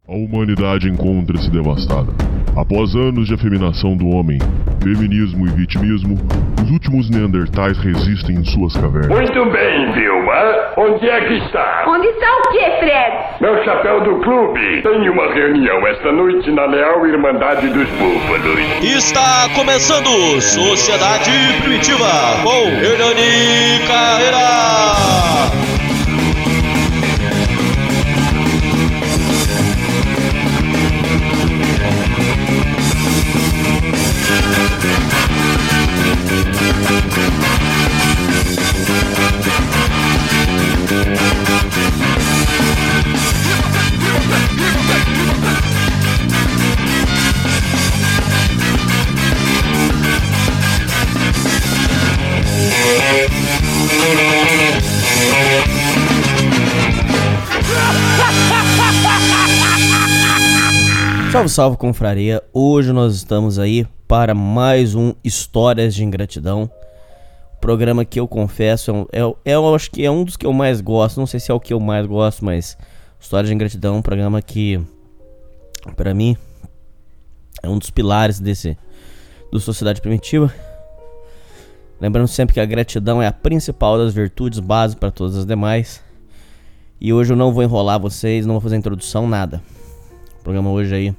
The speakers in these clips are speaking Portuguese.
A humanidade encontra-se devastada. Após anos de afeminação do homem, feminismo e vitimismo, os últimos neandertais resistem em suas cavernas. Muito bem, Vilma. Onde é que está? Onde está o quê, Fred? Meu chapéu do clube. Tem uma reunião esta noite na Leal Irmandade dos Búfalos. Está começando Sociedade Primitiva com Hernani Carreira. Salve, salve, confraria! Hoje nós estamos aí para mais um Histórias de Ingratidão. Programa que eu confesso, eu acho que é um dos que eu mais gosto. Não sei se é o que eu mais gosto, mas Histórias de Ingratidão é um programa que, para mim, é um dos pilares do Sociedade Primitiva. Lembrando sempre que a gratidão é a principal das virtudes, base para todas as demais. E hoje eu não vou enrolar vocês, não vou fazer introdução, nada. O programa hoje aí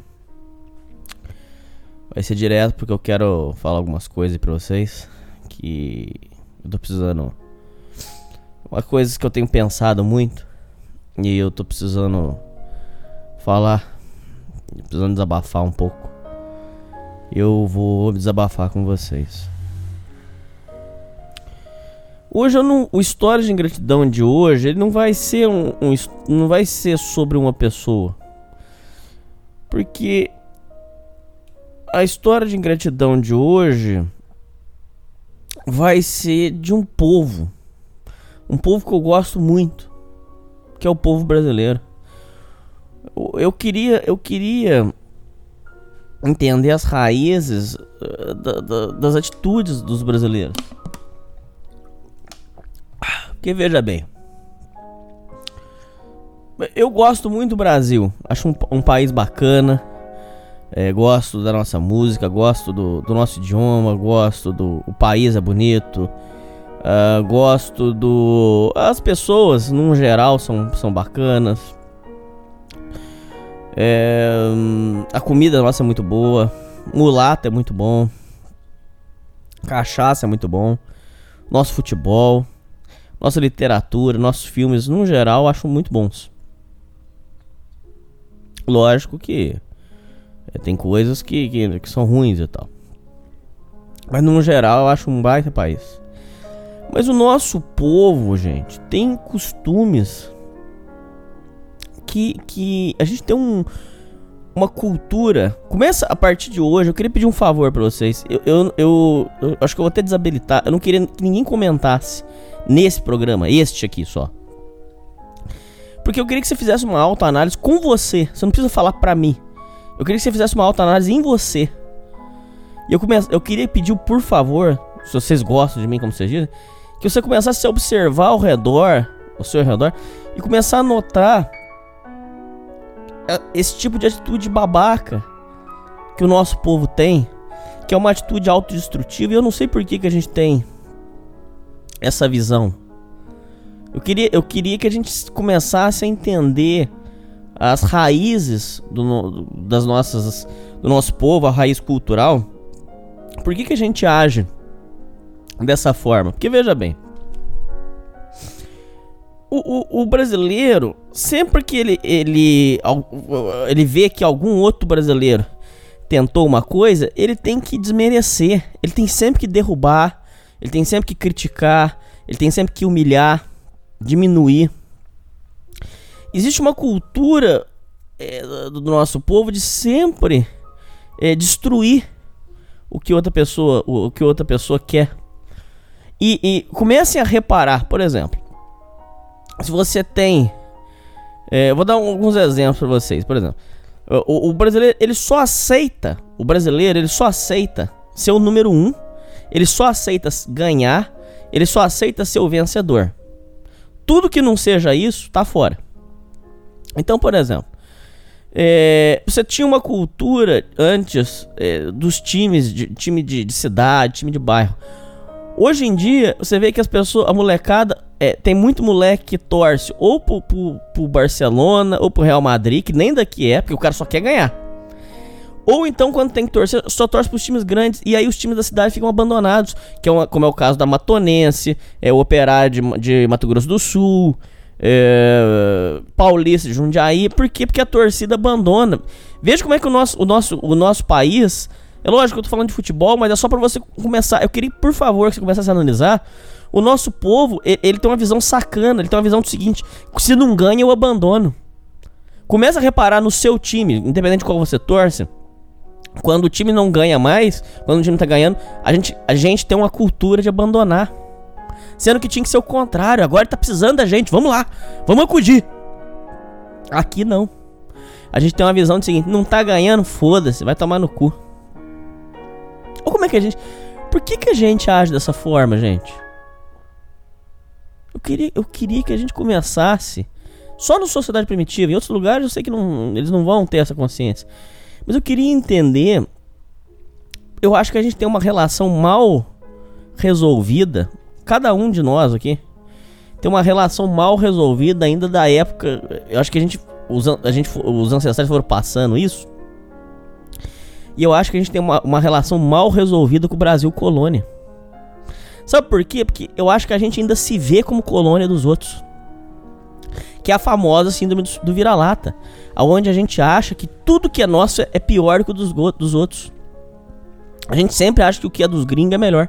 vai ser direto, porque eu quero falar algumas coisas aí pra vocês que eu tô precisando. Uma coisa que eu tenho pensado muito e eu tô precisando falar, precisando desabafar um pouco. Eu vou desabafar com vocês. Hoje o História de Ingratidão de hoje, ele não vai ser não vai ser sobre uma pessoa. Porque a história de ingratidão de hoje vai ser de um povo que eu gosto muito, que é o povo brasileiro. Eu queria entender as raízes das atitudes dos brasileiros. Porque veja bem, eu gosto muito do Brasil, acho um país bacana, gosto da nossa música, gosto do nosso idioma, gosto o país é bonito, gosto as pessoas, num geral, são bacanas, a comida nossa é muito boa, mulata é muito bom, cachaça é muito bom, nosso futebol, nossa literatura, nossos filmes, num geral, acho muito bons. Lógico que tem coisas que são ruins e tal, mas no geral eu acho um baita país. Mas o nosso povo, gente, tem costumes que a gente tem uma cultura. Começa a partir de hoje. Eu queria pedir um favor pra vocês. Eu acho que eu vou até desabilitar. Eu não queria que ninguém comentasse nesse programa, este aqui só, porque eu queria que você fizesse uma autoanálise com você. Você não precisa falar pra mim. Eu queria que você fizesse uma autoanálise em você. E eu queria pedir, por favor, se vocês gostam de mim, como vocês dizem, que você começasse a observar ao seu redor, e começar a notar esse tipo de atitude babaca que o nosso povo tem, que é uma atitude autodestrutiva. E eu não sei por que a gente tem essa visão. Eu queria que a gente começasse a entender as raízes do nosso povo, a raiz cultural. Por que a gente age dessa forma? Porque veja bem, o brasileiro, sempre que ele vê que algum outro brasileiro tentou uma coisa, ele tem que desmerecer, ele tem sempre que derrubar, ele tem sempre que criticar, ele tem sempre que humilhar, diminuir. Existe uma cultura do nosso povo de sempre destruir o que outra pessoa quer. E comecem a reparar, por exemplo, se você tem, eu vou dar alguns exemplos para vocês. Por exemplo, o brasileiro, ele só aceita ser o número 1, ele só aceita ganhar, ele só aceita ser o vencedor. Tudo que não seja isso, tá fora. Então, por exemplo, Você tinha uma cultura antes dos times, time de cidade, time de bairro. Hoje em dia, você vê que as pessoas, a molecada, tem muito moleque que torce ou pro Barcelona ou pro Real Madrid, que nem daqui porque o cara só quer ganhar. Ou então, quando tem que torcer, só torce pros times grandes, e aí os times da cidade ficam abandonados, como é o caso da Matonense, o Operário de Mato Grosso do Sul, Paulista de Jundiaí. Por quê? Porque a torcida abandona. Veja como é que o nosso país... É lógico que eu tô falando de futebol, mas é só pra você começar. Eu queria, por favor, que você começasse a analisar. O nosso povo, ele tem uma visão sacana. Ele tem uma visão do seguinte: se não ganha, eu abandono. Começa a reparar no seu time, independente de qual você torce. Quando o time não ganha mais, quando o time tá ganhando, a gente tem uma cultura de abandonar. Sendo que tinha que ser o contrário. Agora tá precisando da gente, vamos lá, vamos acudir. Aqui não. A gente tem uma visão do seguinte: não tá ganhando, foda-se, vai tomar no cu. Ou como é que a gente... Por que a gente age dessa forma, gente? Eu queria que a gente começasse só no Sociedade Primitiva. Em outros lugares eu sei que eles não vão ter essa consciência. Mas eu queria entender... Eu acho que a gente tem uma relação mal resolvida. Cada um de nós aqui tem uma relação mal resolvida ainda da época... Eu acho que os ancestrais foram passando isso. E eu acho que a gente tem uma relação mal resolvida com o Brasil colônia. Sabe por quê? Porque eu acho que a gente ainda se vê como colônia dos outros. Que é a famosa síndrome do vira-lata. Onde a gente acha que tudo que é nosso é pior do que o dos outros. A gente sempre acha que o que é dos gringos é melhor.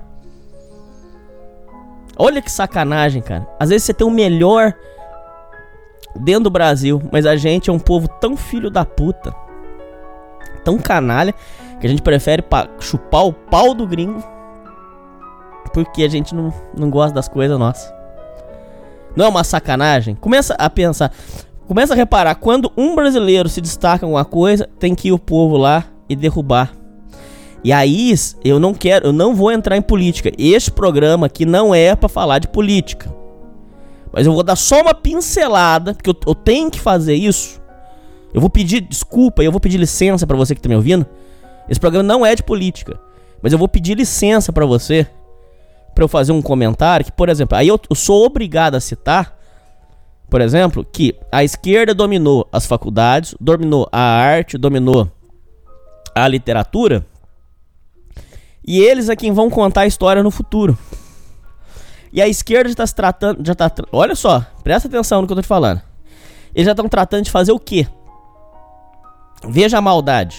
Olha que sacanagem, cara. Às vezes você tem o melhor dentro do Brasil, mas a gente é um povo tão filho da puta, tão canalha, que a gente prefere chupar o pau do gringo porque a gente não gosta das coisas nossas. Não é uma sacanagem? Começa a pensar, começa a reparar, quando um brasileiro se destaca em alguma coisa, tem que ir o povo lá e derrubar. E aí, eu não vou entrar em política. Este programa aqui não é pra falar de política, mas eu vou dar só uma pincelada, porque eu tenho que fazer isso. Eu vou pedir desculpa e eu vou pedir licença pra você que tá me ouvindo. Esse programa não é de política, mas eu vou pedir licença pra você, pra eu fazer um comentário que, por exemplo, aí eu sou obrigado a citar, por exemplo, que a esquerda dominou as faculdades, dominou a arte, dominou a literatura, e eles é quem vão contar a história no futuro. E a esquerda está se tratando, olha só, presta atenção no que eu tô te falando. Eles já estão tratando de fazer o quê? Veja a maldade.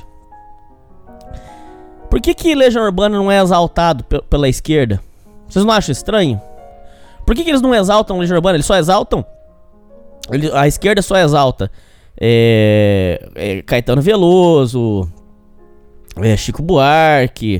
Por que Legião Urbana não é exaltado pela esquerda? Vocês não acham estranho? Por que eles não exaltam Legião Urbana? Eles só exaltam... A esquerda só exalta Caetano Veloso, Chico Buarque,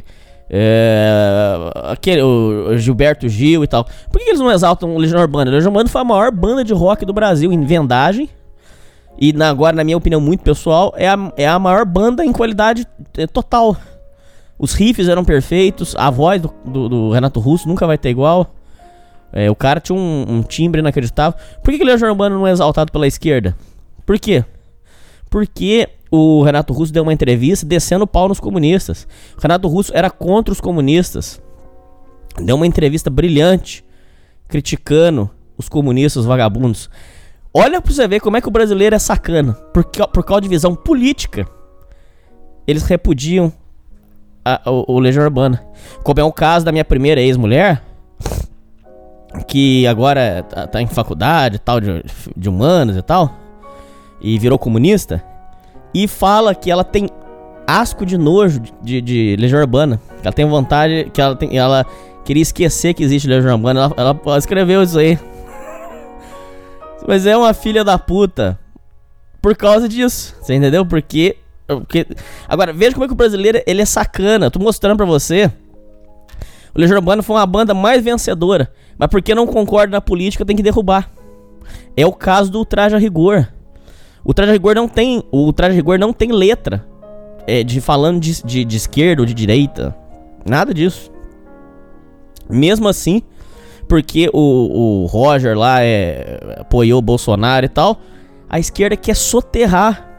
o Gilberto Gil e tal. Por que eles não exaltam Legião Urbana? Legião Urbana foi a maior banda de rock do Brasil em vendagem. E agora, na minha opinião muito pessoal, é a maior banda em qualidade total. Os riffs eram perfeitos. A voz do Renato Russo nunca vai ter igual. O cara tinha um timbre inacreditável. Por que Legião Urbana não é exaltado pela esquerda? Por quê? Porque o Renato Russo deu uma entrevista descendo o pau nos comunistas. O Renato Russo era contra os comunistas. Deu uma entrevista brilhante, criticando os comunistas, os vagabundos. Olha pra você ver como é que o brasileiro é sacana. Por causa de visão política, eles repudiam o Legião Urbana. Como é o caso da minha primeira ex-mulher, que agora tá em faculdade tal, de humanas e tal, e virou comunista, e fala que ela tem asco de nojo de Legião Urbana. Que ela tem vontade, que ela queria esquecer que existe Legião Urbana. Ela escreveu isso aí. Mas é uma filha da puta por causa disso, você entendeu? Porque... Agora, veja como é que o brasileiro, ele é sacana. Tô mostrando pra você. O Legião Urbana foi uma banda mais vencedora, mas porque não concorda na política, tem que derrubar. É o caso do Traje a Rigor. O Traje a Rigor não tem letra falando de esquerda ou de direita. Nada disso. Mesmo assim, porque o Roger lá apoiou o Bolsonaro e tal, a esquerda quer soterrar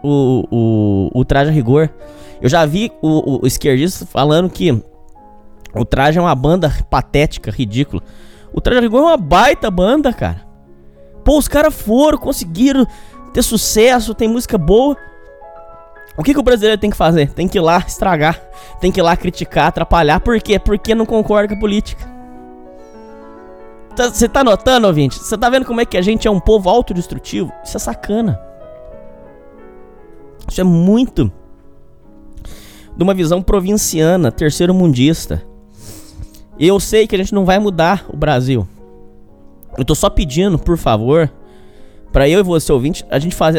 o Traje a Rigor. Eu já vi o esquerdista falando que o Traje é uma banda patética, ridícula. O Traje a Rigor é uma baita banda, cara. Pô, os caras conseguiram ter sucesso, tem música boa. O que o brasileiro tem que fazer? Tem que ir lá estragar, tem que ir lá criticar, atrapalhar. Por quê? Porque não concorda com a política. Você tá notando, ouvinte? Você tá vendo como é que a gente é um povo autodestrutivo? Isso é sacana. Isso é muito de uma visão provinciana, terceiro-mundista. Eu sei que a gente não vai mudar o Brasil. Eu tô só pedindo, por favor, pra eu e você, ouvinte, a gente fazer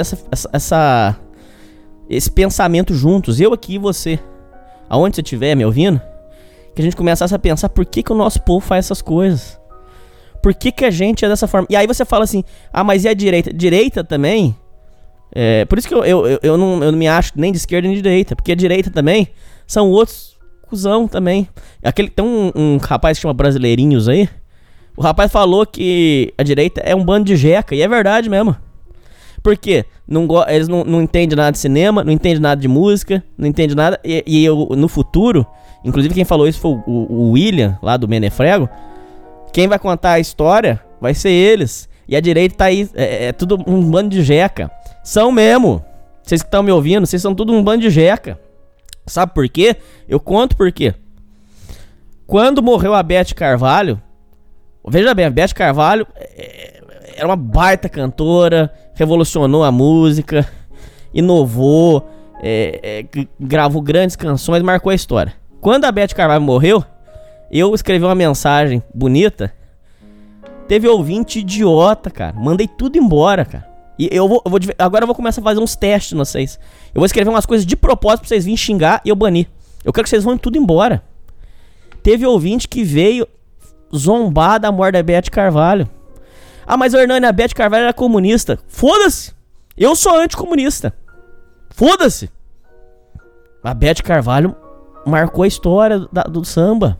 esse pensamento juntos, eu aqui e você, aonde você estiver me ouvindo, que a gente começasse a pensar por que o nosso povo faz essas coisas. Por que a gente é dessa forma? E aí você fala assim, mas e a direita? Direita também? Por isso que eu não me acho nem de esquerda nem de direita, porque a direita também são outros cuzão também. Tem um rapaz que chama Brasileirinhos aí. O rapaz falou que a direita é um bando de jeca, e é verdade mesmo. Por quê? Eles não entendem nada de cinema, não entendem nada de música, não entendem nada. E eu, no futuro, inclusive quem falou isso foi o William, lá do Menefrego. Quem vai contar a história vai ser eles. E a direita tá aí, é tudo um bando de jeca. São mesmo. Vocês que estão me ouvindo, vocês são tudo um bando de jeca. Sabe por quê? Eu conto por quê. Quando morreu a Beth Carvalho, veja bem, a Beth Carvalho era uma baita cantora, revolucionou a música, inovou, gravou grandes canções, marcou a história. Quando a Beth Carvalho morreu, eu escrevi uma mensagem bonita. Teve ouvinte idiota, cara. Mandei tudo embora, cara. E agora eu vou começar a fazer uns testes em vocês. Eu vou escrever umas coisas de propósito pra vocês virem xingar e eu banir. Eu quero que vocês vão tudo embora. Teve ouvinte que veio zombar da morte da Beth Carvalho. Mas o Hernani, a Beth Carvalho era comunista. Foda-se! Eu sou anticomunista. Foda-se! A Beth Carvalho marcou a história do samba.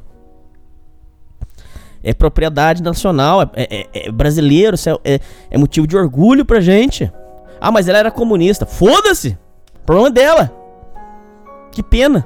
É propriedade nacional, é brasileiro, isso é motivo de orgulho pra gente. Mas ela era comunista. Foda-se! Problema dela. Que pena.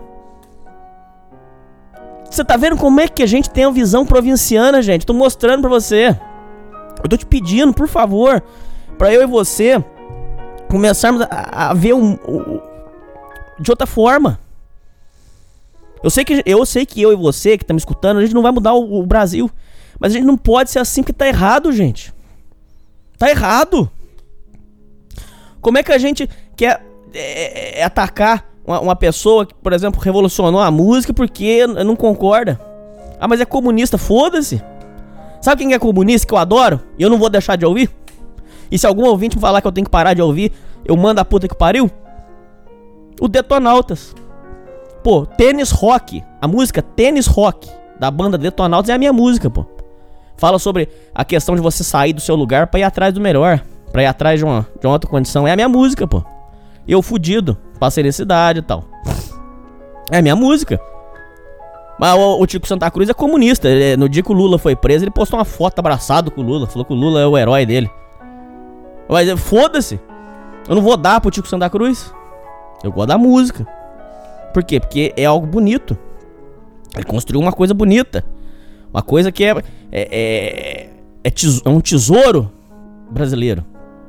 Você tá vendo como é que a gente tem uma visão provinciana, gente? Tô mostrando pra você. Eu tô te pedindo, por favor, pra eu e você começarmos a ver de outra forma. Eu sei que eu e você que tá me escutando, a gente não vai mudar o Brasil. Mas a gente não pode ser assim, porque tá errado, gente. Tá errado. Como é que a gente quer atacar uma pessoa que, por exemplo, revolucionou a música porque não concorda? Mas é comunista, foda-se. Sabe quem é comunista que eu adoro? E eu não vou deixar de ouvir? E se algum ouvinte me falar que eu tenho que parar de ouvir, eu mando a puta que pariu? O Detonautas. Pô, Tênis Rock. A música Tênis Rock da banda Detonautas é a minha música, pô. Fala sobre a questão de você sair do seu lugar pra ir atrás do melhor, pra ir atrás de uma outra condição. É a minha música, pô. Eu fudido, passei necessidade e tal. É a minha música. Mas o Tico Santa Cruz é comunista. No dia que o Lula foi preso, ele postou uma foto abraçado com o Lula. Falou que o Lula é o herói dele. Mas foda-se. Eu não vou dar pro Tico Santa Cruz. Eu gosto da música. Por quê? Porque é algo bonito. Ele construiu uma coisa bonita. Uma coisa que é um tesouro brasileiro.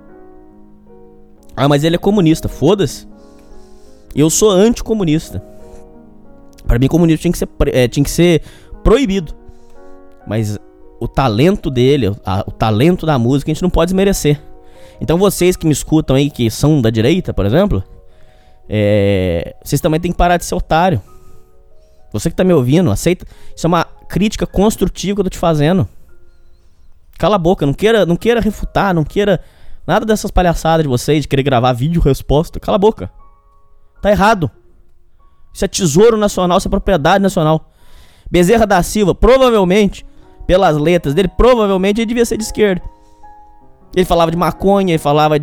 Mas ele é comunista. Foda-se. Eu sou anticomunista. Pra mim, comunismo tinha que ser proibido. Mas o talento dele, o talento da música, a gente não pode desmerecer. Então vocês que me escutam aí, que são da direita, por exemplo, vocês também tem que parar de ser otário. Você que tá me ouvindo, aceita. Isso é uma crítica construtiva que eu tô te fazendo. Cala a boca, não queira refutar, não queira nada dessas palhaçadas de vocês, de querer gravar vídeo resposta. Cala a boca. Tá errado. Isso é tesouro nacional, isso é propriedade nacional. Bezerra da Silva, provavelmente, pelas letras dele, provavelmente ele devia ser de esquerda. Ele falava de maconha, ele falava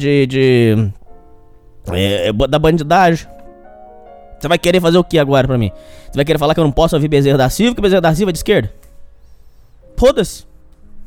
da bandidagem. Você vai querer fazer o que agora pra mim? Você vai querer falar que eu não posso ouvir Bezerra da Silva, que Bezerra da Silva é de esquerda? Foda-se.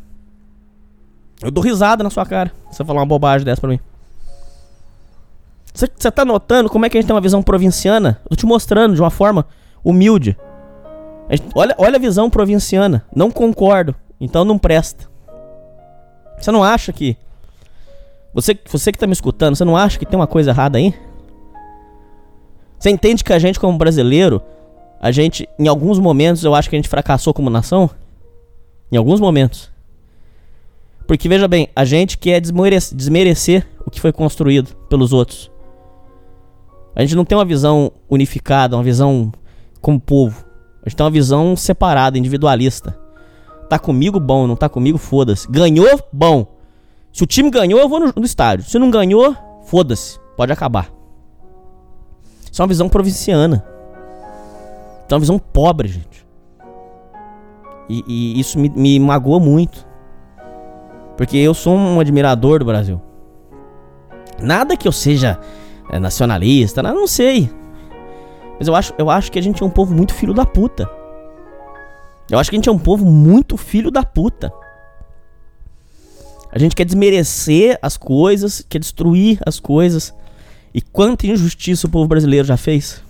Eu dou risada na sua cara se você falar uma bobagem dessa pra mim. Você tá notando como é que a gente tem uma visão provinciana? Eu tô te mostrando de uma forma humilde. Olha a visão provinciana. Não concordo, então não presta. Você não acha que... Você que tá me escutando, você não acha que tem uma coisa errada aí? Você entende que a gente, como brasileiro, em alguns momentos, eu acho que a gente fracassou como nação? Em alguns momentos. Porque, veja bem, a gente quer desmerecer o que foi construído pelos outros. A gente não tem uma visão unificada, uma visão como povo. A gente tem uma visão separada, individualista. Tá comigo, bom. Não tá comigo, foda-se. Ganhou, bom. Se o time ganhou, eu vou no estádio. Se não ganhou, foda-se. Pode acabar. Isso é uma visão provinciana. Isso é uma visão pobre, gente. E isso me magoa muito. Porque eu sou um admirador do Brasil. Nada que eu seja nacionalista, não sei. Mas eu acho que a gente é um povo muito filho da puta. Eu acho que a gente é um povo muito filho da puta. A gente quer desmerecer as coisas, quer destruir as coisas. E quanta injustiça o povo brasileiro já fez.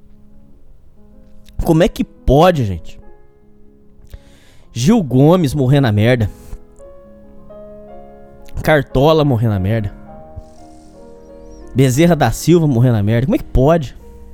Como é que pode, gente? Gil Gomes morrer na merda. Cartola morrer na merda. Bezerra da Silva morrer na merda. Como é que pode?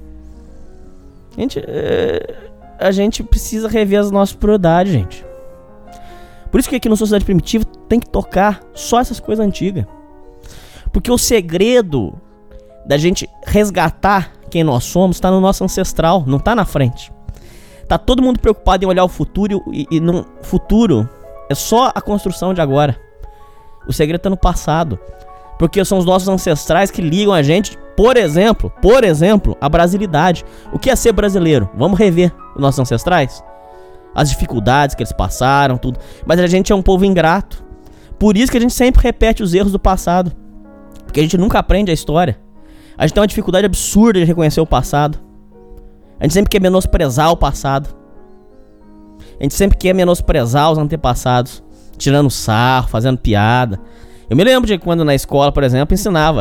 A gente precisa rever as nossas prioridades, gente. Por isso que aqui no Sociedade Primitiva tem que tocar só essas coisas antigas. Porque o segredo da gente resgatar quem nós somos tá no nosso ancestral, não tá na frente. Tá todo mundo preocupado em olhar o futuro e no futuro é só a construção de agora. O segredo tá no passado. Porque são os nossos ancestrais que ligam a gente, por exemplo, a brasilidade. O que é ser brasileiro? Vamos rever os nossos ancestrais? As dificuldades que eles passaram, tudo. Mas a gente é um povo ingrato. Por isso que a gente sempre repete os erros do passado. Porque a gente nunca aprende a história. A gente tem uma dificuldade absurda de reconhecer o passado. A gente sempre quer menosprezar o passado. A gente sempre quer menosprezar os antepassados. Tirando sarro, fazendo piada. Eu me lembro de quando na escola, por exemplo, ensinavam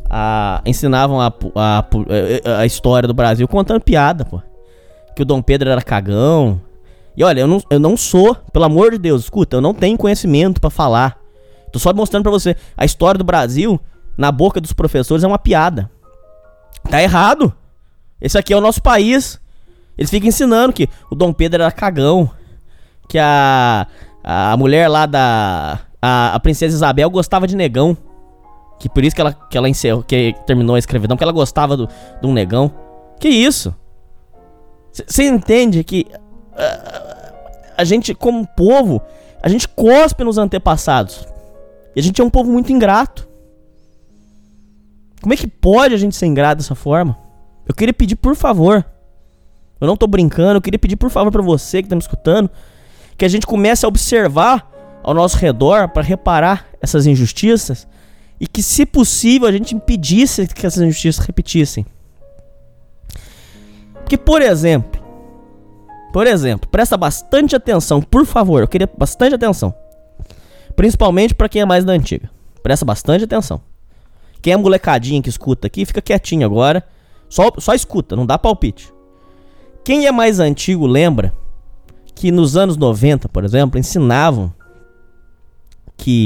a história do Brasil contando piada, pô. Que o Dom Pedro era cagão. E olha, eu não sou, pelo amor de Deus, escuta, eu não tenho conhecimento pra falar. Tô só mostrando pra você. A história do Brasil, na boca dos professores, é uma piada. Tá errado. Esse aqui é o nosso país. Eles ficam ensinando que o Dom Pedro era cagão. Que a mulher lá a princesa Isabel gostava de negão. Que por isso que ela encerrou, que terminou a escravidão, porque ela gostava de um negão. Que isso? Você entende que a gente, como povo, a gente cospe nos antepassados. E a gente é um povo muito ingrato. Como é que pode a gente ser ingrato dessa forma? Eu queria pedir, por favor, eu não tô brincando, eu queria pedir, por favor, pra você que tá me escutando, que a gente comece a observar ao nosso redor para reparar essas injustiças e que, se possível, a gente impedisse que essas injustiças repetissem. Porque, por exemplo, presta bastante atenção, por favor, eu queria bastante atenção. Principalmente para quem é mais da antiga. Presta bastante atenção. Quem é molecadinha que escuta aqui, fica quietinho agora. Só escuta, não dá palpite. Quem é mais antigo lembra que nos anos 90, por exemplo, ensinavam que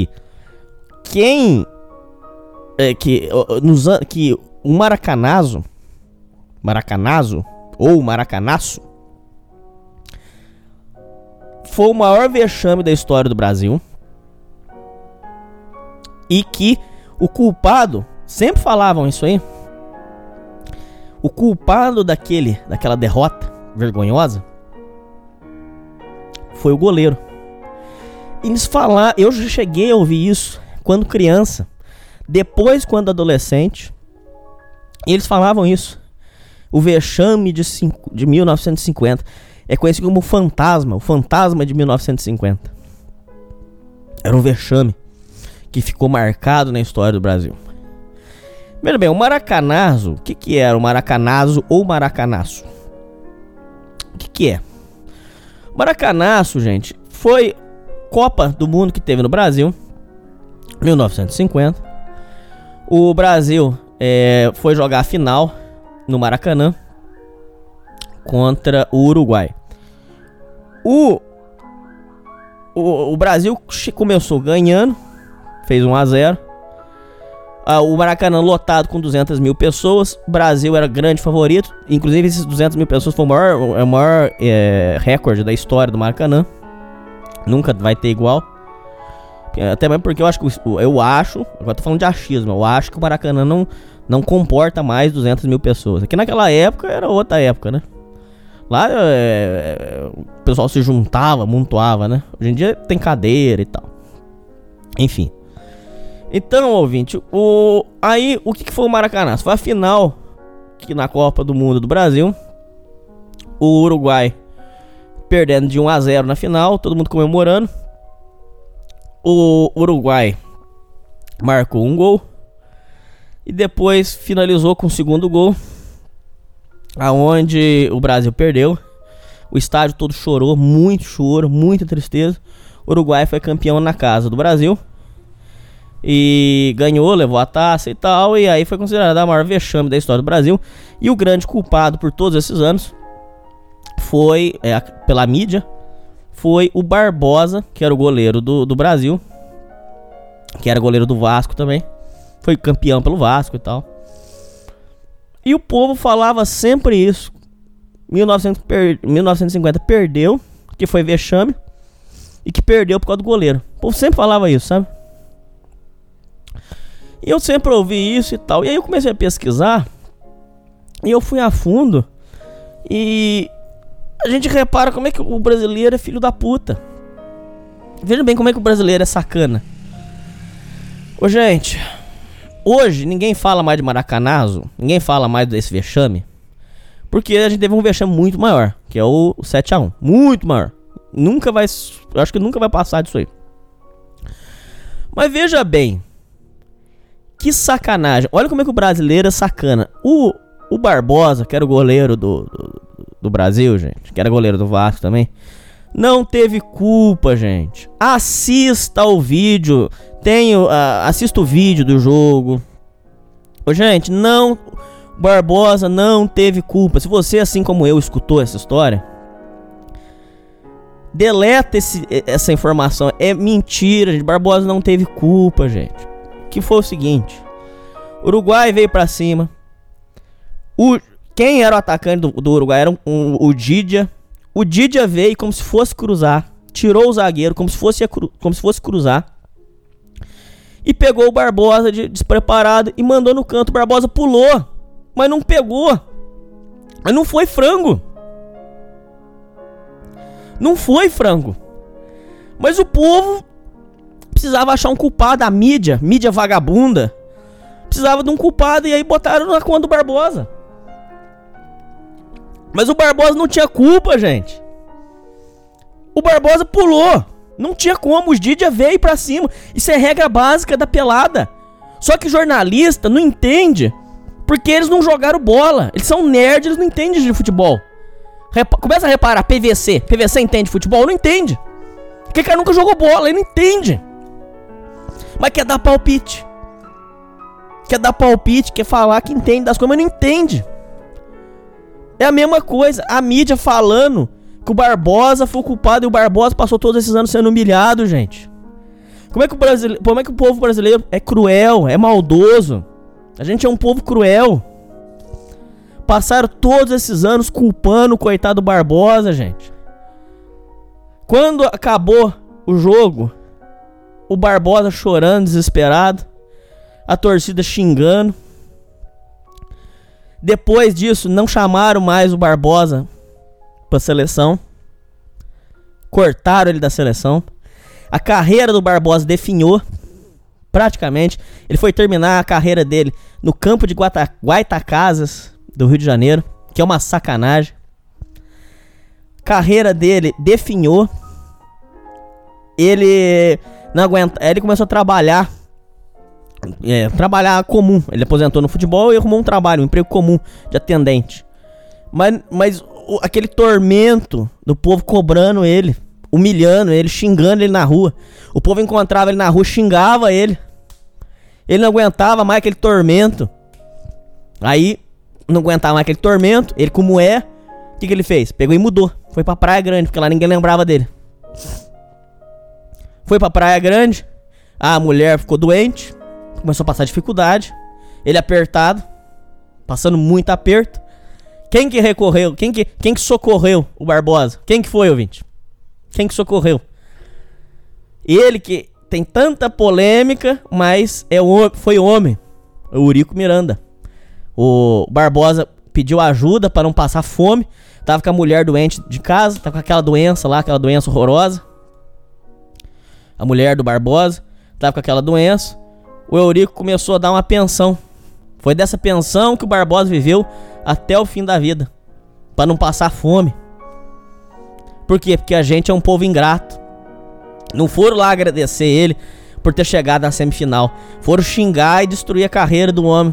o maracanazo ou maracanaço foi o maior vexame da história do Brasil e que o culpado, sempre falavam isso aí, o culpado daquela derrota vergonhosa foi o goleiro. Eles falaram, eu já cheguei a ouvir isso quando criança, depois quando adolescente, eles falavam isso. O vexame de 1950 é conhecido como o fantasma de 1950. Era um vexame que ficou marcado na história do Brasil. Veja bem, o maracanazo, o que era o maracanazo ou maracanaço? O que é? O maracanaço, gente, foi Copa do Mundo que teve no Brasil, 1950. O Brasil foi jogar a final no Maracanã contra o Uruguai. O Brasil começou ganhando, fez 1-0. O Maracanã lotado com 200 mil pessoas. O Brasil era grande favorito. Inclusive, esses 200 mil pessoas foi o maior recorde da história do Maracanã. Nunca vai ter igual. Até mesmo porque agora tô falando de achismo, eu acho que o Maracanã não comporta mais 200 mil pessoas. Aqui naquela época era outra época, né? Lá o pessoal se juntava, amontoava, né? Hoje em dia tem cadeira e tal. Enfim. Então, ouvinte, o que foi o Maracanã? Foi a final que na Copa do Mundo do Brasil. O Uruguai perdendo de 1-0 na final, todo mundo comemorando. O Uruguai marcou um gol e depois finalizou com o segundo gol, aonde o Brasil perdeu. O estádio todo chorou, muito choro, muita tristeza. O Uruguai foi campeão na casa do Brasil e ganhou, levou a taça e tal. E aí foi considerada a maior vexame da história do Brasil. E o grande culpado por todos esses anos foi, pela mídia, foi o Barbosa, que era o goleiro do Brasil, que era goleiro do Vasco também. Foi campeão pelo Vasco e tal. E o povo falava sempre isso. 1950 perdeu, que foi vexame, e que perdeu por causa do goleiro. O povo sempre falava isso, sabe? E eu sempre ouvi isso e tal. E aí eu comecei a pesquisar, e eu fui a fundo, e a gente repara como é que o brasileiro é filho da puta. Veja bem como é que o brasileiro é sacana. Ô, gente, hoje ninguém fala mais de Maracanazo, ninguém fala mais desse vexame, porque a gente teve um vexame muito maior, que é o 7-1, muito maior. Acho que nunca vai passar disso aí. Mas veja bem, que sacanagem. Olha como é que o brasileiro é sacana. O Barbosa, que era o goleiro do Brasil, gente, que era goleiro do Vasco também, não teve culpa, gente. Assista o vídeo. Assista o vídeo do jogo. Ô, gente, não. Barbosa não teve culpa. Se você, assim como eu, escutou essa história, deleta essa informação. É mentira, gente. Barbosa não teve culpa, gente. Que foi o seguinte: o Uruguai veio pra cima. Quem era o atacante do Uruguai era o Didia. O Didia veio como se fosse cruzar, tirou o zagueiro como se fosse cruzar, e pegou o Barbosa despreparado e mandou no canto. O Barbosa pulou, mas não pegou. Mas não foi frango. Não foi frango. Mas o povo precisava achar um culpado. A mídia vagabunda, precisava de um culpado, e aí botaram na conta do Barbosa. Mas o Barbosa não tinha culpa, gente. O Barbosa pulou. Não tinha como. Os Didia veio pra cima. Isso é regra básica da pelada. Só que jornalista não entende, porque eles não jogaram bola. Eles são nerds, eles não entendem de futebol. Começa a reparar, PVC. PVC entende futebol? Não entende. Porque o cara nunca jogou bola, ele não entende. Mas quer dar palpite. Quer falar que entende das coisas, mas não entende. É a mesma coisa, a mídia falando que o Barbosa foi o culpado e o Barbosa passou todos esses anos sendo humilhado, gente. Como é que o povo brasileiro é cruel, é maldoso? A gente é um povo cruel. Passaram todos esses anos culpando o coitado do Barbosa, gente. Quando acabou o jogo, o Barbosa chorando, desesperado, a torcida xingando. Depois disso, não chamaram mais o Barbosa pra seleção. Cortaram ele da seleção. A carreira do Barbosa definhou, praticamente. Ele foi terminar a carreira dele no campo de Guaitacazes, do Rio de Janeiro, que é uma sacanagem. Carreira dele definhou. Ele não aguenta. Ele começou a trabalhar comum. Ele aposentou no futebol e arrumou um emprego comum de atendente. Mas aquele tormento do povo cobrando ele, humilhando ele, xingando ele na rua. O povo encontrava ele na rua, xingava ele. Ele não aguentava mais aquele tormento. Aí, não aguentava mais aquele tormento, ele como é, o que ele fez? Pegou e mudou, foi pra Praia Grande, porque lá ninguém lembrava dele. Foi pra Praia Grande, a mulher ficou doente, começou a passar dificuldade, ele apertado, passando muito aperto. Quem que recorreu? Quem que socorreu o Barbosa? Quem que foi, ouvinte? Quem que socorreu? Ele que tem tanta polêmica, mas foi homem. O Eurico Miranda. O Barbosa pediu ajuda para não passar fome. Tava com a mulher doente de casa, tava com aquela doença lá, aquela doença horrorosa. A mulher do Barbosa tava com aquela doença. O Eurico começou a dar uma pensão. Foi dessa pensão que o Barbosa viveu até o fim da vida, para não passar fome. Por quê? Porque a gente é um povo ingrato. Não foram lá agradecer ele por ter chegado à semifinal. Foram xingar e destruir a carreira do homem.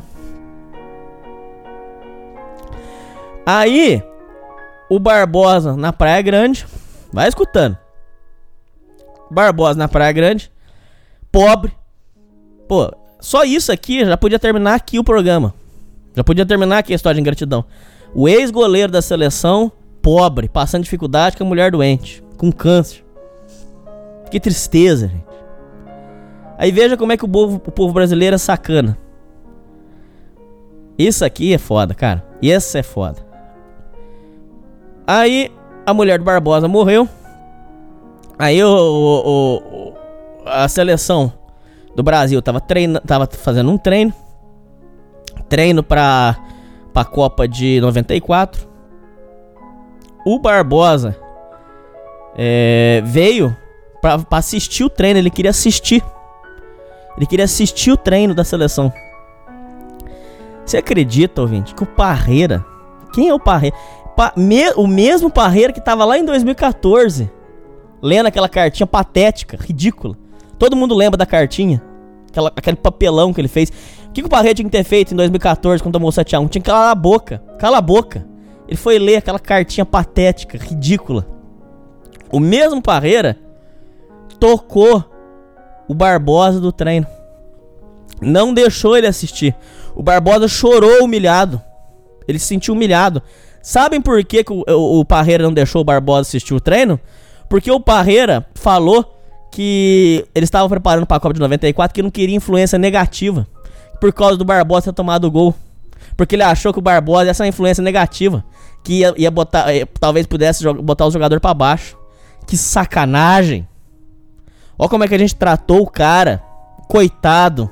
Aí, o Barbosa na Praia Grande, vai escutando. Barbosa na Praia Grande, pobre. Pô, só isso aqui já podia terminar aqui o programa. Já podia terminar aqui a história de ingratidão. O ex-goleiro da seleção, pobre, passando dificuldade com a mulher doente, com câncer. Que tristeza, gente. Aí veja como é que o povo brasileiro é sacana. Isso aqui é foda, cara. Isso é foda. Aí a mulher do Barbosa morreu. Aí a seleção do Brasil tava fazendo um treino pra Copa de 94. O Barbosa veio pra assistir o treino. Ele queria assistir o treino da seleção. Você acredita, ouvinte, que o Parreira... Quem é o Parreira? O mesmo Parreira que tava lá em 2014 lendo aquela cartinha patética, ridícula. Todo mundo lembra da cartinha, aquele papelão que ele fez. O que o Parreira tinha que ter feito em 2014 quando tomou 7-1? Tinha que calar a boca. Cala a boca. Ele foi ler aquela cartinha patética, ridícula. O mesmo Parreira tocou o Barbosa do treino. Não deixou ele assistir. O Barbosa chorou humilhado. Ele se sentiu humilhado. Sabem por que o Parreira não deixou o Barbosa assistir o treino? Porque o Parreira falou que eles estavam preparando para a Copa de 94, que não queria influência negativa por causa do Barbosa ter tomado o gol. Porque ele achou que o Barbosa ia ser uma influência negativa, que ia botar, talvez pudesse botar o jogador para baixo. Que sacanagem. Olha como é que a gente tratou o cara. Coitado.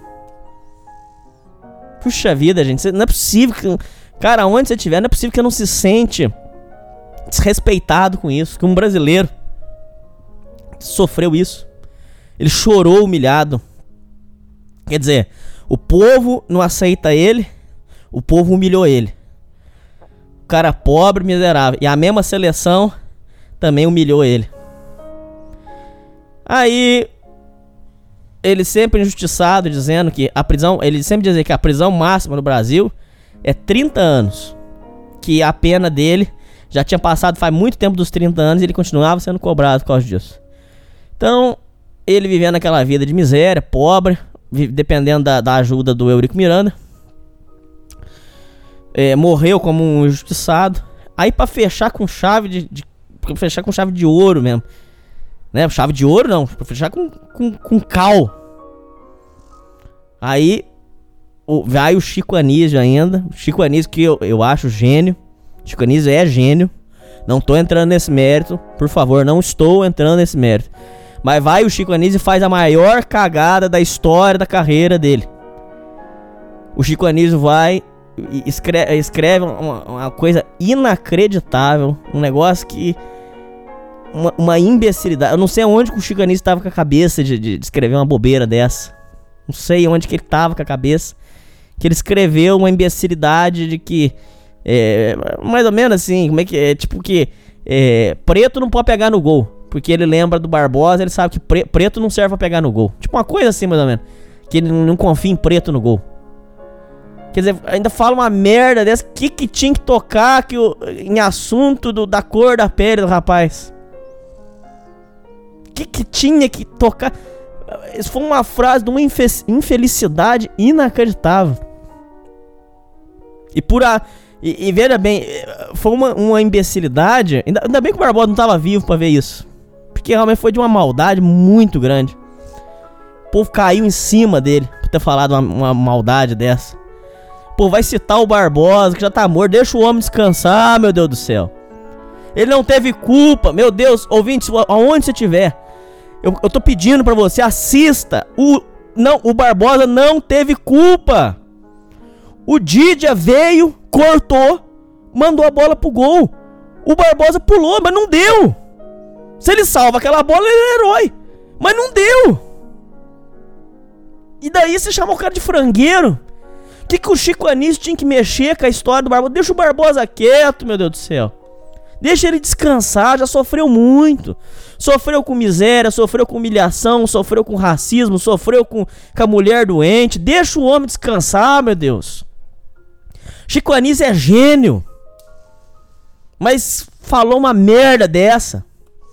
Puxa vida, gente. Não é possível que... Cara, onde você estiver, não é possível que não se sente desrespeitado com isso. Que um brasileiro sofreu isso. Ele chorou humilhado. Quer dizer, o povo não aceita ele. O povo humilhou ele. O cara pobre, miserável. E a mesma seleção também humilhou ele. Aí... ele sempre injustiçado, dizendo que a prisão... Ele sempre dizia que a prisão máxima no Brasil é 30 anos. Que a pena dele já tinha passado faz muito tempo dos 30 anos e ele continuava sendo cobrado por causa disso. Então, ele vivendo aquela vida de miséria, pobre, dependendo da ajuda do Eurico Miranda. Morreu como um injustiçado. Aí pra fechar com chave fechar com chave de ouro mesmo, né? Chave de ouro não, pra fechar com cal. Aí vai o Chico Anísio ainda. O Chico Anísio que eu acho gênio. O Chico Anísio é gênio. Não tô entrando nesse mérito, por favor, não estou entrando nesse mérito. Mas vai o Chico Anísio e faz a maior cagada da história da carreira dele. O Chico Anísio vai e escreve uma coisa inacreditável. Um negócio que... Uma imbecilidade. Eu não sei onde que o Chico Anísio estava com a cabeça de escrever uma bobeira dessa. Não sei onde que ele estava com a cabeça. Que ele escreveu uma imbecilidade de que... mais ou menos assim, como é que é? Tipo que preto não pode pegar no gol. Porque ele lembra do Barbosa, ele sabe que preto não serve pra pegar no gol. Tipo uma coisa assim, mais ou menos. Que ele não confia em preto no gol. Quer dizer, ainda fala uma merda dessa. Que tinha que tocar em assunto da cor da pele do rapaz? Que tinha que tocar? Isso foi uma frase de uma infelicidade inacreditável. E veja bem, foi uma imbecilidade. Ainda bem que o Barbosa não tava vivo pra ver isso. Porque realmente foi de uma maldade muito grande. O povo caiu em cima dele por ter falado uma maldade dessa. Pô, vai citar o Barbosa, que já tá morto. Deixa o homem descansar, meu Deus do céu. Ele não teve culpa. Meu Deus, ouvinte, aonde você estiver, eu tô pedindo pra você, assista. O Barbosa não teve culpa. O Didia veio, cortou, mandou a bola pro gol. O Barbosa pulou, mas não deu. Se ele salva aquela bola, ele é herói. Mas não deu. E daí você chama o cara de frangueiro. O que o Chico Anísio tinha que mexer com a história do Barbosa? Deixa o Barbosa quieto, meu Deus do céu. Deixa ele descansar, já sofreu muito. Sofreu com miséria, sofreu com humilhação, sofreu com racismo, sofreu com a mulher doente. Deixa o homem descansar, meu Deus. Chico Anísio é gênio. Mas falou uma merda dessa.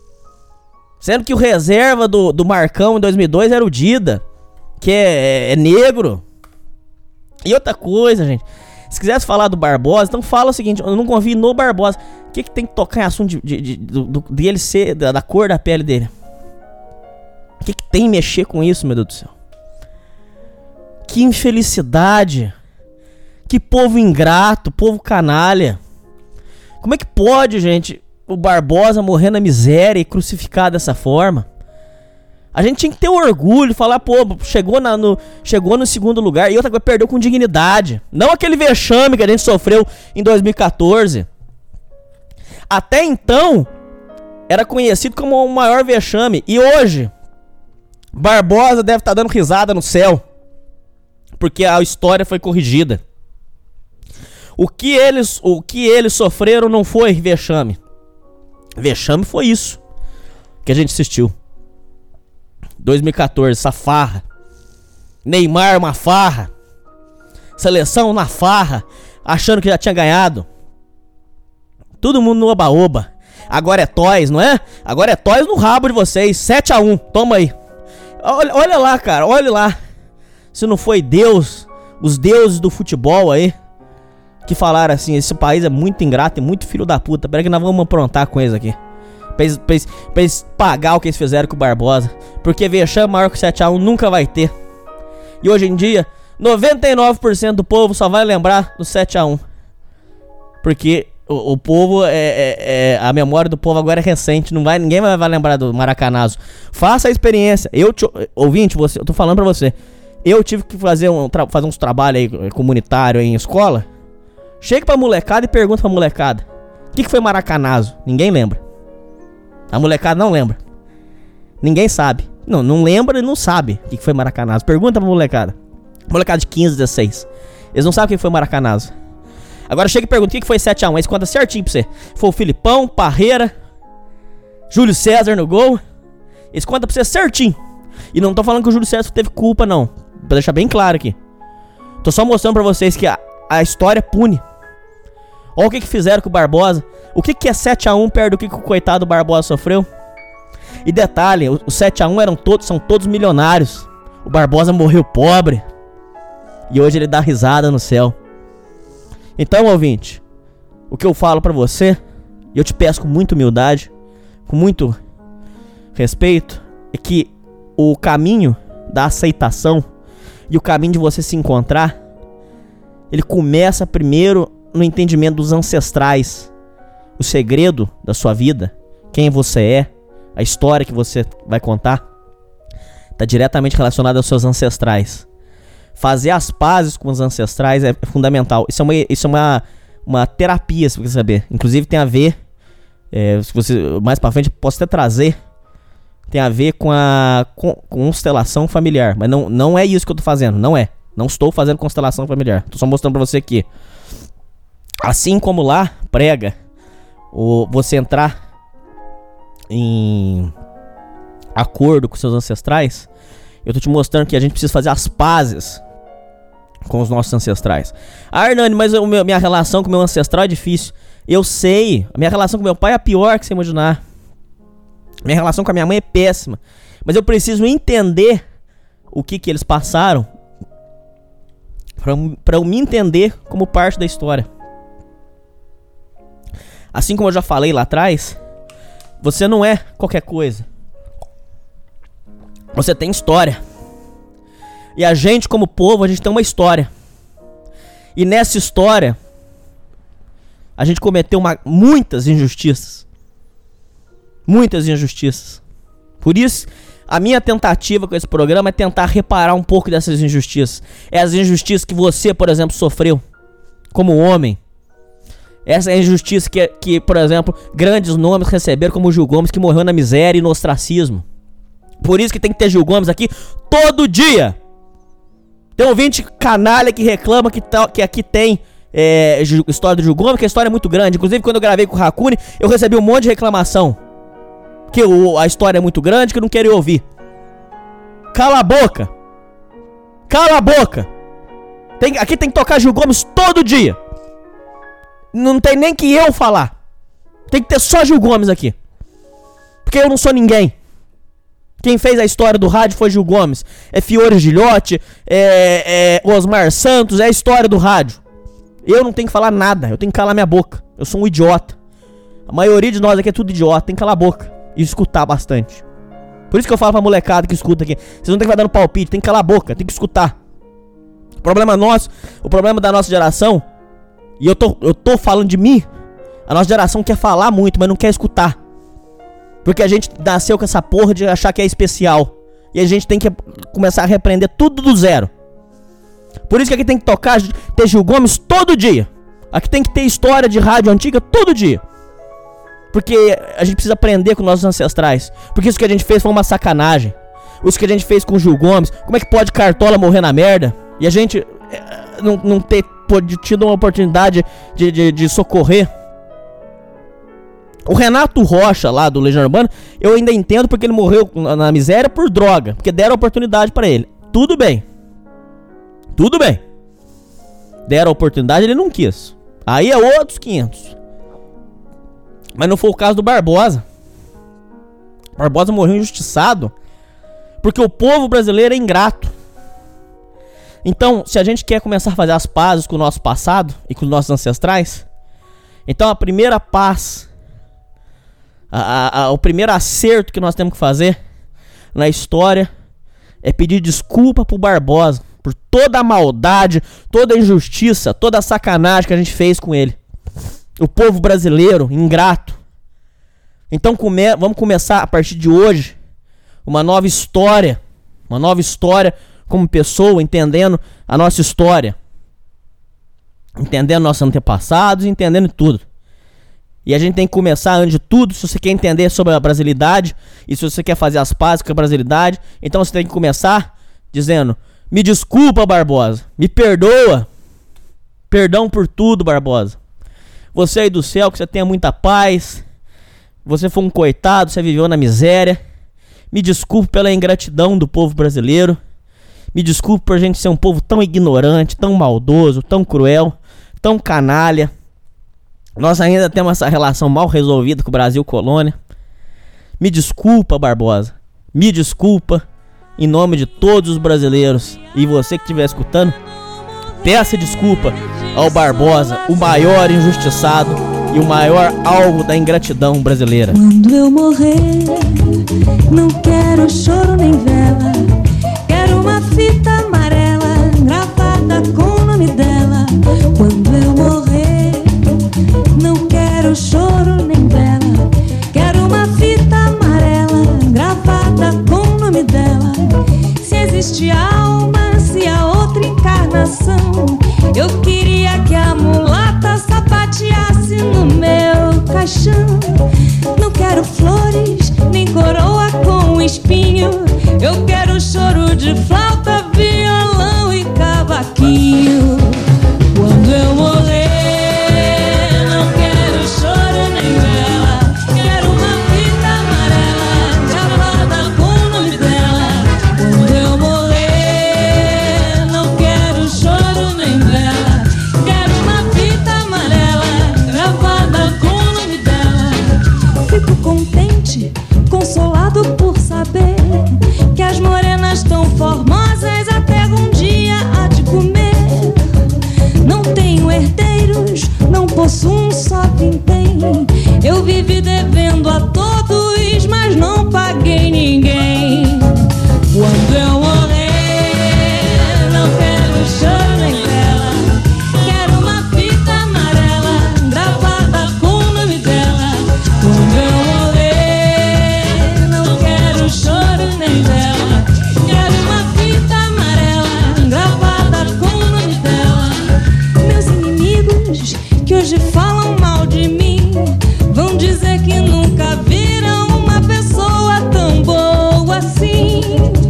Sendo que o reserva do Marcão em 2002 era o Dida, que é negro. E outra coisa, gente. Se quisesse falar do Barbosa, então fala o seguinte: eu não confio no Barbosa. O que tem que tocar em assunto dele ser da cor da pele dele? O que tem que mexer com isso, meu Deus do céu? Que infelicidade. Que povo ingrato, povo canalha. Como é que pode, gente, o Barbosa morrer na miséria e crucificar dessa forma? A gente tinha que ter orgulho, falar, pô, chegou no segundo lugar. E outra coisa, perdeu com dignidade. Não aquele vexame que a gente sofreu em 2014. Até então, era conhecido como o maior vexame. E hoje, Barbosa deve estar dando risada no céu, porque a história foi corrigida. O que eles sofreram não foi vexame. Vexame foi isso que a gente assistiu. 2014, essa farra. Neymar, uma farra. Seleção na farra, achando que já tinha ganhado. Todo mundo no oba-oba. Agora é toys, não é? Agora é toys no rabo de vocês. 7-1, toma aí. Olha lá, cara, olha lá. Se não foi Deus, os deuses do futebol aí, que falaram assim: esse país é muito ingrato e muito filho da puta. Pera que nós vamos aprontar com eles aqui. Pra eles pagar o que eles fizeram com o Barbosa. Porque vexame maior que 7-1 nunca vai ter. E hoje em dia, 99% do povo só vai lembrar do 7-1. Porque o povo a memória do povo agora é recente. Ninguém vai lembrar do Maracanazo. Faça a experiência. Ouvinte, eu tô falando pra você. Eu tive que fazer uns trabalhos aí comunitário aí em escola. Chega pra molecada e pergunta pra molecada: o que foi Maracanazo? Ninguém lembra. A molecada não lembra. Ninguém sabe. Não lembra e não sabe o que foi Maracanazo. Pergunta pra molecada. Molecada de 15, 16. Eles não sabem o que foi Maracanazo. Agora chega e pergunta: o que foi 7-1? Eles contam certinho pra você. Foi o Filipão, Parreira, Júlio César no gol. Eles contam pra você certinho. E não tô falando que o Júlio César teve culpa, não. Pra deixar bem claro aqui. Tô só mostrando pra vocês que a história pune. Olha o que fizeram com o Barbosa. O que é 7-1 perto do que o coitado do Barbosa sofreu? E detalhe, os 7-1 são todos milionários. O Barbosa morreu pobre. E hoje ele dá risada no céu. Então, ouvinte, o que eu falo pra você, e eu te peço com muita humildade, com muito respeito, é que o caminho da aceitação e o caminho de você se encontrar, ele começa primeiro no entendimento dos ancestrais. O segredo da sua vida, quem você é, a história que você vai contar, está diretamente relacionado aos seus ancestrais. Fazer as pazes com os ancestrais é fundamental. Isso é uma terapia, se você quer saber. Inclusive tem a ver, se você mais pra frente posso até trazer, tem a ver com constelação familiar. Mas não é isso que eu tô fazendo, não estou fazendo constelação familiar. Tô só mostrando pra você que, assim como lá prega você entrar em acordo com seus ancestrais, eu tô te mostrando que a gente precisa fazer as pazes com os nossos ancestrais. Ah, Hernani, mas minha relação com meu ancestral é difícil. Eu sei, a minha relação com meu pai é a pior que você imaginar. Minha relação com a minha mãe é péssima. Mas eu preciso entender o que eles passaram, Pra eu me entender como parte da história. Assim como eu já falei lá atrás, você não é qualquer coisa. Você tem história. E a gente, como povo, a gente tem uma história. E nessa história, a gente cometeu muitas injustiças. Muitas injustiças. Por isso, a minha tentativa com esse programa é tentar reparar um pouco dessas injustiças. É as injustiças que você, por exemplo, sofreu como homem. Essa é a injustiça que, por exemplo, grandes nomes receberam, como o Gil Gomes, que morreu na miséria e no ostracismo. Por isso que tem que ter Gil Gomes aqui todo dia. Tem ouvinte canalha que reclama que aqui tem história do Gil Gomes, que a história é muito grande. Inclusive, quando eu gravei com o Raccoon, eu recebi um monte de reclamação. Que a história é muito grande, que eu não quero ouvir. Cala a boca. Cala a boca. Aqui tem que tocar Gil Gomes todo dia. Não tem nem que eu falar. Tem que ter só Gil Gomes aqui. Porque eu não sou ninguém. Quem fez a história do rádio foi Gil Gomes. É Fiore Gilhote, Osmar Santos, é a história do rádio. Eu não tenho que falar nada, eu tenho que calar minha boca. Eu sou um idiota. A maioria de nós aqui é tudo idiota, tem que calar a boca e escutar bastante. Por isso que eu falo pra molecada que escuta aqui: vocês não tem que ficar dando palpite, tem que calar a boca, tem que escutar. O problema nosso, o problema da nossa geração, e eu tô falando de mim, a nossa geração quer falar muito, mas não quer escutar. Porque a gente nasceu com essa porra de achar que é especial. E a gente tem que começar a repreender tudo do zero. Por isso que aqui tem que ter Gil Gomes todo dia. Aqui tem que ter história de rádio antiga todo dia. Porque a gente precisa aprender com nossos ancestrais. Porque isso que a gente fez foi uma sacanagem. Isso que a gente fez com o Gil Gomes. Como é que pode Cartola morrer na merda? E a gente não ter tido uma oportunidade de socorrer? O Renato Rocha, lá do Legião Urbana, eu ainda entendo porque ele morreu na miséria por droga. Porque deram oportunidade pra ele. Tudo bem. Tudo bem. Deram oportunidade, ele não quis. Aí é outros 500. Mas não foi o caso do Barbosa. Barbosa morreu injustiçado porque o povo brasileiro é ingrato. Então, se a gente quer começar a fazer as pazes com o nosso passado e com os nossos ancestrais, então a primeira paz, o primeiro acerto que nós temos que fazer na história é pedir desculpa pro Barbosa por toda a maldade, toda a injustiça, toda a sacanagem que a gente fez com ele. O povo brasileiro ingrato. Então vamos começar a partir de hoje uma nova história como pessoa, entendendo a nossa história, entendendo nossos antepassados, entendendo tudo. E a gente tem que começar, antes de tudo, se você quer entender sobre a brasilidade e se você quer fazer as pazes com a brasilidade, então você tem que começar dizendo: me desculpa, Barbosa, me perdoa, perdão por tudo, Barbosa. Você aí do céu, que você tenha muita paz. Você foi um coitado, você viveu na miséria. Me desculpe pela ingratidão do povo brasileiro. Me desculpe por a gente ser um povo tão ignorante, tão maldoso, tão cruel, tão canalha. Nós ainda temos essa relação mal resolvida com o Brasil colônia. Me desculpa, Barbosa. Me desculpa em nome de todos os brasileiros. E você que estiver escutando, peça desculpa ao Barbosa, o maior injustiçado e o maior alvo da ingratidão brasileira. Quando eu morrer, não quero choro nem vela. Quero uma fita amarela gravada com o nome dela. Quando eu morrer, não quero choro nem vela. Quero uma fita amarela gravada com o nome dela. Se existe alma, se há outra encarnação, eu queria que a mulata sapateasse no meu caixão. Não quero flores, nem coroa com espinho. Eu quero choro de flauta, violão e cavaquinho. Quando eu morrer, não quero choro nem Eu vivi devendo a todos, mas não paguei ninguém. Quando eu morrer, não quero choro nem vela. Quero uma fita amarela gravada com o nome dela. Quando eu morrer, não quero choro nem vela. Quero uma fita amarela gravada com o nome dela. Meus inimigos que hoje falam mal de mim vão dizer que nunca viram uma pessoa tão boa assim.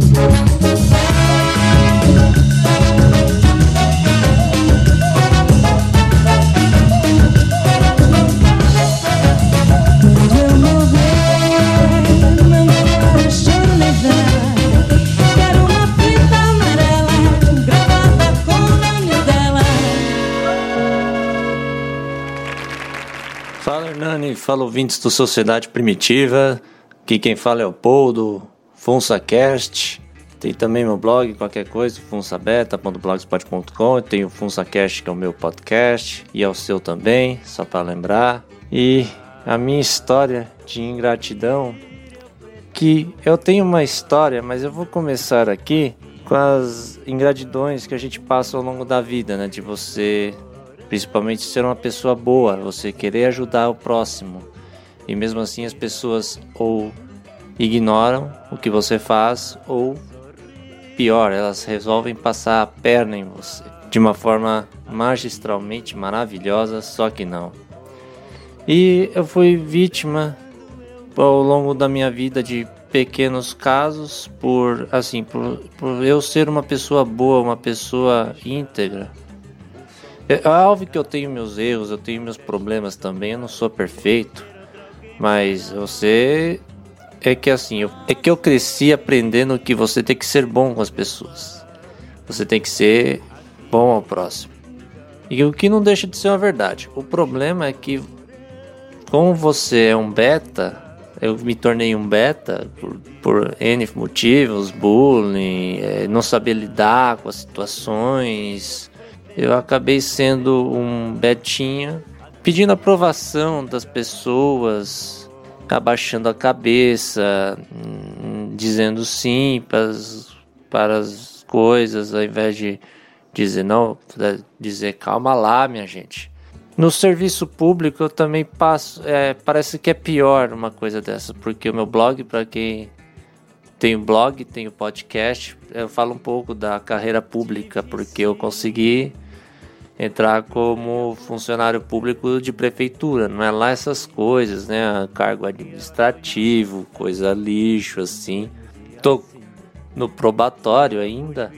Quando eu morrer, não quero choro nem vela. Quero uma fita amarela gravada com o nome dela. Fala, Hernani, fala, ouvintes do Sociedade Primitiva. Aqui quem fala é o Paul do FunsaCast. Tem também meu blog, qualquer coisa, funsabeta.blogspot.com. Tem o FunsaCast, que é o meu podcast, e é o seu também, só para lembrar. E a minha história de ingratidão, que eu tenho uma história, mas eu vou começar aqui com as ingratidões que a gente passa ao longo da vida, né? De você, principalmente, ser uma pessoa boa, você querer ajudar o próximo. E mesmo assim as pessoas ou ignoram o que você faz, ou pior, elas resolvem passar a perna em você de uma forma magistralmente maravilhosa, só que não. E eu fui vítima ao longo da minha vida de pequenos casos por eu ser uma pessoa boa, uma pessoa íntegra. É óbvio que eu tenho meus erros, eu tenho meus problemas também, eu não sou perfeito, mas é que eu cresci aprendendo que você tem que ser bom com as pessoas, você tem que ser bom ao próximo, e o que não deixa de ser uma verdade. O problema é que, como você é um beta, eu me tornei um beta por N motivos, bullying, não saber lidar com as situações. Eu acabei sendo um betinha, pedindo aprovação das pessoas, abaixando a cabeça, dizendo sim para as coisas, ao invés de dizer não, dizer calma lá, minha gente. No serviço público eu também passo, parece que é pior uma coisa dessa, porque o meu blog, para quem tem blog, tem o podcast, eu falo um pouco da carreira pública, porque eu consegui entrar como funcionário público de prefeitura, não é lá essas coisas, né, cargo administrativo, coisa lixo, assim. Tô no probatório ainda,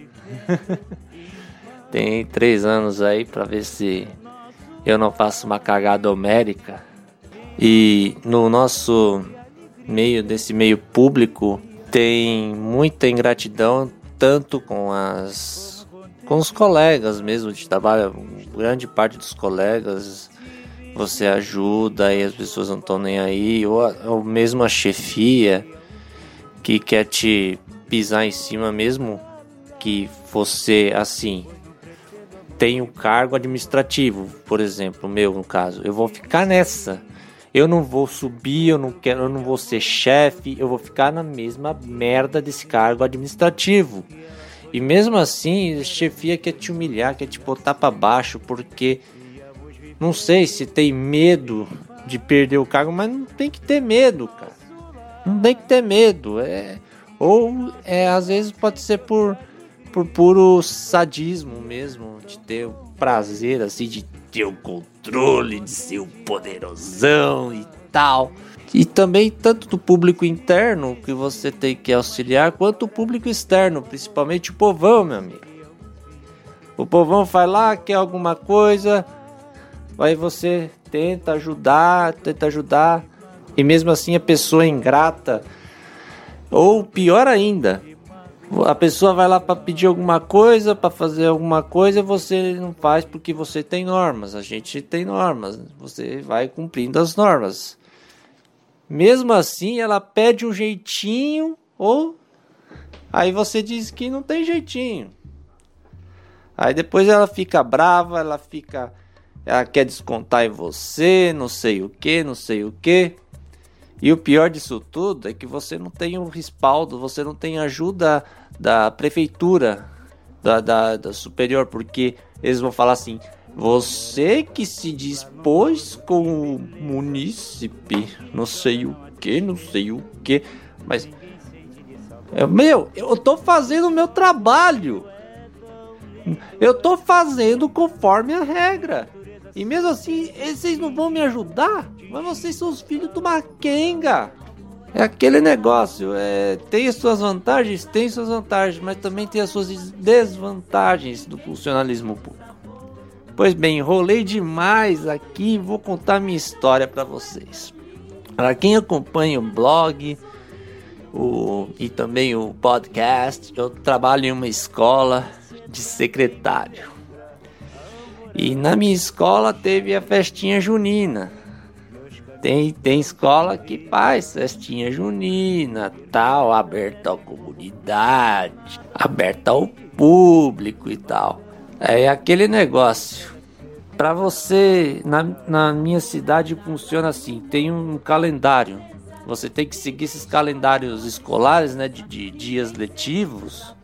tem 3 anos aí para ver se eu não faço uma cagada homérica. E no nosso meio, desse meio público, tem muita ingratidão, tanto com os colegas mesmo de trabalho. Grande parte dos colegas você ajuda e as pessoas não estão nem aí, ou mesmo a chefia que quer te pisar em cima, mesmo que você, assim, tem um cargo administrativo, por exemplo, no caso, eu vou ficar nessa, eu não vou subir, eu não vou ser chefe, eu vou ficar na mesma merda desse cargo administrativo. E mesmo assim, a chefia quer te humilhar, quer te botar pra baixo, porque não sei se tem medo de perder o cargo, mas não tem que ter medo, cara. Não tem que ter medo. Às vezes pode ser por puro sadismo mesmo, de ter o prazer, assim, de ter o controle, de ser o poderosão e tal. E também tanto do público interno, que você tem que auxiliar, quanto o público externo, principalmente o povão, meu amigo. O povão vai lá, quer alguma coisa, aí você tenta ajudar, e mesmo assim a pessoa é ingrata. Ou pior ainda, a pessoa vai lá para pedir alguma coisa, para fazer alguma coisa, e você não faz porque você tem normas. A gente tem normas, você vai cumprindo as normas. Mesmo assim, ela pede um jeitinho, ou aí você diz que não tem jeitinho. Aí depois ela fica brava, ela fica ela quer descontar em você, não sei o que. E o pior disso tudo é que você não tem o respaldo, você não tem ajuda da prefeitura, da superior, porque eles vão falar assim: você que se dispôs com o munícipe, não sei o que. Mas, eu tô fazendo o meu trabalho. Eu tô fazendo conforme a regra. E mesmo assim, vocês não vão me ajudar? Mas vocês são os filhos de uma quenga. É aquele negócio, tem as suas vantagens, mas também tem as suas desvantagens do funcionalismo público. Pois bem, enrolei demais aqui, vou contar minha história para vocês. Para quem acompanha o blog e também o podcast, eu trabalho em uma escola de secretário. E na minha escola teve a festinha junina. Tem escola que faz festinha junina, tal, aberta à comunidade, aberta ao público e tal. É aquele negócio. Para você, na minha cidade funciona assim, tem um calendário. Você tem que seguir esses calendários escolares, né, de dias letivos.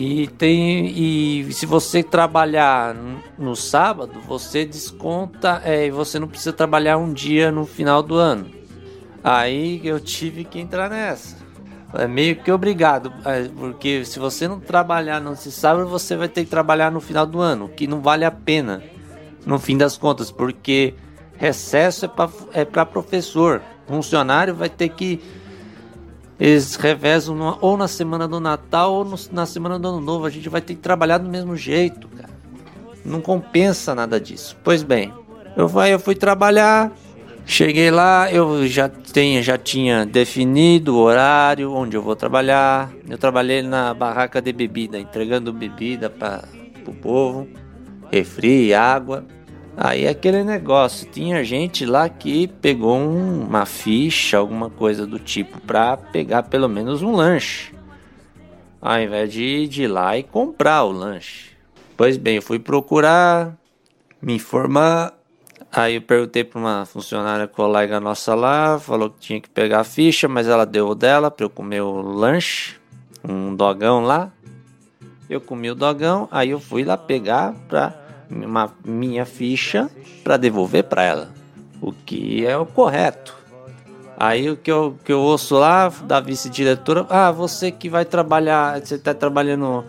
E se você trabalhar no sábado, você desconta, e você não precisa trabalhar um dia no final do ano. Aí eu tive que entrar nessa. É meio que obrigado, porque se você não trabalhar nesse sábado, você vai ter que trabalhar no final do ano, que não vale a pena, no fim das contas, porque recesso é para professor. Funcionário vai ter que... Eles revezam ou na semana do Natal ou na semana do Ano Novo. A gente vai ter que trabalhar do mesmo jeito, cara. Não compensa nada disso. Pois bem, eu fui trabalhar. Cheguei lá, eu já tinha definido o horário onde eu vou trabalhar. Eu trabalhei na barraca de bebida, entregando bebida para o povo, refri, água. Aí aquele negócio, tinha gente lá que pegou uma ficha, alguma coisa do tipo, para pegar pelo menos um lanche, ao invés de ir lá e comprar o lanche. Pois bem, eu fui procurar, me informar, aí eu perguntei para uma funcionária colega nossa lá, falou que tinha que pegar a ficha, mas ela deu o dela para eu comer o lanche, um dogão lá. Eu comi o dogão, aí eu fui lá pegar minha ficha para devolver para ela, o que é o correto. Aí o que eu ouço lá da vice-diretora: você que vai trabalhar, você está trabalhando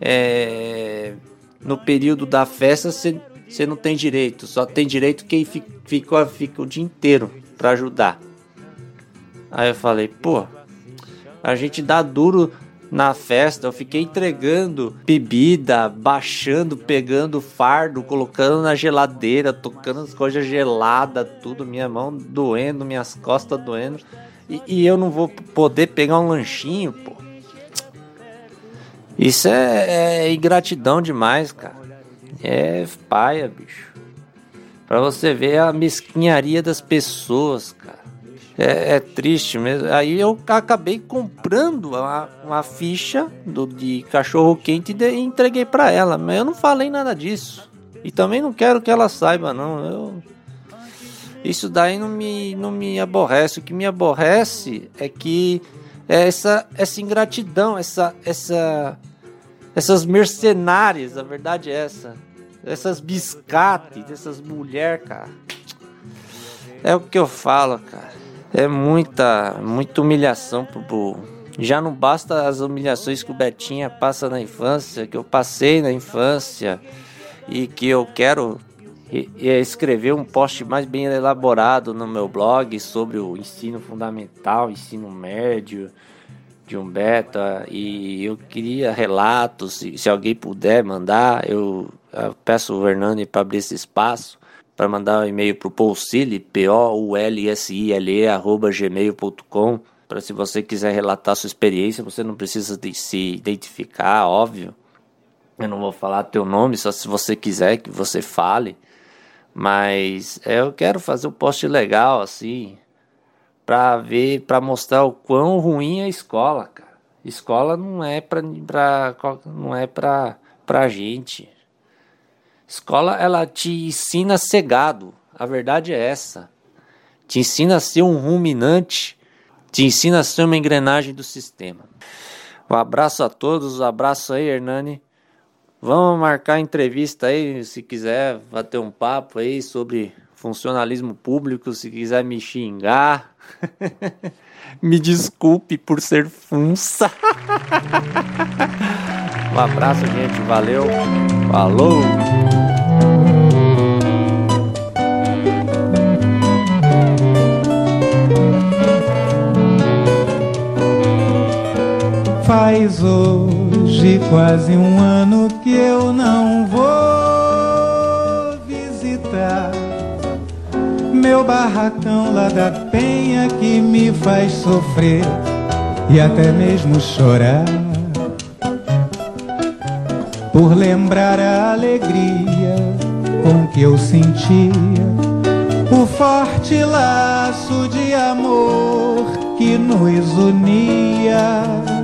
no período da festa, você não tem direito, só tem direito quem fica o dia inteiro para ajudar. Aí eu falei: a gente dá duro na festa, eu fiquei entregando bebida, baixando, pegando fardo, colocando na geladeira, tocando as coisas geladas, tudo, minha mão doendo, minhas costas doendo, e eu não vou poder pegar um lanchinho, pô. Isso é ingratidão demais, cara. É paia, bicho. Pra você ver a mesquinharia das pessoas, cara. É triste mesmo. Aí eu acabei comprando uma ficha de cachorro quente e entreguei pra ela. Mas eu não falei nada disso. E também não quero que ela saiba, não. Isso daí não me aborrece. O que me aborrece é que essa ingratidão, essas mercenárias, a verdade é essa. Essas biscates, essas mulheres, cara. É o que eu falo, cara. É muita humilhação já não basta as humilhações que o Betinha passa na infância, que eu passei na infância, e que eu quero escrever um post mais bem elaborado no meu blog sobre o ensino fundamental, ensino médio de Umbeta, e eu queria relatos, se alguém puder mandar, eu peço o Hernani para abrir esse espaço, para mandar um e-mail para o Poulsile, poulsile@gmail.com, para se você quiser relatar sua experiência, você não precisa se identificar, óbvio. Eu não vou falar teu nome, só se você quiser que você fale. Mas eu quero fazer um post legal, assim, para mostrar o quão ruim é a escola, cara. Escola não é pra gente. Escola, ela te ensina a ser gado. A verdade é essa. Te ensina a ser um ruminante. Te ensina a ser uma engrenagem do sistema. Um abraço a todos. Um abraço aí, Hernani. Vamos marcar entrevista aí, se quiser bater um papo aí sobre funcionalismo público, se quiser me xingar. Me desculpe por ser funça. Um abraço, gente. Valeu. Falou. Faz hoje quase um ano que eu não vou visitar meu barracão lá da Penha, que me faz sofrer e até mesmo chorar, por lembrar a alegria com que eu sentia o forte laço de amor que nos unia.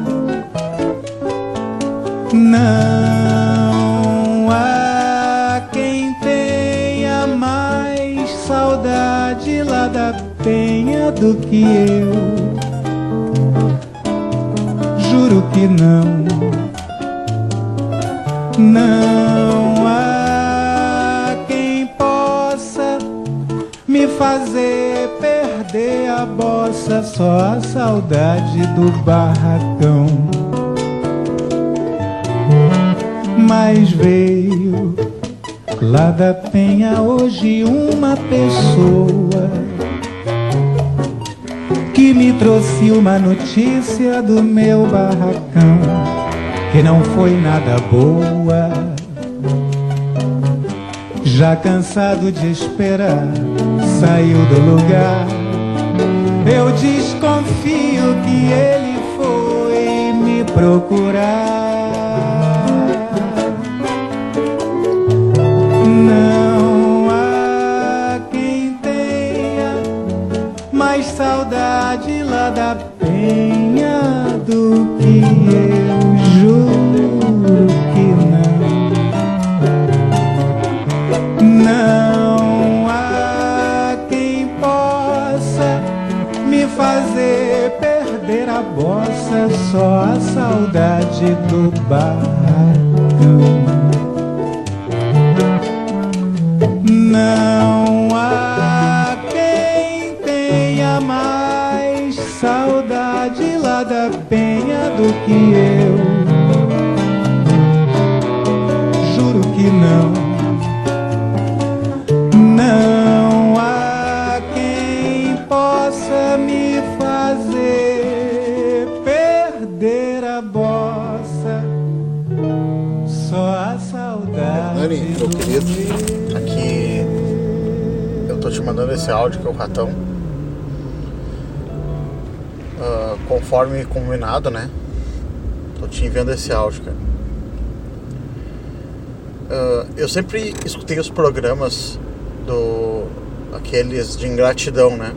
Não há quem tenha mais saudade lá da Penha do que eu. Juro que não. Não há quem possa me fazer perder a bossa, só a saudade do barracão. Mas veio lá da Penha hoje uma pessoa que me trouxe uma notícia do meu barracão, que não foi nada boa. Já cansado de esperar, saiu do lugar. Eu desconfio que ele foi me procurar. Não há quem tenha mais saudade lá da Penha do que eu. Juro que não. Não há quem possa me fazer perder a bossa, só a saudade do barracão. Não há quem tenha mais saudade lá da Penha do que eu. Juro que não. Não há quem possa me fazer perder a bossa, só a saudade. Nani, meu querido, aqui eu tô te mandando esse áudio que é o Ratão. Conforme combinado, né? Tô te enviando esse áudio, cara. Eu sempre escutei os programas aqueles de ingratidão, né?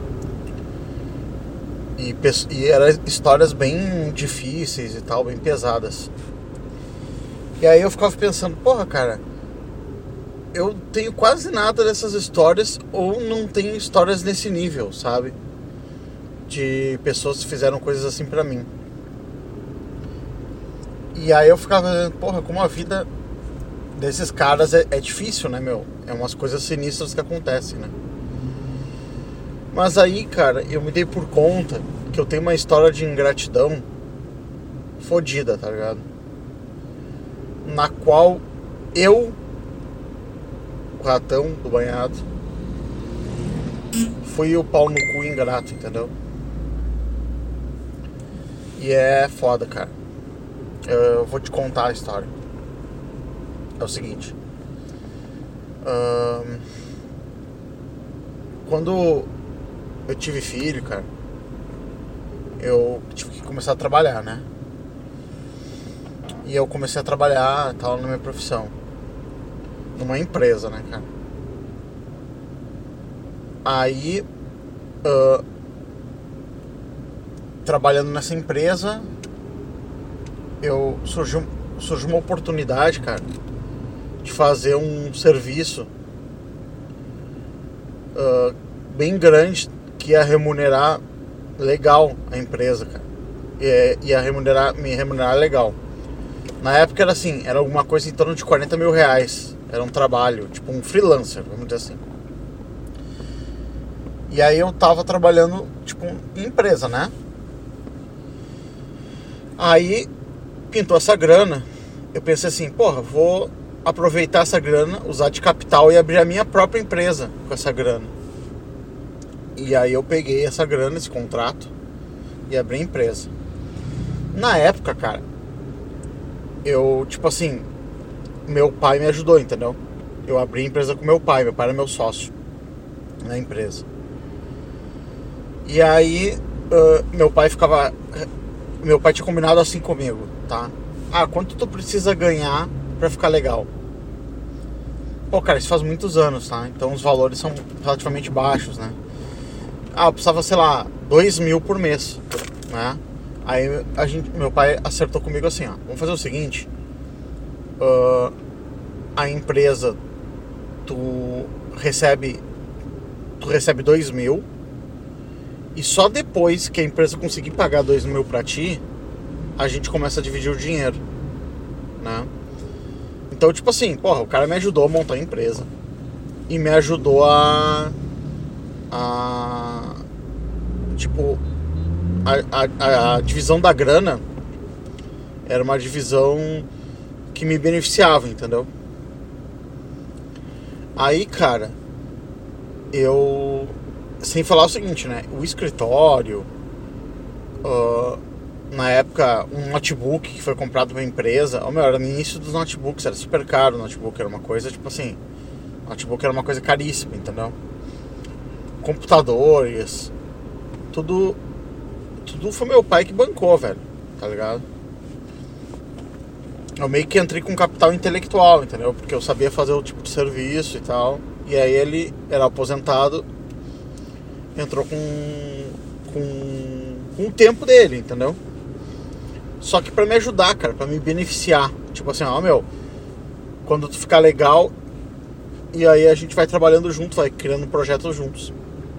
E eram histórias bem difíceis e tal, bem pesadas. E aí eu ficava pensando, porra, cara, eu tenho quase nada dessas histórias, ou não tenho histórias nesse nível, sabe? De pessoas que fizeram coisas assim pra mim. E aí eu ficava pensando, porra, como a vida desses caras é difícil, né, meu? É umas coisas sinistras que acontecem, né? Mas aí, cara, eu me dei por conta que eu tenho uma história de ingratidão fodida, tá ligado? Na qual eu, o Ratão do banhado, fui o pau no cu ingrato, entendeu? E é foda, cara. Eu vou te contar a história. É o seguinte. Quando eu tive filho, cara, eu tive que começar a trabalhar, né? E eu comecei a trabalhar, tal, na minha profissão, numa empresa, né, cara? Aí, trabalhando nessa empresa, surgiu uma oportunidade, cara, de fazer um serviço bem grande que ia remunerar legal a empresa, cara. Ia me remunerar legal. Na época era assim, era alguma coisa em torno de 40 mil reais. Era um trabalho, tipo um freelancer, vamos dizer assim. E aí eu tava trabalhando, tipo, em empresa, né? Aí pintou essa grana. Eu pensei assim, porra, vou aproveitar essa grana, usar de capital e abrir a minha própria empresa com essa grana. E aí eu peguei essa grana, esse contrato, e abri a empresa. Na época, cara, eu, tipo assim, meu pai me ajudou, entendeu? Eu abri a empresa com meu pai era meu sócio na empresa. E aí, meu pai tinha combinado assim comigo, tá? Quanto tu precisa ganhar pra ficar legal? Pô, cara, isso faz muitos anos, tá? Então os valores são relativamente baixos, né? Eu precisava, sei lá, 2 mil por mês, né? Aí meu pai acertou comigo assim, ó, vamos fazer o seguinte, a empresa, tu recebe 2 mil, e só depois que a empresa conseguir pagar 2 mil pra ti, a gente começa a dividir o dinheiro, né? Então, tipo assim, porra, o cara me ajudou a montar a empresa e me ajudou tipo, a divisão da grana era uma divisão que me beneficiava, entendeu? Aí, cara, sem falar o seguinte, né? O escritório, na época, um notebook que foi comprado pra empresa, era no início dos notebooks, era super caro o notebook, era uma coisa, tipo assim, notebook era uma coisa caríssima, entendeu? Computadores, tudo foi meu pai que bancou, velho, tá ligado? Eu meio que entrei com capital intelectual, entendeu? Porque eu sabia fazer o tipo de serviço e tal. E aí ele era aposentado, entrou com o tempo dele, entendeu? Só que pra me ajudar, cara, pra me beneficiar. Tipo assim, quando tu ficar legal, e aí a gente vai trabalhando junto, vai criando projetos juntos.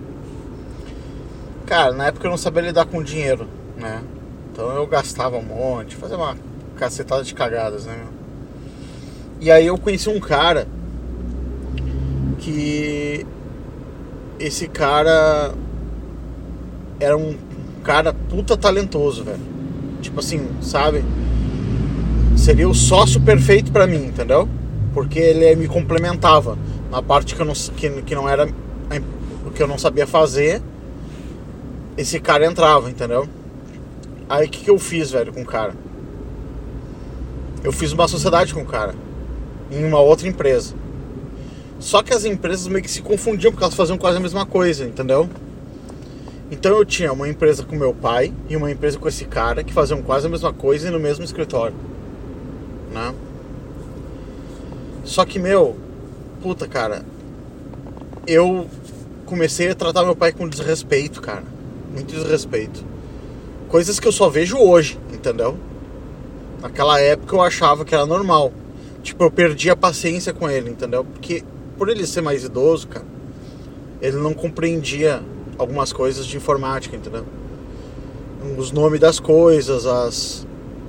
Cara, na época eu não sabia lidar com dinheiro, né? Então eu gastava um monte, fazia uma cacetada de cagadas, né? E aí eu conheci um cara que... Esse cara era um cara puta talentoso, velho. Tipo assim, sabe? Seria o sócio perfeito pra mim, entendeu? Porque ele me complementava na parte que não era o que eu não sabia fazer. Esse cara entrava, entendeu? Aí o que eu fiz, velho, com o cara? Eu fiz uma sociedade com o cara em uma outra empresa. Só que as empresas meio que se confundiam porque elas faziam quase a mesma coisa, entendeu? Então eu tinha uma empresa com meu pai e uma empresa com esse cara que faziam quase a mesma coisa e no mesmo escritório, né? Só que, puta, cara, eu comecei a tratar meu pai com desrespeito, cara. Muito desrespeito. Coisas que eu só vejo hoje, entendeu? Naquela época eu achava que era normal. Tipo, eu perdi a paciência com ele, entendeu? Porque por ele ser mais idoso, cara, ele não compreendia algumas coisas de informática, entendeu? Os nomes das coisas,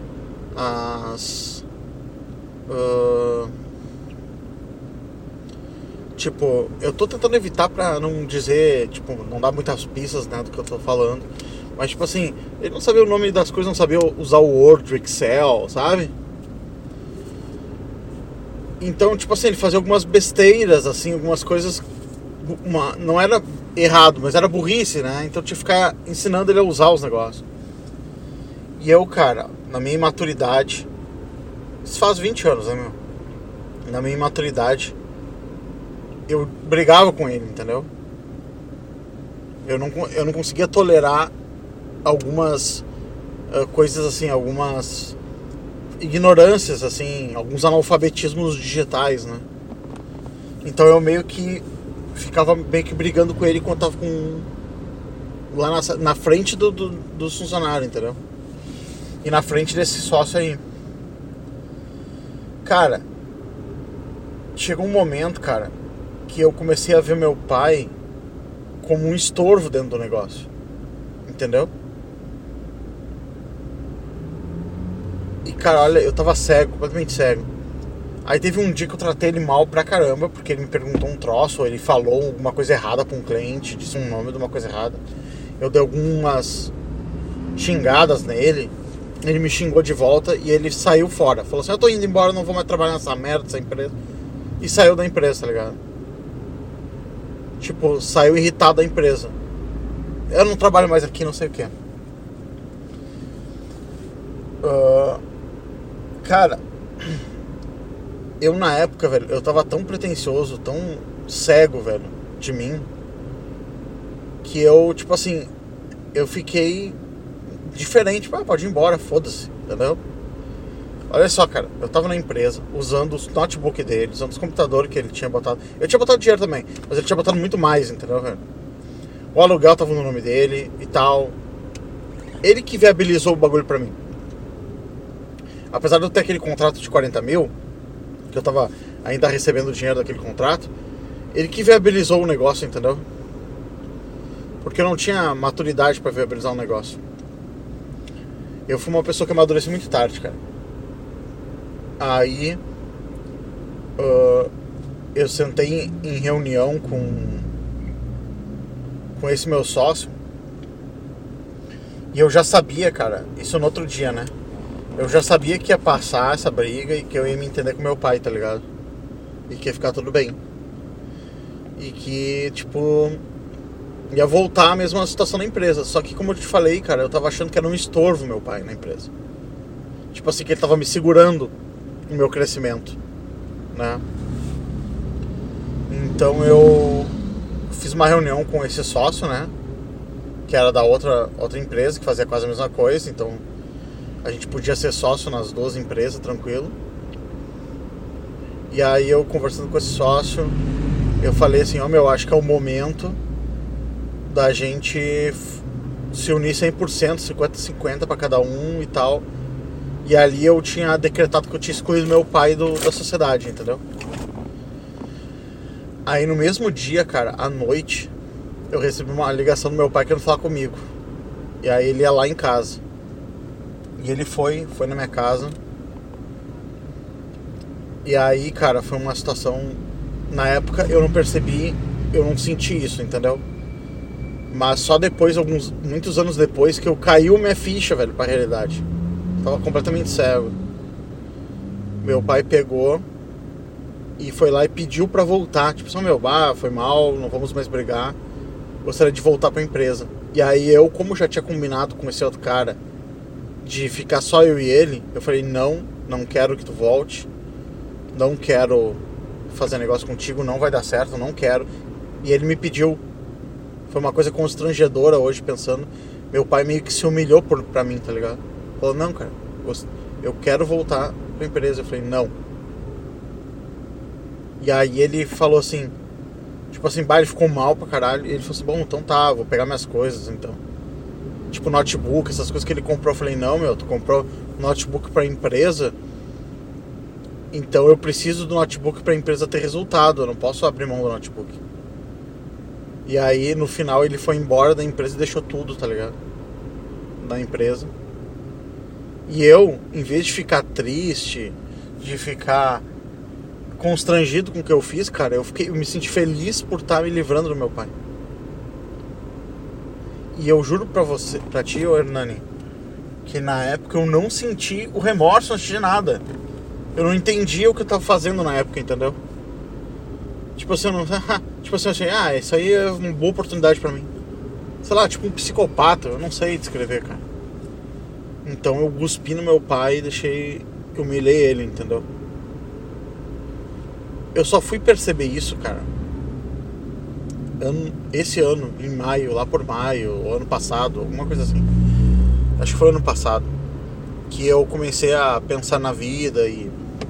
tipo, eu tô tentando evitar pra não dizer, tipo, não dar muitas pistas, né, do que eu tô falando. Mas, tipo assim, ele não sabia o nome das coisas, não sabia usar o Word, o Excel, sabe? Então, tipo assim, ele fazia algumas besteiras, assim, algumas coisas... não era errado, mas era burrice, né? Então eu tinha que ficar ensinando ele a usar os negócios. E eu, cara, na minha imaturidade... Isso faz 20 anos, né, meu? Na minha imaturidade, eu brigava com ele, entendeu? Eu não conseguia tolerar algumas coisas assim, algumas ignorâncias, assim, alguns analfabetismos digitais, né? Então eu meio que ficava meio que brigando com ele enquanto tava lá na frente dos funcionários, entendeu? E na frente desse sócio aí. Cara, chegou um momento, cara, que eu comecei a ver meu pai como um estorvo dentro do negócio. Entendeu? E, cara, olha, eu tava cego, completamente cego. Aí teve um dia que eu tratei ele mal pra caramba, porque ele me perguntou um troço, ou ele falou alguma coisa errada pra um cliente, disse um nome de uma coisa errada. Eu dei algumas xingadas nele, ele me xingou de volta e ele saiu fora. Falou assim, eu tô indo embora, não vou mais trabalhar nessa merda, dessa empresa. E saiu da empresa, tá ligado? Tipo, saiu irritado da empresa. Eu não trabalho mais aqui, não sei o que. Cara, eu na época, velho, eu tava tão pretensioso, tão cego, velho, de mim, que eu, tipo assim, eu fiquei diferente. Pode ir embora, foda-se, entendeu? Olha só, cara, eu tava na empresa, usando os notebook dele, usando os computadores que ele tinha botado. Eu tinha botado dinheiro também, mas ele tinha botado muito mais, entendeu, velho? O aluguel tava no nome dele e tal. Ele que viabilizou o bagulho pra mim. Apesar de eu ter aquele contrato de 40 mil, que eu tava ainda recebendo o dinheiro daquele contrato, ele que viabilizou o negócio, entendeu? Porque eu não tinha maturidade pra viabilizar um negócio. Eu fui uma pessoa que amadureci muito tarde, cara. Aí eu sentei em reunião com esse meu sócio. E eu já sabia, cara, isso no outro dia, né? Eu já sabia que ia passar essa briga e que eu ia me entender com meu pai, tá ligado? E que ia ficar tudo bem. E que, tipo, ia voltar a mesma situação na empresa. Só que, como eu te falei, cara, eu tava achando que era um estorvo meu pai na empresa. Tipo assim, que ele tava me segurando no meu crescimento, né? Então eu fiz uma reunião com esse sócio, né? Que era da outra empresa, que fazia quase a mesma coisa. Então a gente podia ser sócio nas duas empresas, tranquilo. E aí eu, conversando com esse sócio, eu falei assim, meu, acho que é o momento da gente se unir 100%, 50-50 pra cada um e tal. E ali eu tinha decretado que eu tinha excluído meu pai da sociedade, entendeu? Aí no mesmo dia, cara, à noite, eu recebi uma ligação do meu pai querendo falar comigo. E aí ele ia lá em casa. E ele foi na minha casa. E aí, cara, foi uma situação... Na época eu não percebi, eu não senti isso, entendeu? Mas só depois, muitos anos depois, que eu caiu minha ficha, velho, pra realidade. Eu tava completamente cego. Meu pai pegou e foi lá e pediu pra voltar. Tipo, foi mal, não vamos mais brigar. Gostaria de voltar pra empresa. E aí eu, como já tinha combinado com esse outro cara de ficar só eu e ele, eu falei, não quero que tu volte, não quero fazer negócio contigo, não vai dar certo, não quero. E ele me pediu. Foi uma coisa constrangedora hoje, pensando. Meu pai meio que se humilhou pra mim, tá ligado? Falou, não, cara, eu quero voltar pra empresa. Eu falei, não. E aí ele falou assim, tipo assim, ele ficou mal pra caralho. E ele falou assim, bom, então tá, vou pegar minhas coisas, então. Tipo, notebook, essas coisas que ele comprou. Eu falei, não, meu, tu comprou notebook pra empresa, então eu preciso do notebook pra empresa ter resultado. Eu não posso abrir mão do notebook. E aí, no final, ele foi embora da empresa e deixou tudo, tá ligado? Da empresa. E eu, em vez de ficar triste, de ficar constrangido com o que eu fiz, cara, eu me senti feliz por estar me livrando do meu pai. E eu juro pra ti, Hernani, que na época eu não senti o remorso antes de nada. Eu não entendia o que eu tava fazendo na época, entendeu? Tipo assim, eu não... tipo assim, isso aí é uma boa oportunidade pra mim. Sei lá, tipo um psicopata, eu não sei descrever, cara. Então eu cuspi no meu pai e humilhei ele, entendeu? Eu só fui perceber isso, cara, esse ano, em maio, lá por maio, ou ano passado, alguma coisa assim. Acho que foi ano passado, que eu comecei a pensar na vida e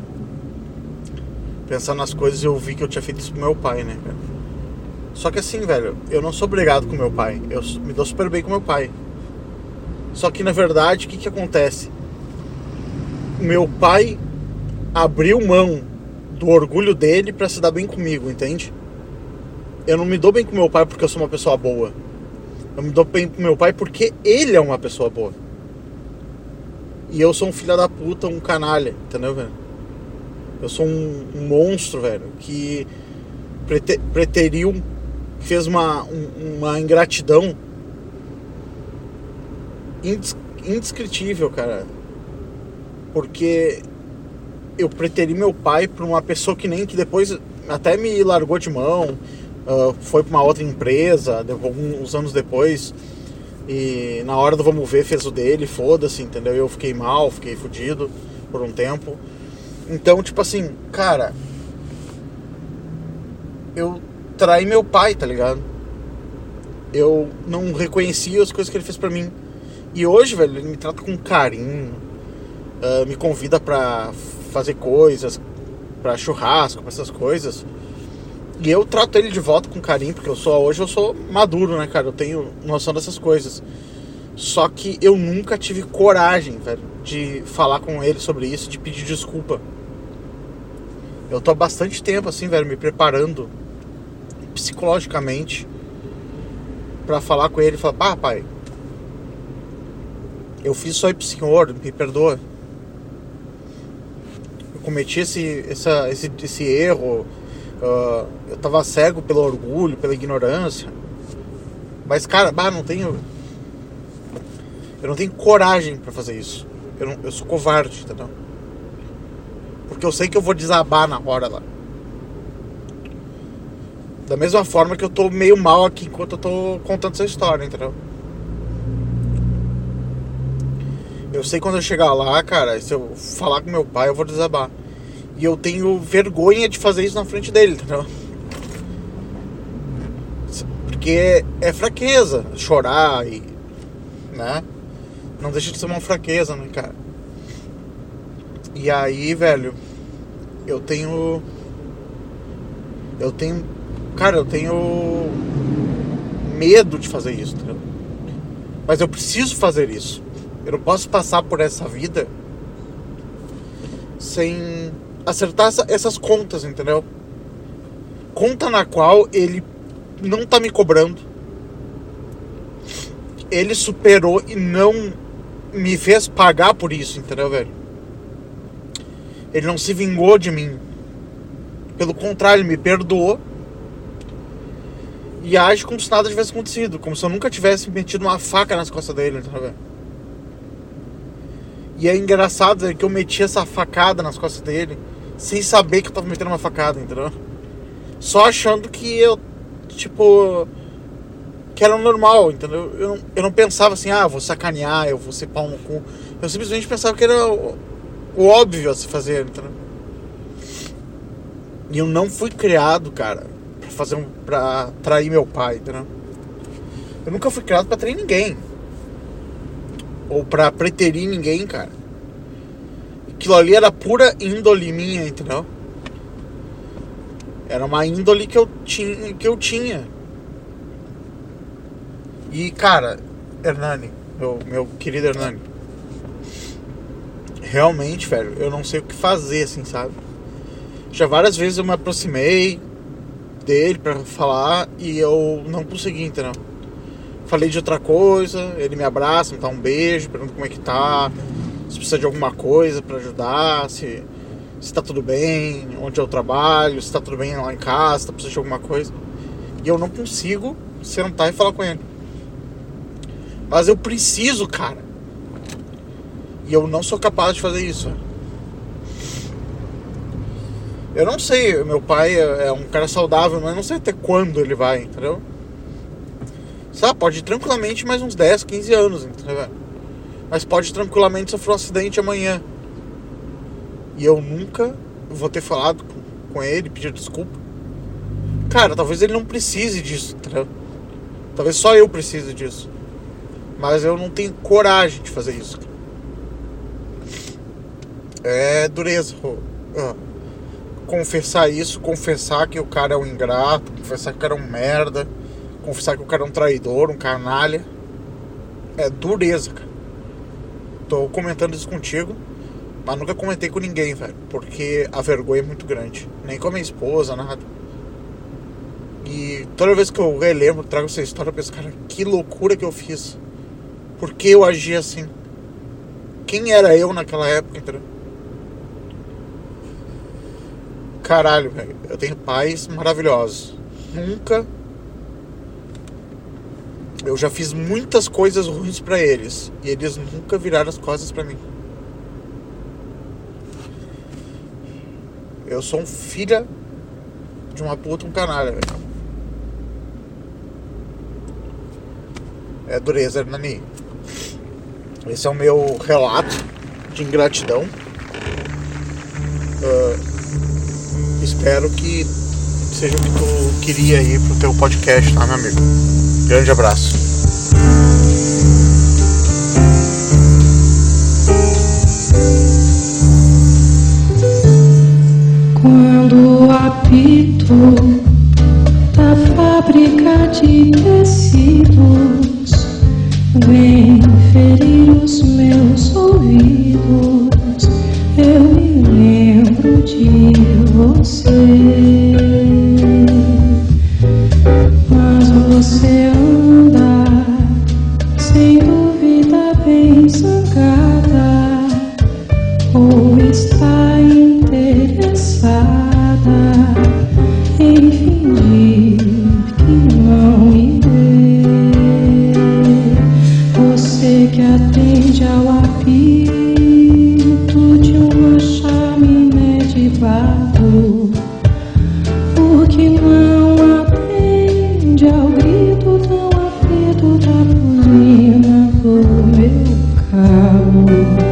pensar nas coisas, e eu vi que eu tinha feito isso pro meu pai, né, cara? Só que assim, velho, eu não sou obrigado com meu pai, eu me dou super bem com meu pai. Só que na verdade, o que acontece? Meu pai abriu mão do orgulho dele pra se dar bem comigo, entende? Eu não me dou bem com meu pai porque eu sou uma pessoa boa. Eu me dou bem com meu pai porque ele é uma pessoa boa. E eu sou um filho da puta, um canalha, entendeu, velho? Eu sou um monstro, velho, que preteriu, fez uma ingratidão indescritível, cara. Porque eu preteri meu pai pra uma pessoa que depois até me largou de mão, foi pra uma outra empresa, alguns anos depois, e na hora do vamos ver fez o dele, foda-se, entendeu? Eu fiquei mal, fiquei fudido por um tempo. Então, tipo assim, cara, eu traí meu pai, tá ligado? Eu não reconheci as coisas que ele fez pra mim. E hoje, velho, ele me trata com carinho, me convida pra fazer coisas, pra churrasco, pra essas coisas. E eu trato ele de volta com carinho, porque hoje eu sou maduro, né, cara? Eu tenho noção dessas coisas. Só que eu nunca tive coragem, velho, de falar com ele sobre isso, de pedir desculpa. Eu tô há bastante tempo, assim, velho, me preparando psicologicamente pra falar com ele e falar: pai, eu fiz isso aí pro senhor, me perdoa. Eu cometi esse erro. Eu tava cego pelo orgulho, pela ignorância. Mas, cara, eu não tenho coragem pra fazer isso. Eu sou covarde, entendeu? Porque eu sei que eu vou desabar na hora lá. Da mesma forma que eu tô meio mal aqui enquanto eu tô contando essa história, entendeu? Eu sei quando eu chegar lá, cara, se eu falar com meu pai, eu vou desabar. E eu tenho vergonha de fazer isso na frente dele, entendeu? Porque é fraqueza chorar e... né? Não deixa de ser uma fraqueza, né, cara? E aí, velho, eu tenho medo de fazer isso, entendeu? Mas eu preciso fazer isso. Eu não posso passar por essa vida sem acertar essas contas, entendeu? Conta na qual ele não tá me cobrando. Ele superou e não me fez pagar por isso, entendeu, velho? Ele não se vingou de mim. Pelo contrário, ele me perdoou. E age como se nada tivesse acontecido. Como se eu nunca tivesse metido uma faca nas costas dele, entendeu, velho? E é engraçado, velho, que eu meti essa facada nas costas dele sem saber que eu tava metendo uma facada, entendeu? Só achando que eu, tipo... que era normal, entendeu? Eu não pensava assim, vou sacanear, eu vou ser pau no cu. Eu simplesmente pensava que era o óbvio a se fazer, entendeu? E eu não fui criado, cara, pra trair meu pai, entendeu? Eu nunca fui criado pra trair ninguém. Ou pra preterir ninguém, cara. Aquilo ali era pura índole minha, entendeu? Era uma índole que eu tinha. E, cara, Hernani, meu querido Hernani, realmente, velho, eu não sei o que fazer, assim, sabe? Já várias vezes eu me aproximei dele pra falar e eu não consegui, entendeu? Falei de outra coisa, ele me abraça, me dá um beijo, pergunta como é que tá, se precisa de alguma coisa pra ajudar, se tá tudo bem, onde eu trabalho, se tá tudo bem lá em casa, se tá precisando de alguma coisa. E eu não consigo sentar e falar com ele. Mas eu preciso, cara. E eu não sou capaz de fazer isso. Eu não sei, meu pai é um cara saudável, mas eu não sei até quando ele vai, entendeu? Sabe, pode ir tranquilamente mais uns 10, 15 anos, entendeu? Mas pode tranquilamente sofrer um acidente amanhã. E eu nunca vou ter falado com ele, pedir desculpa. Cara, talvez ele não precise disso, entendeu? Talvez só eu precise disso. Mas eu não tenho coragem de fazer isso. É dureza. Confessar isso, confessar que o cara é um ingrato, confessar que o cara é um merda, confessar que o cara é um traidor, um canalha. É dureza, cara. Tô comentando isso contigo Mas nunca comentei com ninguém, velho. Porque a vergonha é muito grande. Nem com a minha esposa, nada. E toda vez que eu relembro, trago essa história, eu penso, cara, que loucura que eu fiz. Por que eu agi assim? Quem era eu naquela época, entendeu? Caralho, velho. Eu tenho pais maravilhosos. Nunca... Eu já fiz muitas coisas ruins pra eles. E eles nunca viraram as costas pra mim. Eu sou um filho de uma puta, um canalha, velho. É dureza, Hernani. Esse é o meu relato de ingratidão. Espero que seja o que tu queria aí pro teu podcast, tá, meu amigo? Grande abraço. Quando o apito da fábrica de tecidos vem ferir os meus ouvidos, eu me lembro de você. Mas você anda sem dúvida bem zangada, ou está interessada em fingir que não me vê. Você que atende ao apito de uma chaminé de barro, porque não atende ao grito tão aflito da buzina do meu carro.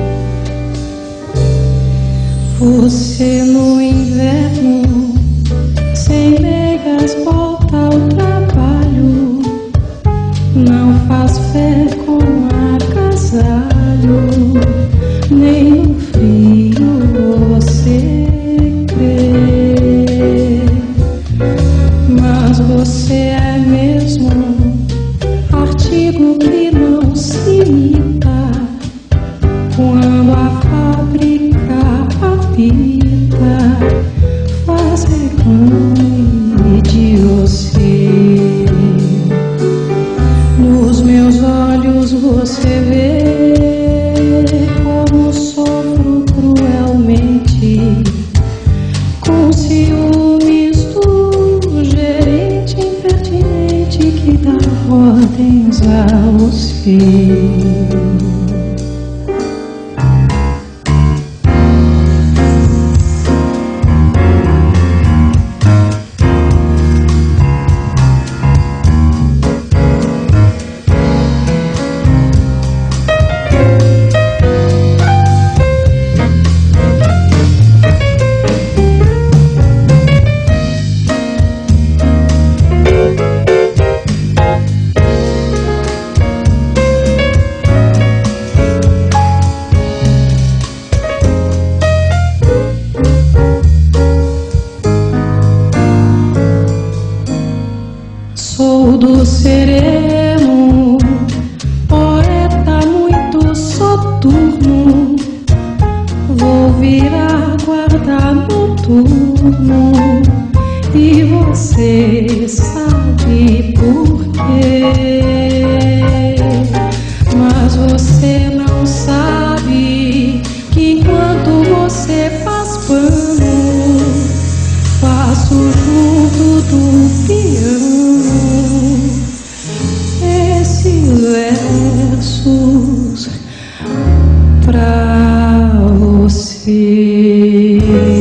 Você no inverno, sem meias, volta ao trabalho, não faz fé com agasalho, nem no frio você crê. Mas você é mesmo artigo que não se imita quando a fábrica apita, faz reclame de você. Nos meus olhos você vê como sofro cruelmente, com ciúmes do gerente impertinente que dá ordens aos filhos. Sou do sereno, poeta muito soturno, vou virar guarda noturno, e você sabe por quê. Mas você não sabe que enquanto você faz pano, faço junto do piano versos pra você.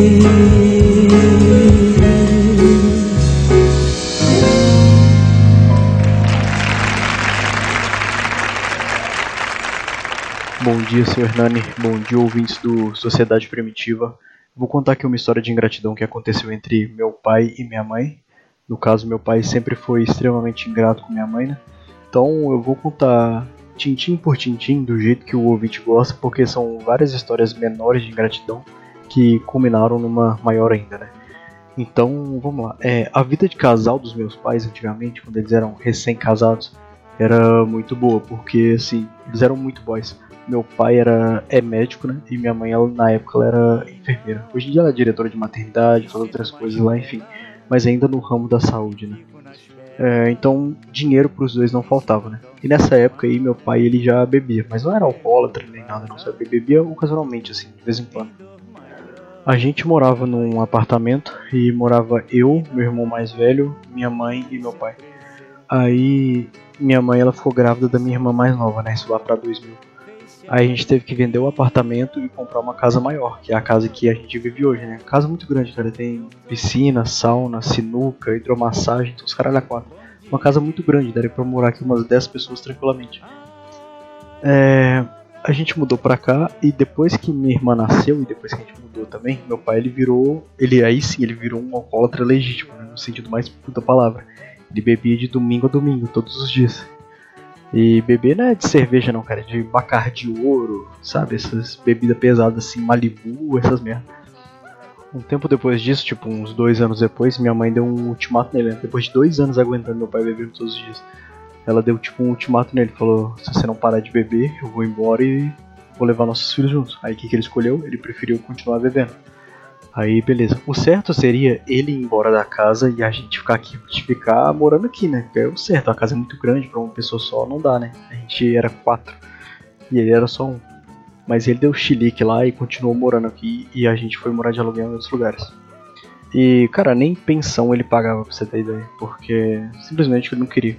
Bom dia, Sr. Hernani. Bom dia, ouvintes do Sociedade Primitiva. Vou contar aqui uma história de ingratidão que aconteceu entre meu pai e minha mãe. No caso, meu pai sempre foi extremamente ingrato com minha mãe, né? Então eu vou contar tintim por tintim do jeito que o ouvinte gosta, porque são várias histórias menores de ingratidão que culminaram numa maior ainda, né? Então vamos lá. A vida de casal dos meus pais antigamente, quando eles eram recém-casados, era muito boa, porque assim, eles eram muito boys. Meu pai é médico, né? E minha mãe, ela, na época, ela era enfermeira. Hoje em dia ela é diretora de maternidade, faz outras coisas lá, enfim. Mas ainda no ramo da saúde, né? Então, dinheiro pros dois não faltava, né? E nessa época aí, meu pai, ele já bebia. Mas não era alcoólatra nem nada, não. Só bebia ocasionalmente, assim, de vez em quando. A gente morava num apartamento e morava eu, meu irmão mais velho, minha mãe e meu pai. Aí, minha mãe, ela ficou grávida da minha irmã mais nova, né? Isso lá pra 2000. Aí a gente teve que vender o apartamento e comprar uma casa maior, que é a casa que a gente vive hoje, né? Casa muito grande, cara. Tem piscina, sauna, sinuca, hidromassagem, então os caralho a quatro. Uma casa muito grande, daria pra morar aqui umas 10 pessoas tranquilamente. A gente mudou pra cá e depois que minha irmã nasceu e depois que a gente mudou também, meu pai ele virou um alcoólatra legítimo, né? No sentido mais puro da palavra. Ele bebia de domingo a domingo, todos os dias. E beber não é de cerveja não, cara, é de Bacardi de ouro, sabe? Essas bebidas pesadas assim, Malibu, essas merda. Um tempo depois disso, tipo uns 2 anos depois, minha mãe deu um ultimato nele, né? Depois de 2 anos aguentando meu pai bebendo todos os dias. Ela deu tipo um ultimato nele, falou, se você não parar de beber, eu vou embora e vou levar nossos filhos juntos. Aí o que ele escolheu? Ele preferiu continuar bebendo. Aí beleza, o certo seria ele ir embora da casa e a gente ficar morando aqui, né? Porque é o certo, a casa é muito grande, pra uma pessoa só não dá, né? A gente era 4 e ele era só 1. Mas ele deu chilique lá e continuou morando aqui e a gente foi morar de aluguel em outros lugares. E cara, nem pensão ele pagava, pra você ter ideia, porque simplesmente ele não queria.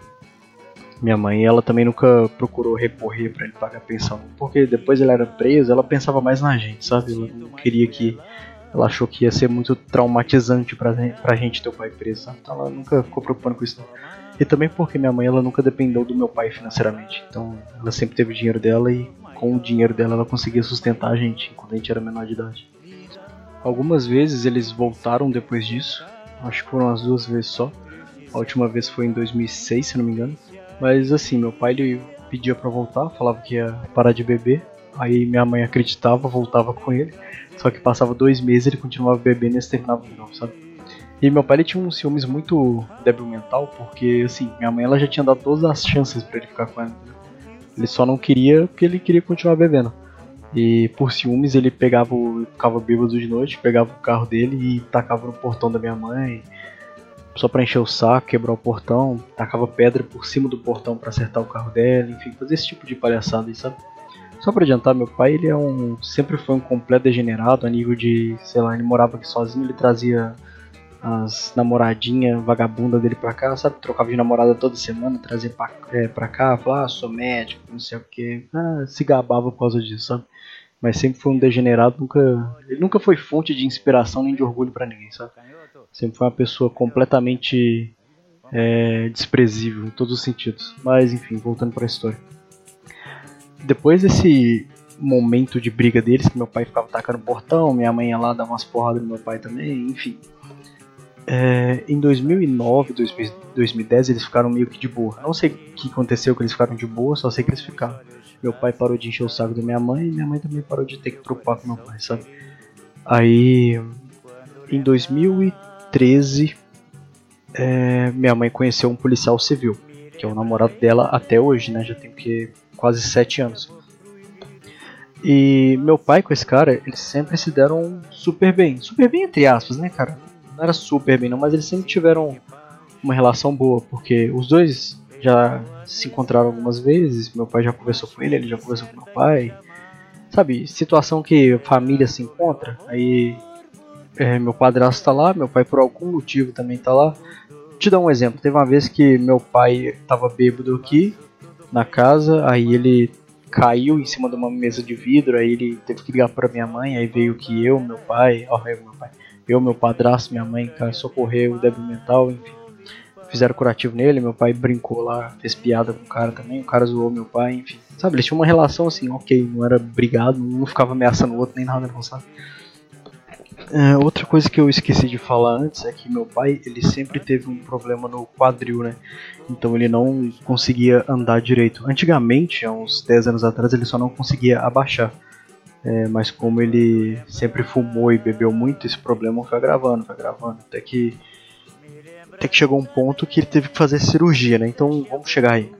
Minha mãe, ela também nunca procurou recorrer pra ele pagar pensão, porque depois ele era preso, ela pensava mais na gente, sabe? Ela não queria que... Ela achou que ia ser muito traumatizante pra gente ter o pai preso, sabe? Então ela nunca ficou preocupando com isso não. E também porque minha mãe, ela nunca dependeu do meu pai financeiramente. Então ela sempre teve o dinheiro dela e com o dinheiro dela ela conseguia sustentar a gente quando a gente era menor de idade. Algumas vezes eles voltaram depois disso, acho que foram as 2 vezes só. A última vez foi em 2006, se não me engano. Mas assim, meu pai ele pedia pra voltar, falava que ia parar de beber. Aí minha mãe acreditava, voltava com ele. Só que passava 2 meses e ele continuava bebendo e eles terminavam de novo, sabe? E meu pai ele tinha uns ciúmes muito débil mental, porque assim, minha mãe ela já tinha dado todas as chances pra ele ficar com ela. Ele só não queria porque ele queria continuar bebendo. E por ciúmes ele ficava bêbado de noite, pegava o carro dele e tacava no portão da minha mãe. Só pra encher o saco, quebrar o portão, tacava pedra por cima do portão pra acertar o carro dela, enfim, fazer esse tipo de palhaçada aí, sabe? Só pra adiantar, meu pai, ele sempre foi um completo degenerado, a nível de, sei lá, ele morava aqui sozinho, ele trazia as namoradinhas vagabundas dele pra cá, sabe? Trocava de namorada toda semana, trazia pra cá, falava, sou médico, não sei o que, se gabava por causa disso, sabe? Mas sempre foi um degenerado, ele nunca foi fonte de inspiração nem de orgulho pra ninguém, sabe? Sempre foi uma pessoa completamente desprezível em todos os sentidos. Mas enfim, voltando pra história. Depois desse momento de briga deles, que meu pai ficava tacando o portão, minha mãe ia lá dar umas porradas no meu pai também, enfim. Em 2009, 2010 eles ficaram meio que de boa. Não sei o que aconteceu que eles ficaram de boa, só sei que eles ficaram. Meu pai parou de encher o saco da minha mãe e minha mãe também parou de ter que preocupar com meu pai, sabe? Aí, em 2013, minha mãe conheceu um policial civil, que é o namorado dela até hoje, né? Já tem quase 7 anos. E meu pai com esse cara, eles sempre se deram super bem entre aspas, né, cara? Não era super bem não, mas eles sempre tiveram uma relação boa, porque os dois já se encontraram algumas vezes, meu pai já conversou com ele já conversou com meu pai. Sabe, situação que família se encontra, aí meu padrasto tá lá, meu pai por algum motivo também tá lá. Vou te dar um exemplo, teve uma vez que meu pai tava bêbado aqui na casa, aí ele caiu em cima de uma mesa de vidro, aí ele teve que ligar pra minha mãe, aí veio que meu padrasto, minha mãe, cara, socorreu o débil mental, enfim. Fizeram curativo nele, meu pai brincou lá, fez piada com o cara também, o cara zoou meu pai, enfim. Sabe, eles tinham uma relação assim, ok, não era brigado, não ficava ameaçando o outro, nem nada, não, sabe? Outra coisa que eu esqueci de falar antes é que meu pai, ele sempre teve um problema no quadril, né? Então ele não conseguia andar direito. Antigamente, há uns 10 anos atrás, ele só não conseguia abaixar. Mas como ele sempre fumou e bebeu muito, esse problema foi agravando. Até que até que chegou um ponto que ele teve que fazer cirurgia, né? Então vamos chegar aí.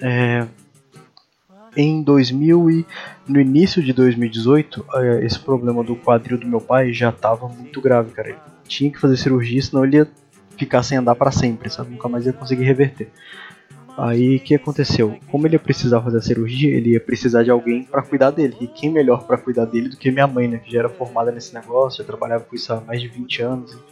No início de 2018, esse problema do quadril do meu pai já estava muito grave, cara. Ele tinha que fazer cirurgia, senão ele ia ficar sem andar para sempre, sabe? Nunca mais ia conseguir reverter. Aí o que aconteceu? Como ele ia precisar fazer a cirurgia, ele ia precisar de alguém para cuidar dele. E quem melhor para cuidar dele do que minha mãe, né? Que já era formada nesse negócio, já trabalhava com isso há mais de 20 anos, enfim.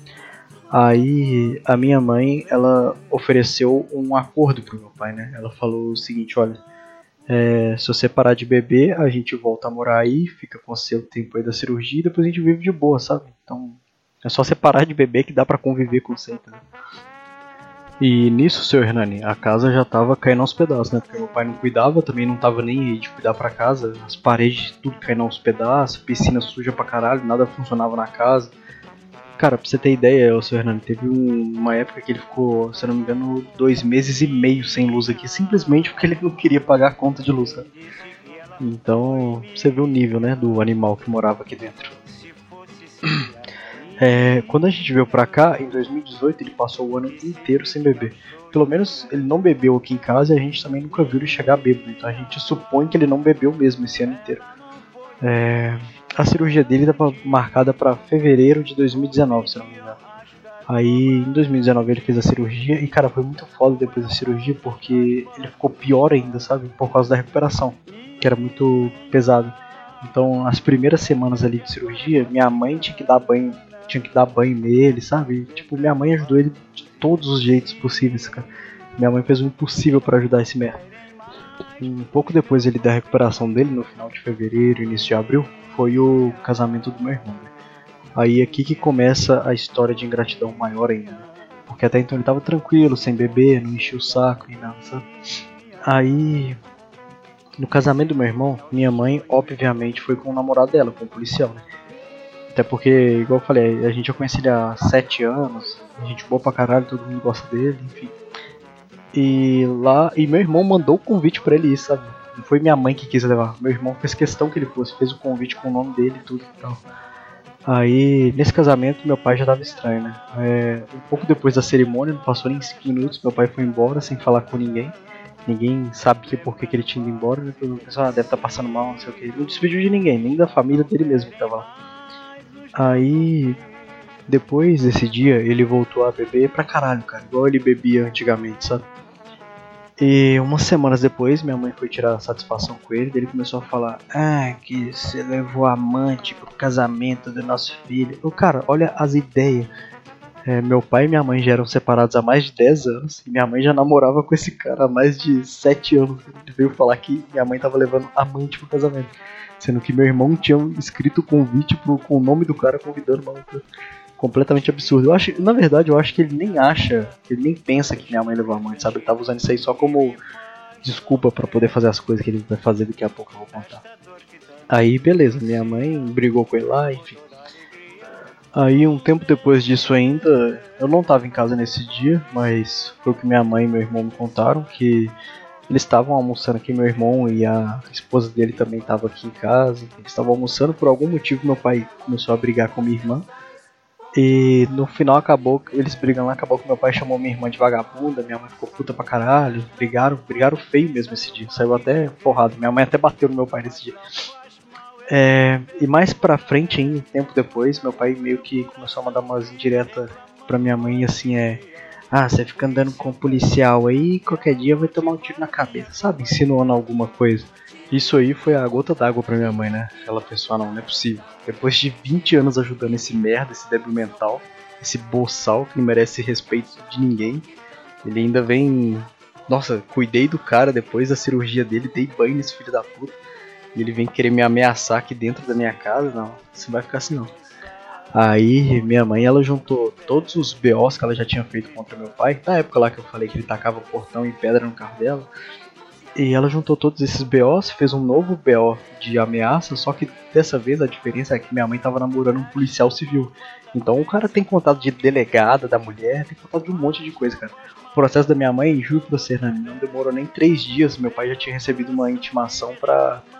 Aí a minha mãe, ela ofereceu um acordo pro meu pai, né? Ela falou o seguinte: olha, se você parar de beber, a gente volta a morar aí, fica com o seu tempo aí da cirurgia e depois a gente vive de boa, sabe? Então é só você parar de beber que dá pra conviver com você, entendeu? E nisso, seu Hernani, a casa já tava caindo aos pedaços, né? Porque meu pai não cuidava, também não tava nem aí de cuidar pra casa. As paredes tudo caindo aos pedaços, piscina suja pra caralho, nada funcionava na casa. Cara, pra você ter ideia, seu Hernani, teve uma época que ele ficou, se eu não me engano, 2 meses e meio sem luz aqui, simplesmente porque ele não queria pagar a conta de luz, sabe? Então, você vê o nível, né, do animal que morava aqui dentro. Quando a gente veio pra cá, em 2018, ele passou o ano inteiro sem beber. Pelo menos ele não bebeu aqui em casa e a gente também nunca viu ele chegar bêbado. Então a gente supõe que ele não bebeu mesmo esse ano inteiro. A cirurgia dele estava marcada para fevereiro de 2019, se não me engano. Aí em 2019 ele fez a cirurgia e, cara, foi muito foda depois da cirurgia porque ele ficou pior ainda, sabe? Por causa da recuperação, que era muito pesado. Então, as primeiras semanas ali de cirurgia, minha mãe tinha que dar banho nele, sabe? Tipo, minha mãe ajudou ele de todos os jeitos possíveis, cara. Minha mãe fez o impossível pra ajudar esse merda. Um pouco depois da recuperação dele, no final de fevereiro, início de abril, foi o casamento do meu irmão, né? Aí aqui que começa a história de ingratidão maior ainda, né? Porque até então ele tava tranquilo, sem beber, não enchia o saco e nada, sabe? Aí, no casamento do meu irmão, minha mãe, obviamente, foi com o namorado dela, com o policial, né? Até porque, igual eu falei, a gente já conhece ele há 7 anos, a gente boa pra caralho, todo mundo gosta dele, enfim. E meu irmão mandou o convite pra ele ir, sabe? Não foi minha mãe que quis levar, meu irmão fez questão que ele fosse, fez o convite com o nome dele e tudo e tal. Aí, nesse casamento, meu pai já tava estranho, né? Um pouco depois da cerimônia, não passou nem 5 minutos, meu pai foi embora sem falar com ninguém. Ninguém sabia por que ele tinha ido embora, né? O pessoal deve estar passando mal, não sei o que. Não despediu de ninguém, nem da família dele mesmo que tava lá. Aí, depois desse dia, ele voltou a beber pra caralho, cara. Igual ele bebia antigamente, sabe? E umas semanas depois, minha mãe foi tirar satisfação com ele. Ele começou a falar: que você levou a amante pro casamento do nosso filho. Cara, olha as ideias. Meu pai e minha mãe já eram separados há mais de 10 anos. E minha mãe já namorava com esse cara há mais de 7 anos. Ele veio falar que minha mãe tava levando amante pro casamento, sendo que meu irmão tinha escrito o convite com o nome do cara convidando o maluco. Completamente absurdo. Na verdade, eu acho que ele nem pensa que minha mãe levou amante, sabe? Ele tava usando isso aí só como desculpa pra poder fazer as coisas que ele vai fazer daqui a pouco, eu vou contar. Aí, beleza, minha mãe brigou com ele lá, enfim. Aí, um tempo depois disso ainda, eu não tava em casa nesse dia, mas foi o que minha mãe e meu irmão me contaram, que eles estavam almoçando aqui, meu irmão e a esposa dele também estavam aqui em casa. Eles estavam almoçando, por algum motivo meu pai começou a brigar com minha irmã. E no final eles brigando lá, acabou que meu pai chamou minha irmã de vagabunda, minha mãe ficou puta pra caralho, brigaram feio mesmo esse dia, saiu até porrada, minha mãe até bateu no meu pai nesse dia. E mais pra frente ainda, um tempo depois, meu pai meio que começou a mandar umas indiretas pra minha mãe, assim, você fica andando com um policial aí, qualquer dia vai tomar um tiro na cabeça, sabe, insinuando alguma coisa. Isso aí foi a gota d'água pra minha mãe, né? Ela pensou: não é possível. Depois de 20 anos ajudando esse merda, esse débil mental, esse boçal que não merece respeito de ninguém, ele ainda vem... Nossa, cuidei do cara depois da cirurgia dele, dei banho nesse filho da puta, e ele vem querer me ameaçar aqui dentro da minha casa? Não, isso não vai ficar assim não. Aí minha mãe, ela juntou todos os BOs que ela já tinha feito contra meu pai, na época lá que eu falei que ele tacava portão e pedra no carro dela. E ela juntou todos esses BOs, fez um novo BO de ameaça, só que dessa vez a diferença é que minha mãe tava namorando um policial civil. Então o cara tem contato de delegada da mulher, tem contato de um monte de coisa, cara. O processo da minha mãe, juro pra você, né, não demorou nem 3 dias, meu pai já tinha recebido uma intimação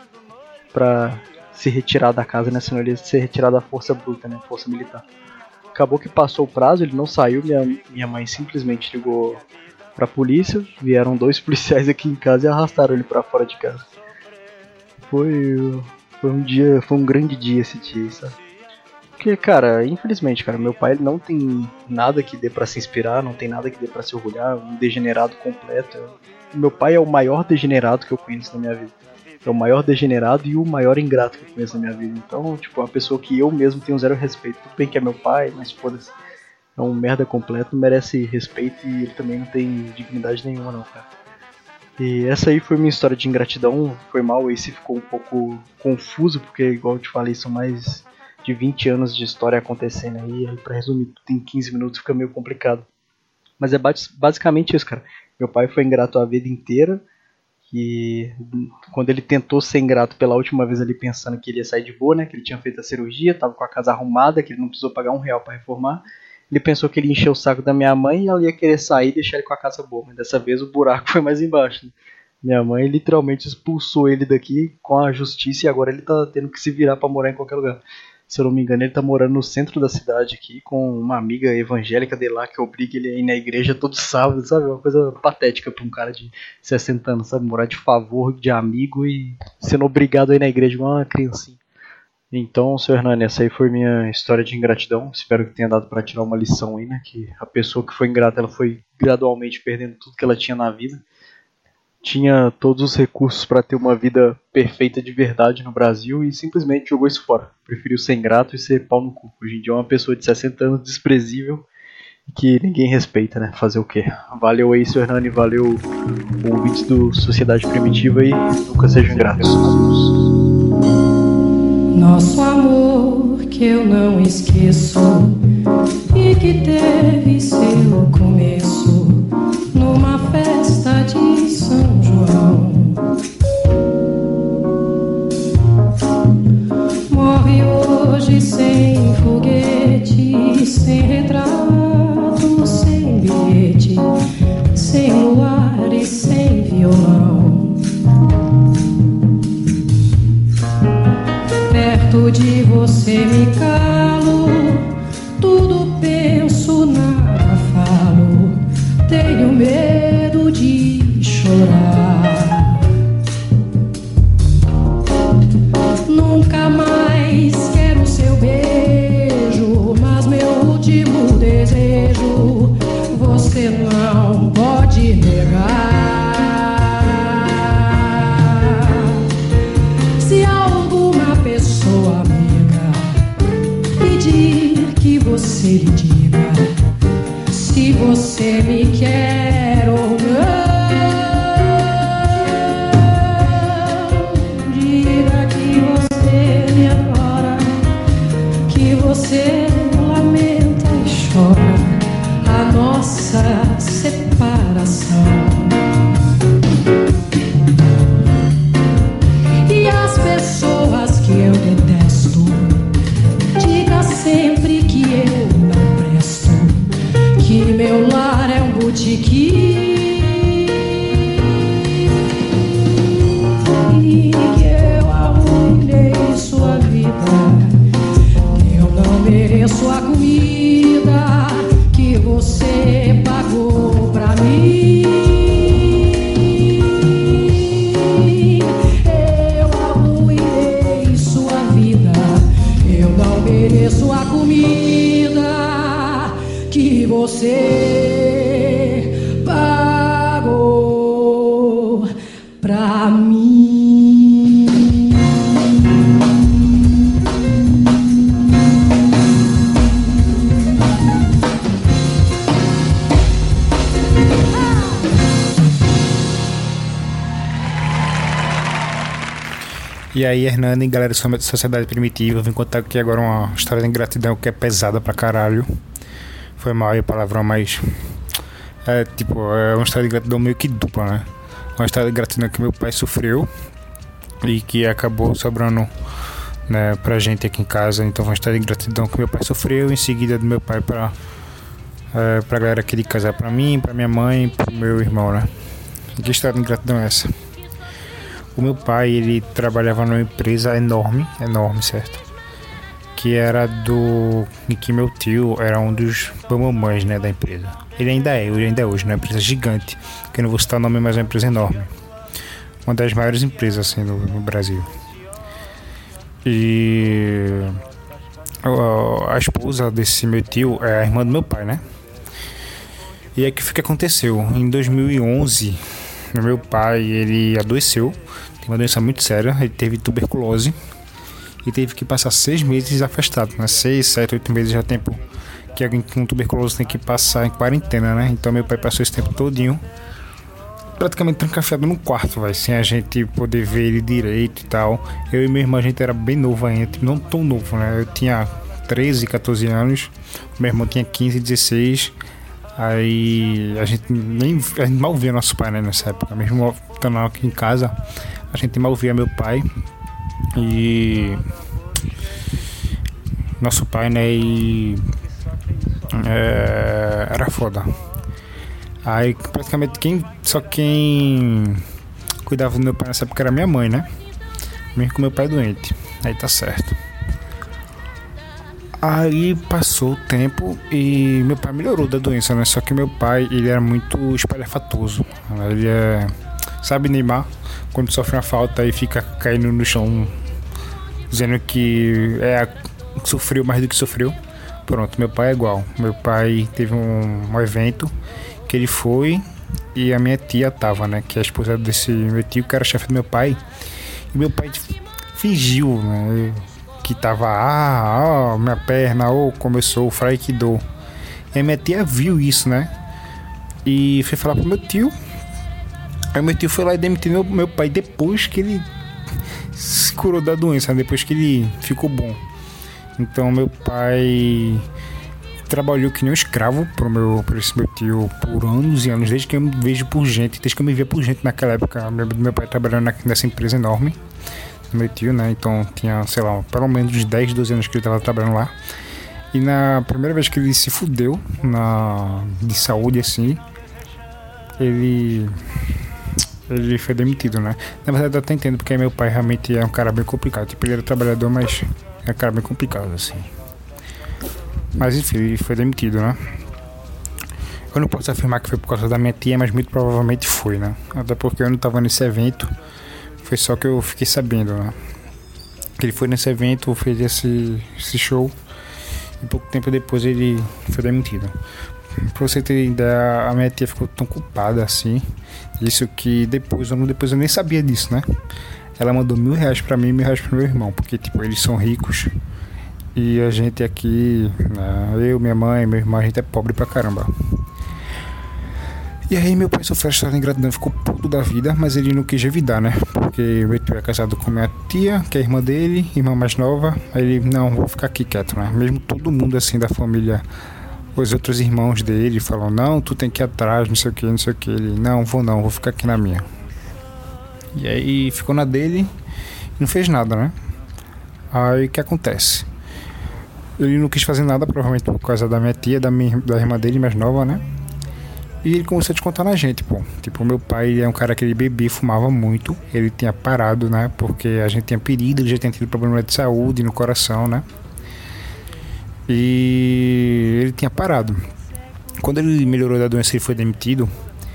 pra se retirar da casa, né, senão ele ia ser retirado da força bruta, né, força militar. acabou que passou o prazo, ele não saiu, minha mãe simplesmente ligou pra polícia, vieram 2 policiais aqui em casa e arrastaram ele pra fora de casa. Foi um grande dia esse dia, sabe? Porque, cara, infelizmente, cara, meu pai ele não tem nada que dê pra se inspirar, não tem nada que dê pra se orgulhar, um degenerado completo. Meu pai é o maior degenerado que eu conheço na minha vida. É o maior degenerado e o maior ingrato que eu conheço na minha vida. Então, tipo, é uma pessoa que eu mesmo tenho zero respeito. Tudo bem que é meu pai, mas foda-se. É um merda completo, merece respeito e ele também não tem dignidade nenhuma não, cara. E essa aí foi minha história de ingratidão. Foi mal, esse ficou um pouco confuso, porque igual eu te falei, são mais de 20 anos de história acontecendo aí pra resumir tudo em 15 minutos fica meio complicado. Mas é basicamente isso, cara. Meu pai foi ingrato a vida inteira. E quando ele tentou ser ingrato pela última vez ali pensando que ele ia sair de boa, né, que ele tinha feito a cirurgia, tava com a casa arrumada, que ele não precisou pagar R$1 pra reformar, ele pensou que ele ia encher o saco da minha mãe e ela ia querer sair e deixar ele com a casa boa, mas dessa vez o buraco foi mais embaixo, né? Minha mãe literalmente expulsou ele daqui com a justiça e agora ele tá tendo que se virar pra morar em qualquer lugar. Se eu não me engano, ele tá morando no centro da cidade aqui com uma amiga evangélica dele lá que obriga ele a ir na igreja todo sábado, sabe? Uma coisa patética pra um cara de 60 anos, sabe? Morar de favor, de amigo e sendo obrigado a ir na igreja igual uma criancinha. Então, seu Hernani, essa aí foi minha história de ingratidão. Espero que tenha dado pra tirar uma lição aí, né? Que a pessoa que foi ingrata, ela foi gradualmente perdendo tudo que ela tinha na vida. Tinha todos os recursos para ter uma vida perfeita de verdade no Brasil e simplesmente jogou isso fora. Preferiu ser ingrato e ser pau no cu. Hoje em dia é uma pessoa de 60 anos desprezível e que ninguém respeita, né? Fazer o quê? Valeu aí, seu Hernani, valeu ouvintes do Sociedade Primitiva e nunca sejam ingratos. Nosso amor que eu não esqueço e que teve seu começo numa festa de São João. Morre hoje sem foguete, sem retrato, sem bilhete, sem luar e sem violão. Perto de você me calo, tudo penso, nada falo. Tenho medo de chorar. Nunca mais quero seu beijo, mas meu último desejo você não pode negar. Se alguma pessoa amiga pedir que você lhe diga se você me quer ou não, diga que você me adora, que você lamenta e chora a nossa separação. E as pessoas que eu detesto, diga sempre que eu não presto, que meu lar é um botequim e que eu arruinei sua vida, que eu não mereço a comida que você pagou pra mim. Eu arruinei sua vida, eu não mereço a comida que você pagou pra mim. E aí, Hernani, galera da Sociedade Primitiva, vim contar aqui agora uma história de ingratidão que é pesada pra caralho. Foi mal aí a palavrão, mas é uma história de gratidão meio que dupla, né? Uma história de gratidão que meu pai sofreu e que acabou sobrando, né, pra gente aqui em casa. Então foi uma história de gratidão que meu pai sofreu, em seguida do meu pai pra galera aqui de casa, pra mim, pra minha mãe, pro meu irmão, né? E que história de gratidão é essa? O meu pai, ele trabalhava numa empresa enorme, certo? Que que era em que meu tio era um dos mamães, né, da empresa. Ele ainda é hoje, né, uma empresa gigante, que eu não vou citar o nome, mas é uma empresa enorme. Uma das maiores empresas, assim, no Brasil. E a esposa desse meu tio é a irmã do meu pai, né? E aí, o que aconteceu? Em 2011, meu pai, ele adoeceu. Tem uma doença muito séria, ele teve tuberculose. E teve que passar 6 meses afastado, né? 6, 7, 8 meses já é tempo que alguém com tuberculose tem que passar em quarentena, né? Então meu pai passou esse tempo todinho praticamente trancafiado no quarto, vai, sem a gente poder ver ele direito e tal. Eu e meu irmão, a gente era bem novo ainda, não tão novo, né? Eu tinha 13, 14 anos, meu irmão tinha 15, 16. Aí a gente mal via nosso pai, né, nessa época. Mesmo estando aqui em casa, a gente mal via meu pai. E nosso pai, né, era foda. Aí praticamente quem cuidava do meu pai nessa época era minha mãe, né? Mesmo com meu pai doente. Aí tá certo. Aí passou o tempo e meu pai melhorou da doença, né? Só que meu pai, ele era muito espalhafatoso. Ele sabe, Neymar, quando sofre uma falta e fica caindo no chão dizendo que sofreu mais do que sofreu. Pronto, meu pai é igual. Meu pai teve um evento que ele foi e a minha tia tava, né? Que é a esposa desse meu tio, que era chefe do meu pai. E meu pai fingiu, né, que tava, minha perna, como eu sou, frai que dou. E a minha tia viu isso, né? E foi falar pro meu tio. Aí meu tio foi lá e demitiu meu pai depois que ele se curou da doença, depois que ele ficou bom. Então meu pai trabalhou que nem um escravo por esse meu tio por anos e anos, desde que eu me vejo por gente, desde que eu me via por gente naquela época. Meu pai trabalhando nessa empresa enorme, meu tio, né? Então tinha, sei lá, pelo menos uns 10, 12 anos que ele tava trabalhando lá. E na primeira vez que ele se fudeu de saúde, assim, ele foi demitido, né? Na verdade eu até entendo, porque meu pai realmente é um cara bem complicado. Tipo, ele era trabalhador, mas é um cara bem complicado, assim. Mas enfim, ele foi demitido, né? Eu não posso afirmar que foi por causa da minha tia, mas muito provavelmente foi, né? Até porque eu não tava nesse evento. Foi só que eu fiquei sabendo, né? Que ele foi nesse evento, fez esse show. E pouco tempo depois ele foi demitido. Pra você ter ideia, a minha tia ficou tão culpada assim. Isso que depois eu nem sabia disso, né? Ela mandou R$1.000 pra mim e R$1.000 pro meu irmão. Porque, tipo, eles são ricos. E a gente aqui, né, eu, minha mãe, meu irmão, a gente é pobre pra caramba. E aí meu pai sofreu essa ingratidão, ficou puto da vida, mas ele não quis revidar, né? Porque meu tio é casado com minha tia, que é irmã dele, irmã mais nova. Aí ele, não, vou ficar aqui quieto, né? Mesmo todo mundo assim da família, os outros irmãos dele falam, não, tu tem que ir atrás, não sei o que, não sei o que. Ele, não, vou ficar aqui na minha. E aí ficou na dele e não fez nada, né? Aí o que acontece? Ele não quis fazer nada, provavelmente por causa da minha tia, da irmã dele mais nova, né? E ele começou a descontar na gente, pô. Tipo, meu pai é um cara que ele bebia e fumava muito. Ele tinha parado, né? Porque a gente tinha pedido, ele já tinha tido problema de saúde no coração, né? E ele tinha parado. Quando ele melhorou da doença e foi demitido,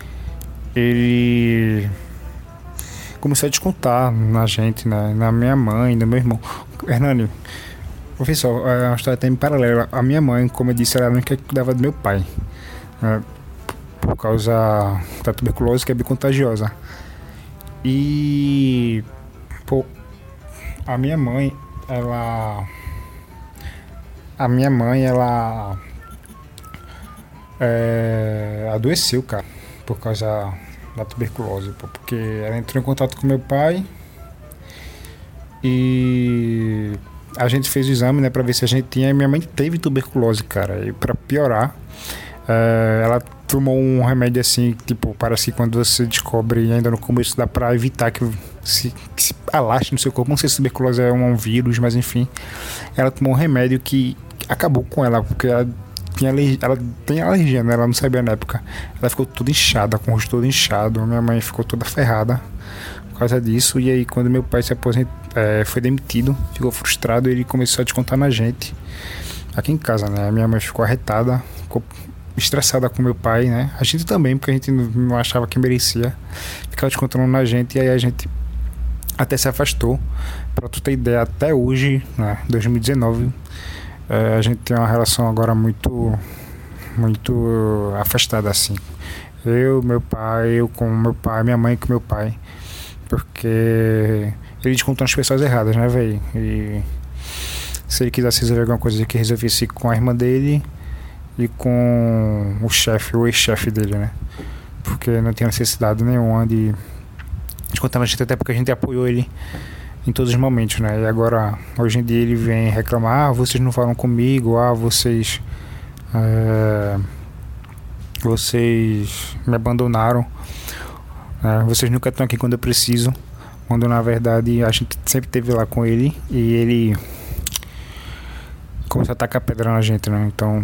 ele começou a descontar na gente, né? Na minha mãe, no meu irmão. Hernani, professor, é uma história até paralela. A minha mãe, como eu disse, era a única que cuidava do meu pai, né? Por causa da tuberculose, que é bem contagiosa. E a minha mãe, ela adoeceu, cara, por causa da tuberculose, porque ela entrou em contato com meu pai e a gente fez o exame, né, pra ver se a gente tinha, e minha mãe teve tuberculose, cara. E pra piorar, ela tomou um remédio assim, tipo, parece que quando você descobre ainda no começo, dá pra evitar que se alaste no seu corpo. Não sei se tuberculose é um vírus, mas enfim, ela tomou um remédio que acabou com ela, porque ela tem alergia, né? Ela não sabia na época. Ela ficou toda inchada, com o rosto todo inchado. Minha mãe ficou toda ferrada. por causa disso. E aí quando meu pai se aposentou, foi demitido, ficou frustrado, ele começou a descontar na gente aqui em casa, né? Minha mãe ficou arretada, ficou estressada com meu pai, né? A gente também, porque a gente não achava que merecia, ficava descontando na gente. E aí a gente até se afastou. Pra tu ter ideia, até hoje, né, 2019, a gente tem uma relação agora muito afastada, assim. Eu com meu pai, minha mãe com meu pai, porque ele descontou nas pessoas erradas, né, velho? E se ele quisesse resolver alguma coisa, ele que resolvesse com a irmã dele e com o chefe, o ex-chefe dele, né? Porque não tinha necessidade nenhuma de descontar na gente, até porque a gente apoiou ele em todos os momentos, né? E agora, hoje em dia, ele vem reclamar: vocês não falam comigo, vocês me abandonaram, vocês nunca estão aqui quando eu preciso, quando na verdade a gente sempre esteve lá com ele e ele começou a tacar pedra na gente, né? Então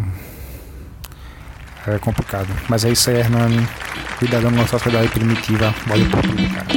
é complicado. Mas é isso aí, Hernani. Cuidado da nossa sociedade primitiva. Valeu por tudo, cara.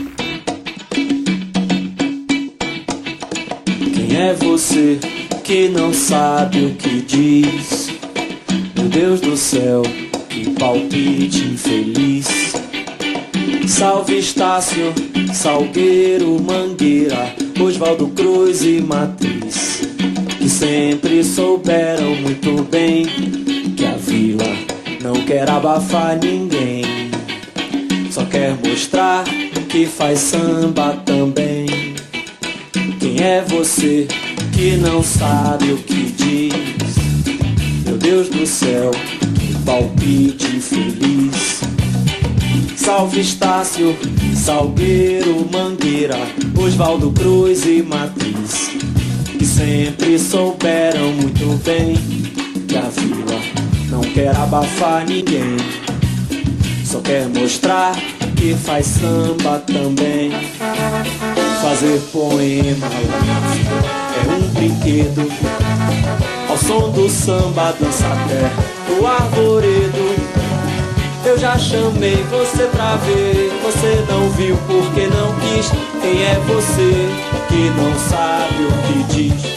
Quem é você que não sabe o que diz? Meu Deus do céu, que palpite infeliz. Salve Estácio, Salgueiro, Mangueira, Oswaldo Cruz e Matriz, que sempre souberam muito bem que a vila não quer abafar ninguém, só quer mostrar que faz samba também. Quem é você que não sabe o que diz? Meu Deus do céu, que palpite infeliz. Salve Estácio, Salgueiro, Mangueira, Oswaldo Cruz e Matriz, que sempre souberam muito bem que a vila não quer abafar ninguém, só quer mostrar que faz samba também. Fazer poema é um brinquedo, ao som do samba dança até o arvoredo. Eu já chamei você pra ver, você não viu porque não quis. Quem é você que não sabe o que diz?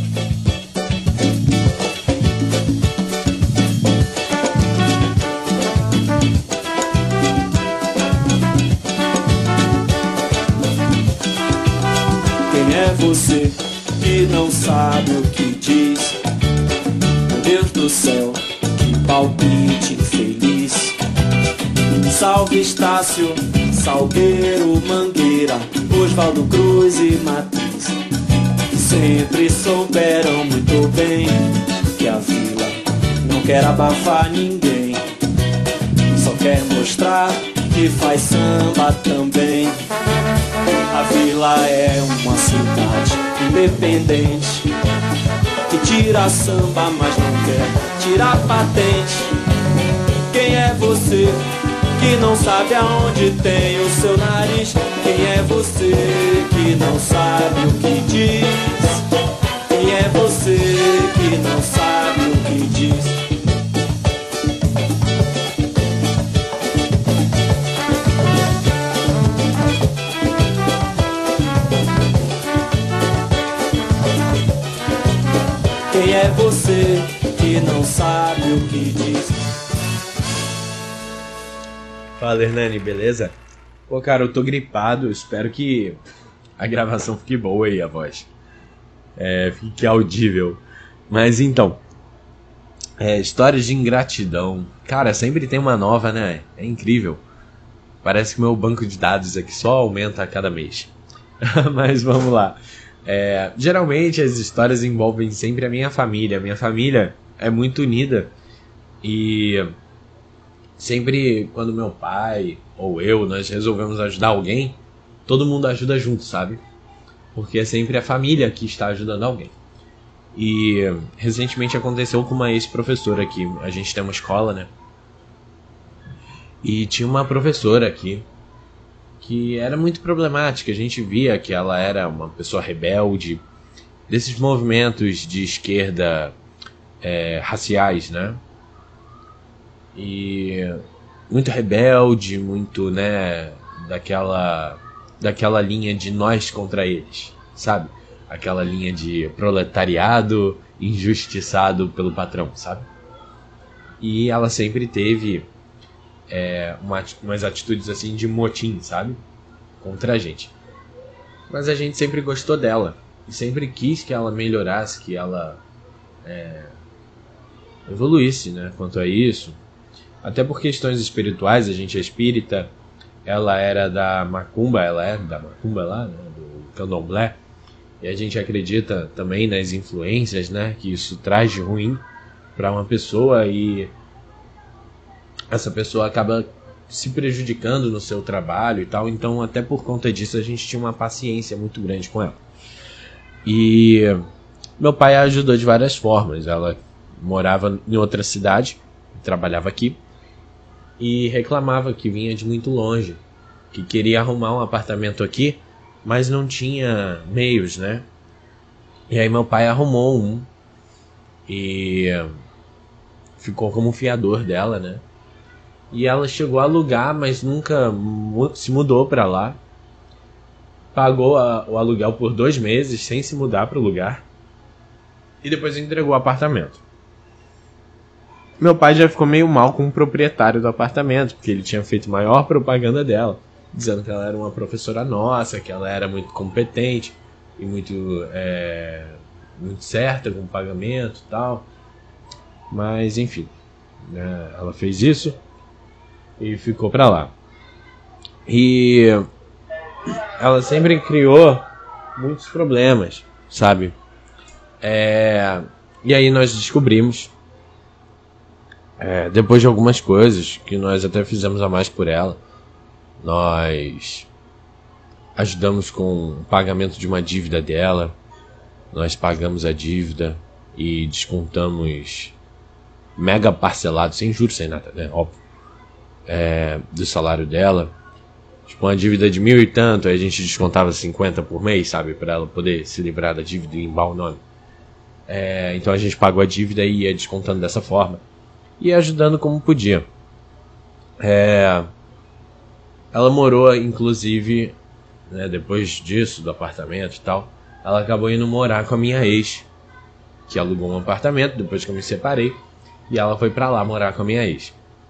Quem é você que não sabe o que diz? Meu Deus do céu, que palpite infeliz. Salve Estácio, Salgueiro, Mangueira, Oswaldo Cruz e Matriz, que sempre souberam muito bem que a vila não quer abafar ninguém, só quer mostrar que faz samba também. A vila é uma cidade independente, que tira samba, mas não quer tirar patente. Quem é você que não sabe aonde tem o seu nariz? Quem é você que não sabe o que diz? Quem é você que não sabe o que diz? Quem é você que não sabe o que diz? Fala, Hernani, beleza? Pô, cara, eu tô gripado, espero que a gravação fique boa aí, a voz. Fique audível. Mas então, histórias de ingratidão. Cara, sempre tem uma nova, né? É incrível. Parece que meu banco de dados aqui só aumenta a cada mês. Mas vamos lá. Geralmente as histórias envolvem sempre a minha família. Minha família é muito unida. E sempre quando meu pai ou eu, nós resolvemos ajudar alguém, todo mundo ajuda junto, sabe? Porque é sempre a família que está ajudando alguém. E recentemente aconteceu com uma ex-professora aqui. A gente tem uma escola, né? E tinha uma professora aqui que era muito problemática. A gente via que ela era uma pessoa rebelde, desses movimentos de esquerda raciais, né? E muito rebelde, muito, né, daquela linha de nós contra eles, sabe? Aquela linha de proletariado injustiçado pelo patrão, sabe? E ela sempre teve umas atitudes assim de motim, sabe? Contra a gente. Mas a gente sempre gostou dela. E sempre quis que ela melhorasse, que ela evoluísse, né? Quanto a isso. Até por questões espirituais, a gente é espírita. Ela era da Macumba, ela é da Macumba lá, né? Do Candomblé. E a gente acredita também nas influências, né? Que isso traz de ruim para uma pessoa e essa pessoa acaba se prejudicando no seu trabalho e tal. Então, até por conta disso, a gente tinha uma paciência muito grande com ela. E meu pai a ajudou de várias formas. Ela morava em outra cidade, trabalhava aqui, e reclamava que vinha de muito longe, que queria arrumar um apartamento aqui, mas não tinha meios, né? E aí meu pai arrumou um e ficou como fiador dela, né? E ela chegou a alugar, mas nunca se mudou pra lá. Pagou o aluguel por 2 meses sem se mudar para o lugar. E depois entregou o apartamento. Meu pai já ficou meio mal com o proprietário do apartamento, porque ele tinha feito maior propaganda dela, dizendo que ela era uma professora nossa, que ela era muito competente e muito certa com o pagamento e tal. Mas enfim, né, ela fez isso e ficou pra lá. E ela sempre criou muitos problemas, sabe? E aí nós descobrimos, depois de algumas coisas que nós até fizemos a mais por ela, nós ajudamos com o pagamento de uma dívida dela. Nós pagamos a dívida e descontamos mega parcelado, sem juros, sem nada, né? Óbvio, do salário dela. Tipo, uma dívida de 1.000 e tanto, aí a gente descontava 50 por mês, sabe? Pra ela poder se livrar da dívida e embar o nome. Então a gente pagou a dívida e ia descontando dessa forma. E ajudando como podia. Ela morou, inclusive, né, depois disso, do apartamento e tal, ela acabou indo morar com a minha ex, que alugou um apartamento depois que eu me separei. E ela foi pra lá morar com a minha ex.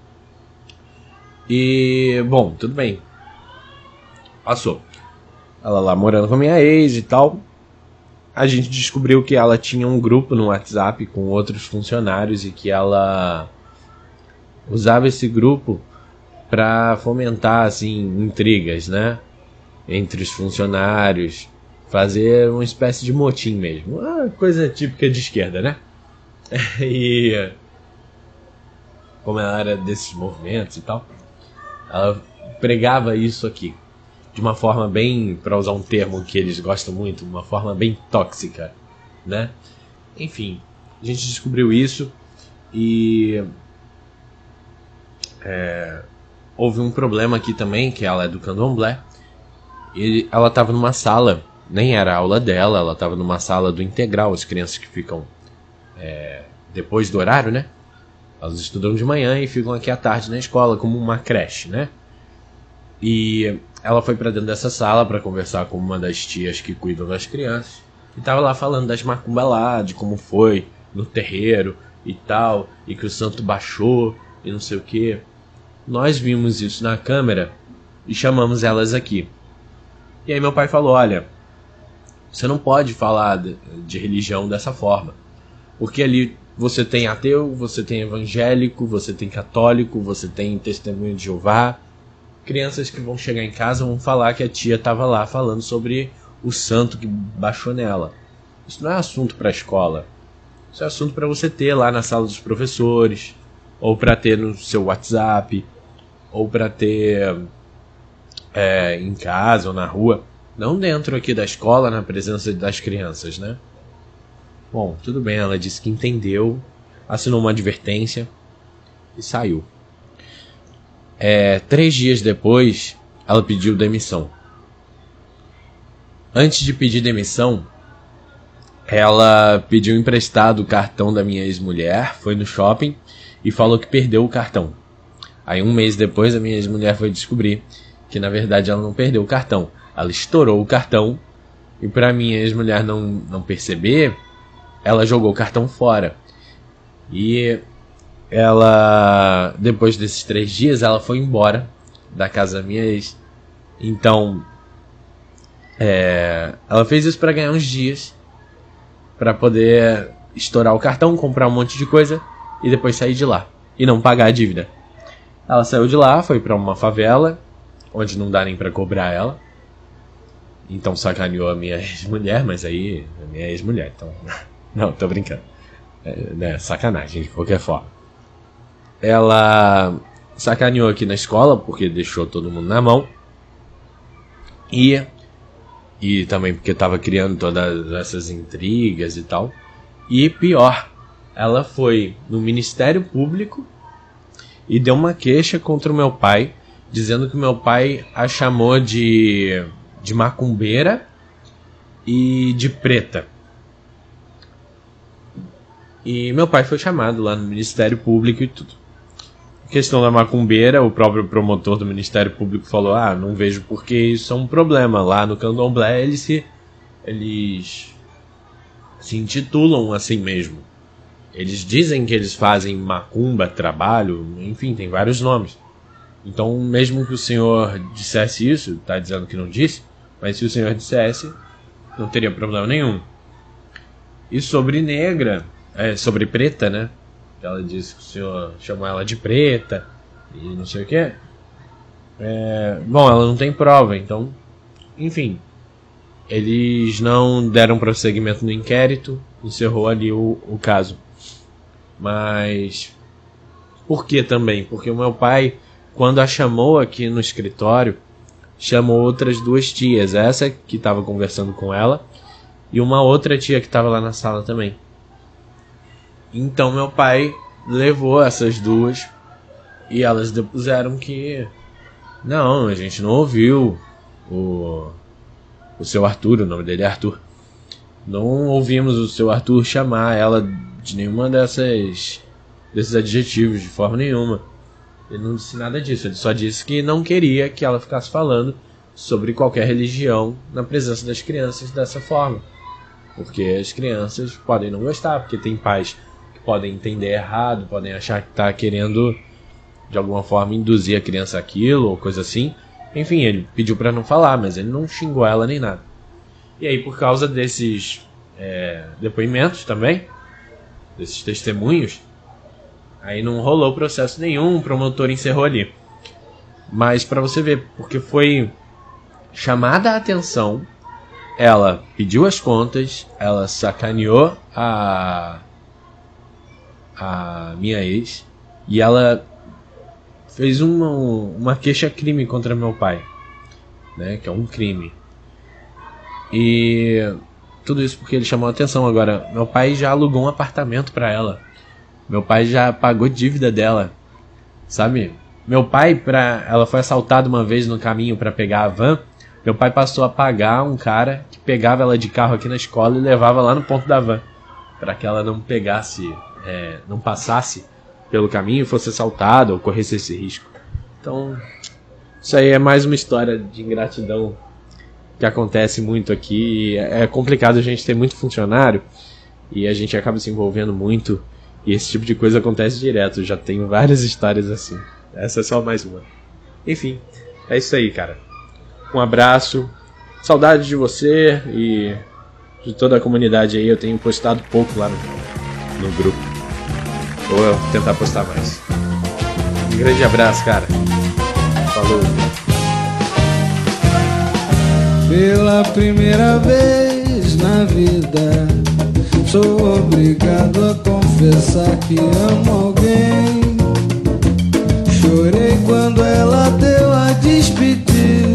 E, bom, tudo bem. Passou. Ela lá morando com a minha ex e tal. A gente descobriu que ela tinha um grupo no WhatsApp com outros funcionários e que ela usava esse grupo pra fomentar, assim, intrigas, né? Entre os funcionários. Fazer uma espécie de motim mesmo. Uma coisa típica de esquerda, né? E como ela era desses movimentos e tal, ela pregava isso aqui de uma forma bem, para usar um termo que eles gostam muito, uma forma bem tóxica, né? Enfim, a gente descobriu isso e houve um problema aqui também, que ela é do Candomblé, e ela estava numa sala, nem era a aula dela, ela estava numa sala do integral, as crianças que ficam depois do horário, né? Elas estudam de manhã e ficam aqui à tarde na escola, como uma creche, né? E ela foi pra dentro dessa sala pra conversar com uma das tias que cuidam das crianças. E tava lá falando das macumba lá, de como foi no terreiro e tal, e que o santo baixou e não sei o que. Nós vimos isso na câmera e chamamos elas aqui. E aí meu pai falou, olha, você não pode falar de religião dessa forma. Porque ali você tem ateu, você tem evangélico, você tem católico, você tem testemunho de Jeová. Crianças que vão chegar em casa vão falar que a tia estava lá falando sobre o santo que baixou nela. Isso não é assunto para a escola. Isso é assunto para você ter lá na sala dos professores, ou para ter no seu WhatsApp, ou para ter em casa ou na rua. Não dentro aqui da escola, na presença das crianças, né? Bom, tudo bem, ela disse que entendeu, assinou uma advertência e saiu. 3 dias depois, ela pediu demissão. Antes de pedir demissão, ela pediu emprestado o cartão da minha ex-mulher, foi no shopping e falou que perdeu o cartão. Aí 1 mês depois, a minha ex-mulher foi descobrir que na verdade ela não perdeu o cartão, ela estourou o cartão e pra minha ex-mulher não perceber, ela jogou o cartão fora. E ela, depois desses 3 dias, ela foi embora da casa da minha ex. Então, ela fez isso pra ganhar uns dias, pra poder estourar o cartão, comprar um monte de coisa e depois sair de lá e não pagar a dívida. Ela saiu de lá, foi pra uma favela onde não dá nem pra cobrar ela. Então sacaneou a minha ex-mulher, mas aí a minha ex-mulher, então não, tô brincando. Sacanagem de qualquer forma. Ela sacaneou aqui na escola porque deixou todo mundo na mão. E também porque tava criando todas essas intrigas e tal. E pior, ela foi no Ministério Público e deu uma queixa contra o meu pai, dizendo que o meu pai a chamou de macumbeira e de preta. E meu pai foi chamado lá no Ministério Público e tudo. A questão da macumbeira, o próprio promotor do Ministério Público falou: não vejo porque isso é um problema. Lá no Candomblé eles se intitulam assim mesmo. Eles dizem que eles fazem macumba, trabalho, enfim, tem vários nomes. Então, mesmo que o senhor dissesse isso, tá dizendo que não disse, mas se o senhor dissesse, não teria problema nenhum. E sobre negra, sobre preta, né? Ela disse que o senhor chamou ela de preta e não sei o que. Bom, ela não tem prova, então, enfim. Eles não deram prosseguimento no inquérito, encerrou ali o caso. Mas por que também? Porque o meu pai, quando a chamou aqui no escritório, chamou outras 2 tias. Essa que estava conversando com ela e uma outra tia que estava lá na sala também. Então meu pai levou essas 2 e elas depuseram que não, a gente não ouviu o seu Arthur, o nome dele é Arthur. Não ouvimos o seu Arthur chamar ela de nenhuma desses adjetivos, de forma nenhuma. Ele não disse nada disso, ele só disse que não queria que ela ficasse falando sobre qualquer religião na presença das crianças dessa forma. Porque as crianças podem não gostar, porque tem pais que podem entender errado, podem achar que está querendo de alguma forma induzir a criança àquilo ou coisa assim. Enfim, ele pediu para não falar, mas ele não xingou ela nem nada. E aí, por causa desses depoimentos também, desses testemunhos, aí não rolou processo nenhum, o promotor encerrou ali. Mas para você ver, porque foi chamada a atenção, ela pediu as contas, ela sacaneou a minha ex e ela fez uma queixa-crime contra meu pai, né, que é um crime. E tudo isso porque ele chamou a atenção. Agora, meu pai já alugou um apartamento para ela. Meu pai já pagou dívida dela, sabe? Meu pai, ela foi assaltada uma vez no caminho para pegar a van. Meu pai passou a pagar um cara que pegava ela de carro aqui na escola e levava lá no ponto da van, para que ela não não passasse pelo caminho e fosse assaltada ou corresse esse risco. Então, isso aí é mais uma história de ingratidão que acontece muito aqui. É complicado, a gente tem muito funcionário e a gente acaba se envolvendo muito. E esse tipo de coisa acontece direto. Já tenho várias histórias assim. Essa é só mais uma. Enfim, é isso aí, cara. Um abraço. Saudade de você e de toda a comunidade aí. Eu tenho postado pouco lá no grupo. Vou tentar postar mais. Um grande abraço, cara. Falou. Pela primeira vez na vida, sou obrigado a confessar que amo alguém. Chorei quando ela deu a despedida.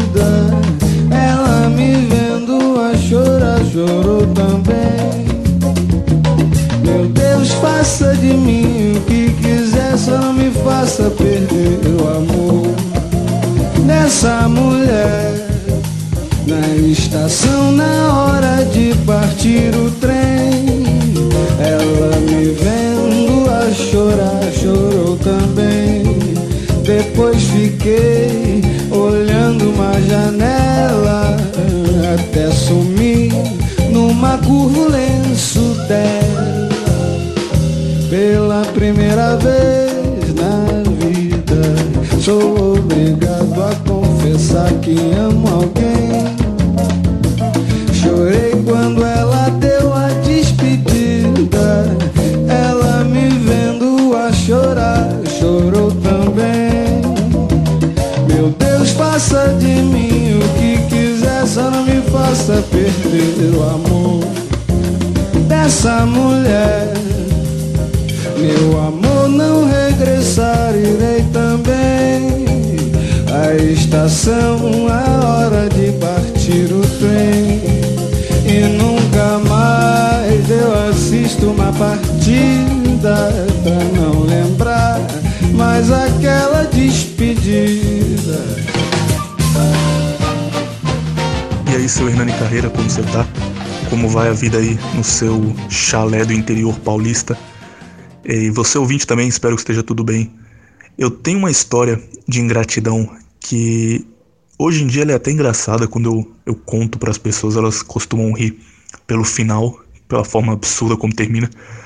Ela me vendo a chorar, chorou também. Meu Deus, faça de mim o que quiser, só não me faça perder o amor dessa mulher. Na estação, na hora de partir o trem, ela me vendo a chorar, chorou também. Depois fiquei olhando janela até sumir numa curva o lenço dela. Pela primeira vez na vida sou obrigado a confessar que amo alguém. Chorei quando ela deu a despedida. Ela me vendo a chorar, chorou também. Meu Deus, faça de mim o que quiser, só não me faça perder o amor dessa mulher. Meu amor, não regressar, irei também. A estação, a hora de partir o trem. E nunca mais eu assisto uma partida pra não lembrar mais aquela despedida. E aí, seu Hernani Carreira, como você tá? Como vai a vida aí no seu chalé do interior paulista? E você ouvinte também, espero que esteja tudo bem. Eu tenho uma história de ingratidão que hoje em dia ela é até engraçada. Quando eu conto para as pessoas, elas costumam rir pelo final, pela forma absurda como termina.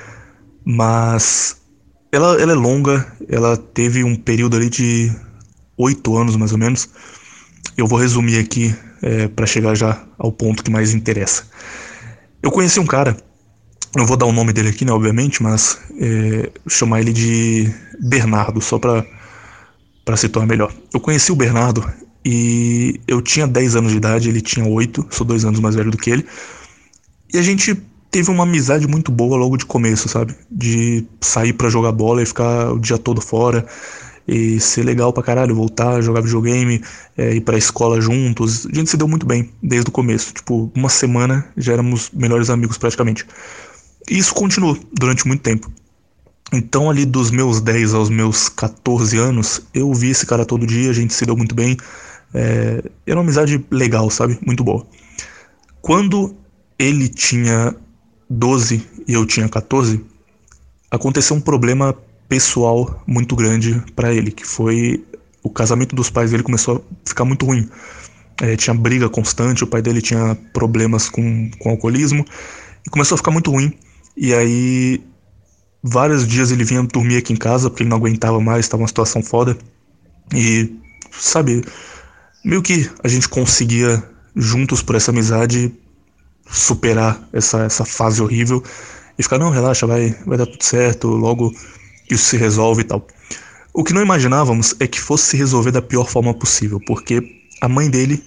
Mas ela é longa, ela teve um período ali de 8 anos mais ou menos. Eu vou resumir aqui para chegar já ao ponto que mais interessa. Eu conheci um cara, não vou dar o nome dele aqui, né, obviamente, mas chamar ele de Bernardo, só para situar melhor. Eu conheci o Bernardo e eu tinha 10 anos de idade, ele tinha 8, sou 2 anos mais velho do que ele. E a gente teve uma amizade muito boa logo de começo, sabe? De sair pra jogar bola e ficar o dia todo fora. E ser legal pra caralho, voltar, jogar videogame, ir pra escola juntos. A gente se deu muito bem desde o começo. Tipo, uma semana já éramos melhores amigos praticamente. E isso continuou durante muito tempo. Então ali dos meus 10 aos meus 14 anos, eu vi esse cara todo dia, a gente se deu muito bem. Era uma amizade legal, sabe? Muito boa. Quando ele tinha 12 e eu tinha 14, aconteceu um problema pessoal muito grande pra ele, que foi o casamento dos pais dele começou a ficar muito ruim. Tinha briga constante, o pai dele tinha problemas com alcoolismo e começou a ficar muito ruim. E aí vários dias ele vinha dormir aqui em casa porque ele não aguentava mais, estava uma situação foda. E sabe, meio que a gente conseguia juntos por essa amizade superar essa fase horrível e ficar, não, relaxa, vai dar tudo certo, logo isso se resolve e tal. O que não imaginávamos é que fosse se resolver da pior forma possível, porque a mãe dele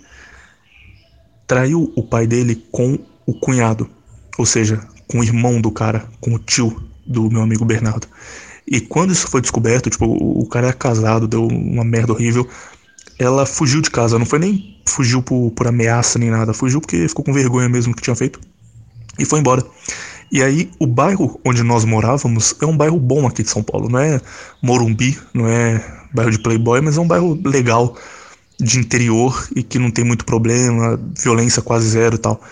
traiu o pai dele com o cunhado, ou seja, com o irmão do cara, com o tio do meu amigo Bernardo. E quando isso foi descoberto, tipo, o cara era casado, deu uma merda horrível, ela fugiu de casa, não foi nem fugiu por ameaça nem nada, fugiu porque ficou com vergonha mesmo do que tinha feito e foi embora. E aí o bairro onde nós morávamos é um bairro bom aqui de São Paulo, não é Morumbi, não é bairro de playboy, mas é um bairro legal, de interior e que não tem muito problema, violência quase zero e tal.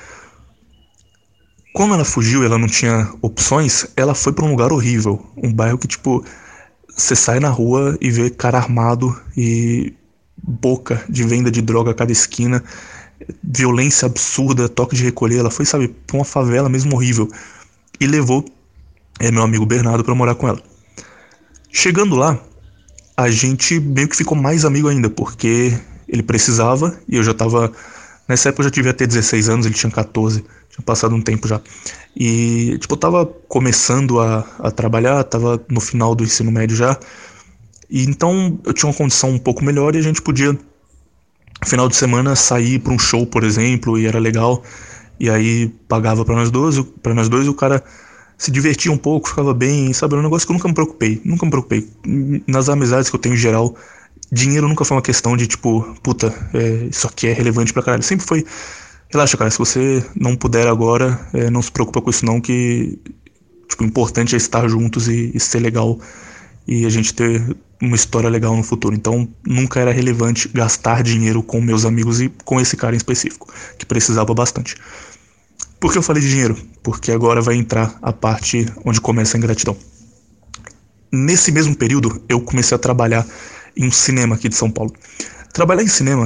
Como ela fugiu, ela não tinha opções, ela foi pra um lugar horrível, um bairro que tipo, você sai na rua e vê cara armado e boca de venda de droga a cada esquina, violência absurda, toque de recolher. Ela foi, sabe, pra uma favela mesmo horrível e levou meu amigo Bernardo pra morar com ela. Chegando lá, a gente meio que ficou mais amigo ainda, porque ele precisava e eu já tava, nessa época eu já devia ter 16 anos, ele tinha 14, tinha passado um tempo já. E tipo, eu tava começando a trabalhar, tava no final do ensino médio já. E então eu tinha uma condição um pouco melhor e a gente podia, no final de semana, sair para um show, por exemplo, e era legal. E aí pagava para nós dois e o cara se divertia um pouco, ficava bem, sabe? Era um negócio que eu nunca me preocupei. Nas amizades que eu tenho em geral, dinheiro nunca foi uma questão de tipo, puta, isso aqui é relevante pra caralho. Sempre foi, relaxa, cara, se você não puder agora, não se preocupa com isso não, que tipo, o importante é estar juntos e ser legal e a gente ter uma história legal no futuro. Então nunca era relevante gastar dinheiro com meus amigos e com esse cara em específico, que precisava bastante. Por que eu falei de dinheiro? Porque agora vai entrar a parte onde começa a ingratidão. Nesse mesmo período eu comecei a trabalhar em um cinema aqui de São Paulo. Trabalhar em cinema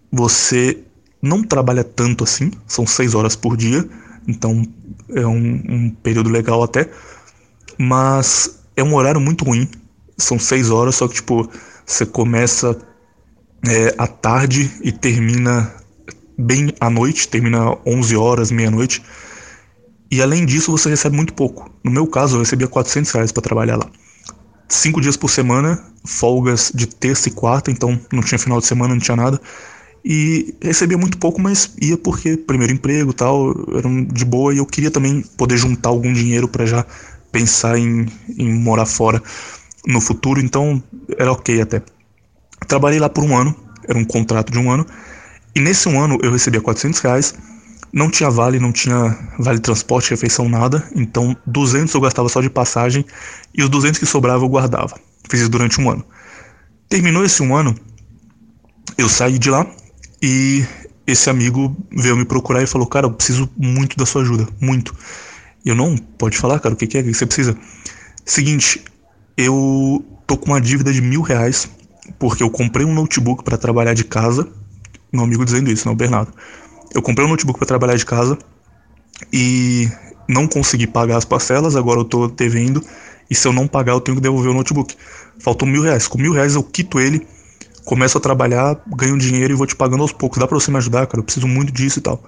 você não trabalha tanto assim, são 6 horas por dia, então é um período legal até, mas é um horário muito ruim, são 6 horas, só que tipo, você começa à tarde e termina bem à noite, termina 11 horas, meia-noite, e além disso você recebe muito pouco. No meu caso eu recebia R$400 para trabalhar lá. 5 dias por semana, folgas de terça e quarta, então não tinha final de semana, não tinha nada. E recebia muito pouco, mas ia porque primeiro emprego e tal, era de boa. E eu queria também poder juntar algum dinheiro para já pensar em morar fora no futuro, então era ok até. Trabalhei lá por 1 ano, era um contrato de 1 ano. E nesse 1 ano eu recebia R$400, não tinha vale transporte, refeição, nada. Então 200 eu gastava só de passagem e os 200 que sobrava eu guardava. Fiz isso durante 1 ano. Terminou esse 1 ano, eu saí de lá e esse amigo veio me procurar e falou: cara, eu preciso muito da sua ajuda, muito. E eu: não, pode falar, cara, o que é que você precisa? Seguinte, eu tô com uma dívida de R$1.000 porque eu comprei um notebook para trabalhar de casa. Meu amigo dizendo isso, não, Bernardo. Eu comprei um notebook para trabalhar de casa e não consegui pagar as parcelas, agora eu tô devendo, e se eu não pagar eu tenho que devolver o notebook. Faltou R$1.000. Com R$1.000 eu quito ele, começo a trabalhar, ganho dinheiro e vou te pagando aos poucos. Dá pra você me ajudar, cara? Eu preciso muito disso e tal.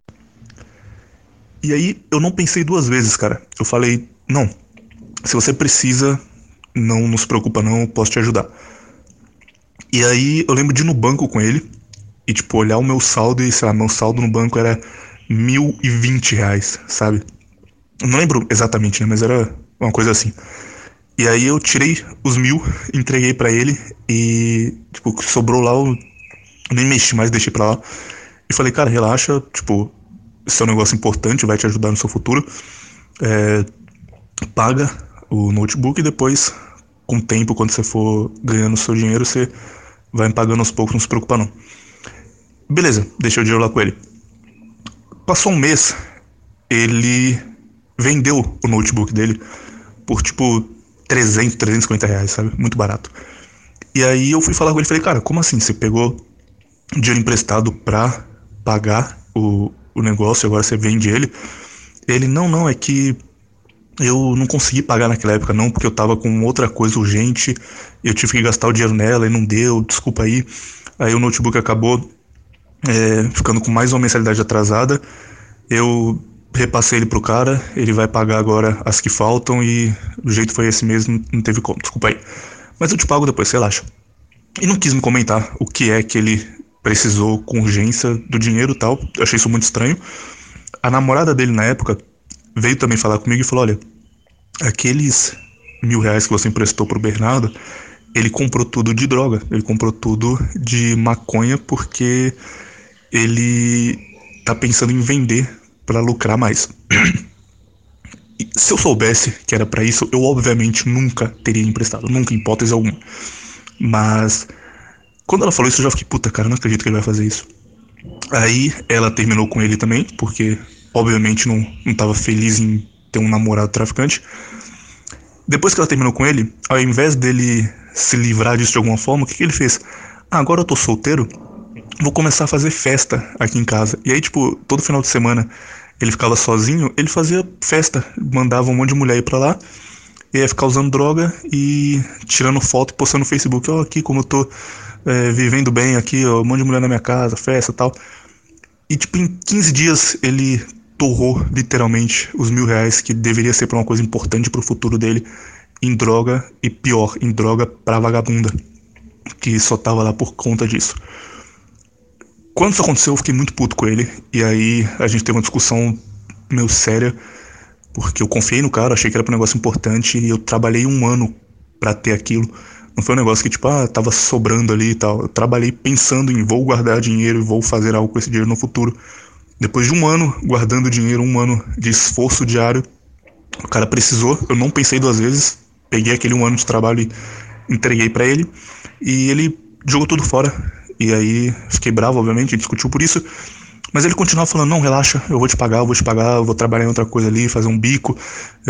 E aí eu não pensei 2 vezes, cara. Eu falei: não, se você precisa, não se preocupa não, eu posso te ajudar. E aí eu lembro de ir no banco com ele e tipo, olhar o meu saldo e, sei lá, meu saldo no banco era R$1.020, sabe? Eu não lembro exatamente, né, mas era uma coisa assim. E aí eu tirei os 1.000, entreguei pra ele e, tipo, sobrou lá, eu nem mexi mais, deixei pra lá. E falei: cara, relaxa, tipo, isso é um negócio importante, vai te ajudar no seu futuro. Paga o notebook e depois, com o tempo, quando você for ganhando o seu dinheiro, você vai me pagando aos poucos, não se preocupa não. Beleza, deixei o dinheiro lá com ele. Passou 1 mês, ele vendeu o notebook dele por tipo R$350, sabe? Muito barato. E aí eu fui falar com ele e falei: cara, como assim? Você pegou dinheiro emprestado pra pagar o negócio e agora você vende ele? Ele: não, é que eu não consegui pagar naquela época não, porque eu tava com outra coisa urgente, eu tive que gastar o dinheiro nela e não deu, desculpa aí. Aí o notebook acabou ficando com mais uma mensalidade atrasada. Eu repassei ele pro cara, ele vai pagar agora as que faltam e o jeito foi esse mesmo, não teve como, desculpa aí. Mas eu te pago depois, relaxa. E não quis me comentar o que é que ele precisou com urgência do dinheiro e tal, eu achei isso muito estranho. A namorada dele na época veio também falar comigo e falou: olha, aqueles R$1.000 que você emprestou pro Bernardo, ele comprou tudo de droga, ele comprou tudo de maconha porque ele tá pensando em vender pra lucrar mais. E se eu soubesse que era pra isso, eu obviamente nunca teria emprestado, nunca, em hipótese alguma. Mas quando ela falou isso eu já fiquei: puta, cara, não acredito que ele vai fazer isso. Aí ela terminou com ele também, porque obviamente não tava feliz em ter um namorado traficante. Depois que ela terminou com ele, ao invés dele se livrar disso de alguma forma, o que ele fez? Agora eu tô solteiro, vou começar a fazer festa aqui em casa. E aí, tipo, todo final de semana ele ficava sozinho, ele fazia festa, mandava um monte de mulher ir pra lá, e ia ficar usando droga e tirando foto e postando no Facebook: ó, aqui como eu tô vivendo bem aqui, ó, um monte de mulher na minha casa, festa e tal. E tipo, em 15 dias ele torrou literalmente os R$1.000 que deveria ser pra uma coisa importante pro futuro dele em droga, e pior, em droga pra vagabunda, que só tava lá por conta disso. Quando isso aconteceu eu fiquei muito puto com ele, e aí a gente teve uma discussão meio séria, porque eu confiei no cara, achei que era um negócio importante e eu trabalhei 1 ano pra ter aquilo. Não foi um negócio que tipo, tava sobrando ali e tal. Eu trabalhei pensando em vou guardar dinheiro e vou fazer algo com esse dinheiro no futuro. Depois de 1 ano guardando dinheiro, 1 ano de esforço diário, o cara precisou, eu não pensei 2 vezes, peguei aquele 1 ano de trabalho e entreguei pra ele, e ele jogou tudo fora. E aí fiquei bravo, obviamente, ele discutiu por isso, mas ele continuava falando: não, relaxa, eu vou te pagar, eu vou trabalhar em outra coisa ali, fazer um bico.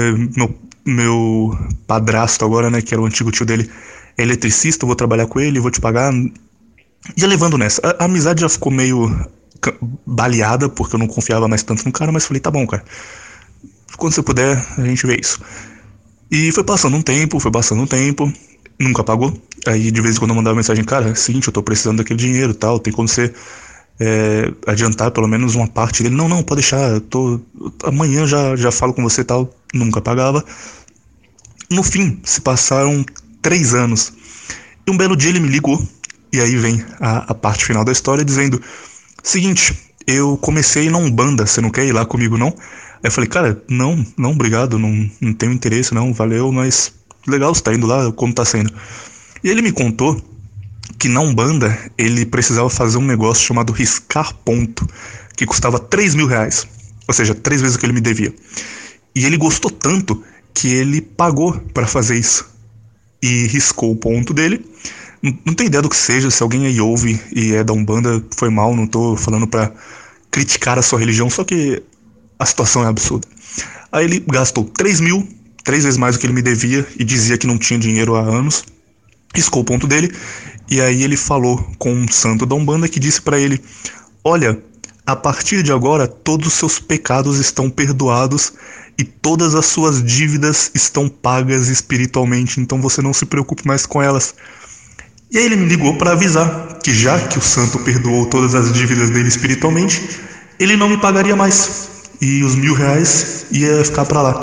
Meu padrasto agora, né, que era o antigo tio dele, é eletricista, eu vou trabalhar com ele, vou te pagar. ia levando nessa. A amizade já ficou meio baleada, porque eu não confiava mais tanto no cara, mas falei, tá bom, cara, quando você puder, a gente vê isso. E foi passando um tempo, nunca pagou. Aí de vez em quando eu mandava mensagem, cara, é o seguinte, eu tô precisando daquele dinheiro e tal, tem como você adiantar pelo menos uma parte dele. Não, pode deixar, amanhã já falo com você e tal. Nunca pagava. No fim, se passaram 3 anos. E um belo dia ele me ligou, e aí vem a parte final da história, dizendo, seguinte, eu comecei na Umbanda, você não quer ir lá comigo não? Aí eu falei, cara, não, obrigado, não tenho interesse não, valeu, mas legal, você tá indo lá, como tá sendo? E ele me contou que na Umbanda ele precisava fazer um negócio chamado riscar ponto, que custava 3 mil reais, ou seja, 3 vezes o que ele me devia. E ele gostou tanto que ele pagou para fazer isso e riscou o ponto dele. Não tenho ideia do que seja, se alguém aí ouve e é da Umbanda, foi mal, não tô falando pra criticar a sua religião, só que a situação é absurda. Aí ele gastou 3 mil, 3 vezes mais do que ele me devia, e dizia que não tinha dinheiro há anos, riscou o ponto dele, e aí ele falou com um santo da Umbanda que disse pra ele, olha, a partir de agora todos os seus pecados estão perdoados e todas as suas dívidas estão pagas espiritualmente, então você não se preocupe mais com elas. E aí ele me ligou para avisar que já que o santo perdoou todas as dívidas dele espiritualmente, ele não me pagaria mais. E os 1.000 reais ia ficar para lá.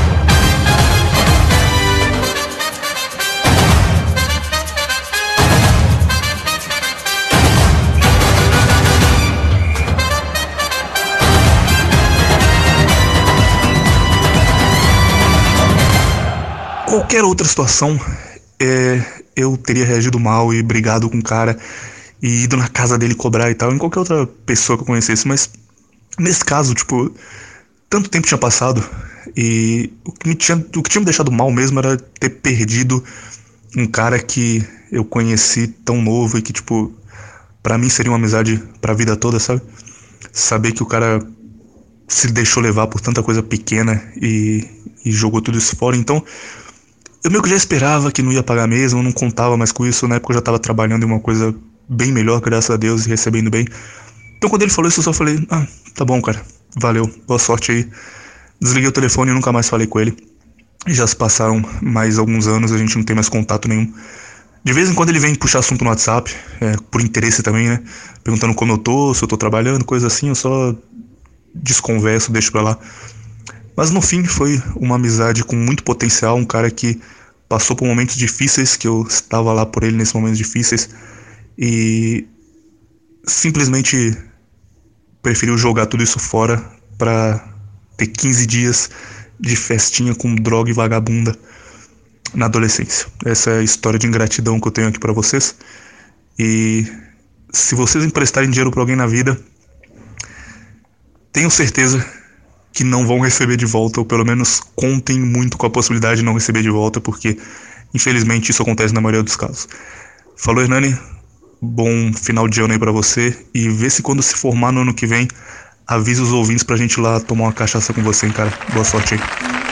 Qualquer outra situação, eu teria reagido mal e brigado com o cara e ido na casa dele cobrar e tal, em qualquer outra pessoa que eu conhecesse, mas nesse caso, tipo, tanto tempo tinha passado e o que tinha me deixado mal mesmo era ter perdido um cara que eu conheci tão novo e que, tipo, pra mim seria uma amizade pra vida toda, sabe? Saber que o cara se deixou levar por tanta coisa pequena e jogou tudo isso fora, então eu meio que já esperava que não ia pagar mesmo, eu não contava mais com isso. Na época eu já estava trabalhando em uma coisa bem melhor, graças a Deus, e recebendo bem. Então quando ele falou isso eu só falei, tá bom, cara, valeu, boa sorte aí. Desliguei o telefone e nunca mais falei com ele. Já se passaram mais alguns anos, a gente não tem mais contato nenhum. De vez em quando ele vem puxar assunto no WhatsApp, por interesse também, né? Perguntando como eu tô, se eu tô trabalhando, coisa assim, eu só desconverso, deixo pra lá. Mas no fim foi uma amizade com muito potencial, um cara que passou por momentos difíceis, que eu estava lá por ele nesses momentos difíceis, e simplesmente preferiu jogar tudo isso fora pra ter 15 dias de festinha com droga e vagabunda na adolescência. Essa é a história de ingratidão que eu tenho aqui pra vocês. E se vocês emprestarem dinheiro pra alguém na vida, tenho certeza que não vão receber de volta, ou pelo menos contem muito com a possibilidade de não receber de volta, porque infelizmente isso acontece na maioria dos casos. Falou, Hernani, bom final de ano aí pra você, e vê se quando se formar no ano que vem, avisa os ouvintes pra gente ir lá tomar uma cachaça com você, hein, cara. Boa sorte aí.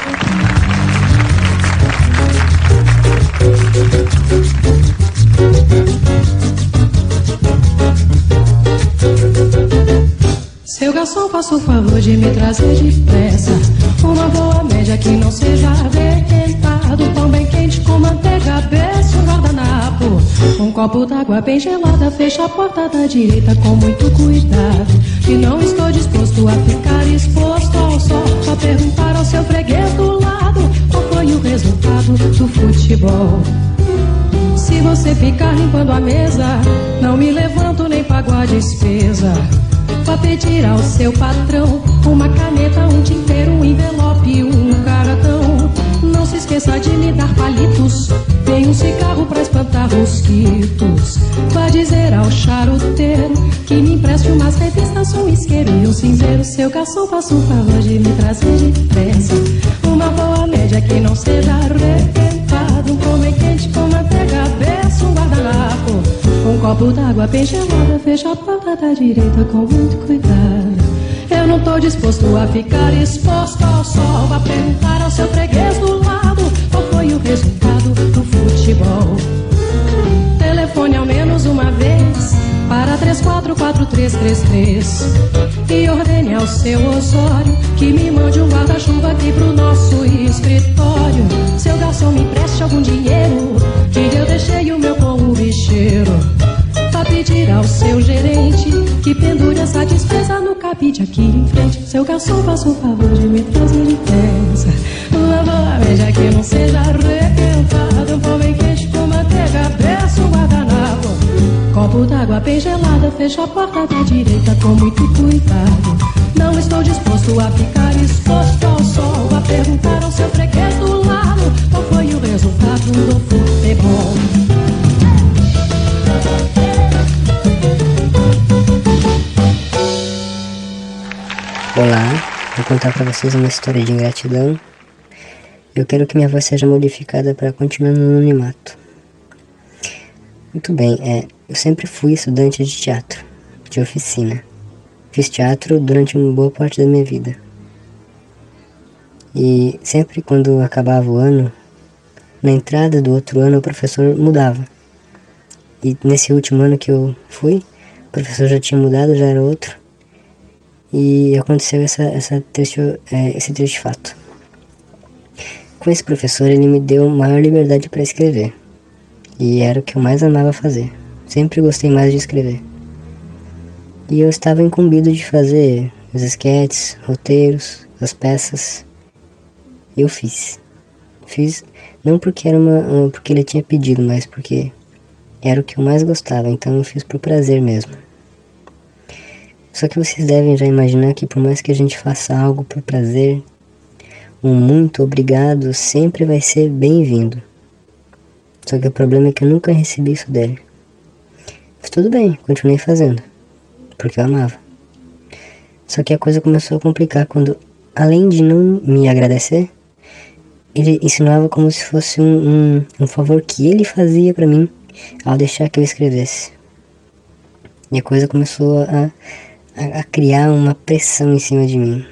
Seu garçom, faça o favor de me trazer depressa uma boa média que não seja requentado, pão bem quente com manteiga, beça, um guardanapo, um copo d'água bem gelada, fecha a porta da direita com muito cuidado, que não estou disposto a ficar exposto ao sol, pra perguntar ao seu freguês do lado qual foi o resultado do futebol. Se você ficar limpando a mesa, não me levanto nem pago a despesa. Pra pedir ao seu patrão uma caneta, um tinteiro, um envelope, um cartão. Não se esqueça de me dar palitos, tem um cigarro pra espantar mosquitos. Vá dizer ao charuteiro que me empreste umas revistas, um isqueiro e um cinzeiro. Seu garçom, faça o favor de me trazer depressa uma boa média que não seja requentado, um pão bem quente com manteiga, beça, um guardanapo, um copo d'água bem gelada, fecha a porta da direita com muito cuidado. Eu não tô disposto a ficar exposto ao sol, a perguntar ao seu freguês do lado qual foi o resultado do futebol. Telefone ao menos uma vez, 2344333 e ordene ao seu Osório que me mande um guarda-chuva aqui pro nosso escritório. Seu garçom, me empreste algum dinheiro que eu deixei o meu com o bicheiro. Vá pedir ao seu gerente que pendure essa despesa no cabide aqui em frente. Seu garçom, faça o favor de me trazer licença. Lava, veja que não seja arrequentado. Um pão bem quente com manteiga, peço um guardanapo. Copo d'água bem gelada, fecha a porta da direita com muito cuidado. Não estou disposto a ficar exposto ao sol, a perguntar ao seu freguês do lado qual foi o resultado do futebol. Olá, vou contar pra vocês uma história de ingratidão. Eu quero que minha voz seja modificada para continuar no anonimato. Muito bem, eu sempre fui estudante de teatro, de oficina. Fiz teatro durante uma boa parte da minha vida. E sempre quando acabava o ano, na entrada do outro ano o professor mudava. E nesse último ano que eu fui, o professor já tinha mudado, já era outro. E aconteceu esse triste fato. Com esse professor, ele me deu maior liberdade para escrever. E era o que eu mais amava fazer. Sempre gostei mais de escrever. E eu estava incumbido de fazer os esquetes, roteiros, as peças. E eu fiz. Fiz não porque era porque ele tinha pedido, mas porque era o que eu mais gostava. Então eu fiz por prazer mesmo. Só que vocês devem já imaginar que por mais que a gente faça algo por prazer, um muito obrigado sempre vai ser bem-vindo. Só que o problema é que eu nunca recebi isso dele. Mas tudo bem, continuei fazendo, porque eu amava. Só que a coisa começou a complicar quando, além de não me agradecer, ele insinuava como se fosse um favor que ele fazia pra mim ao deixar que eu escrevesse. E a coisa começou a criar uma pressão em cima de mim.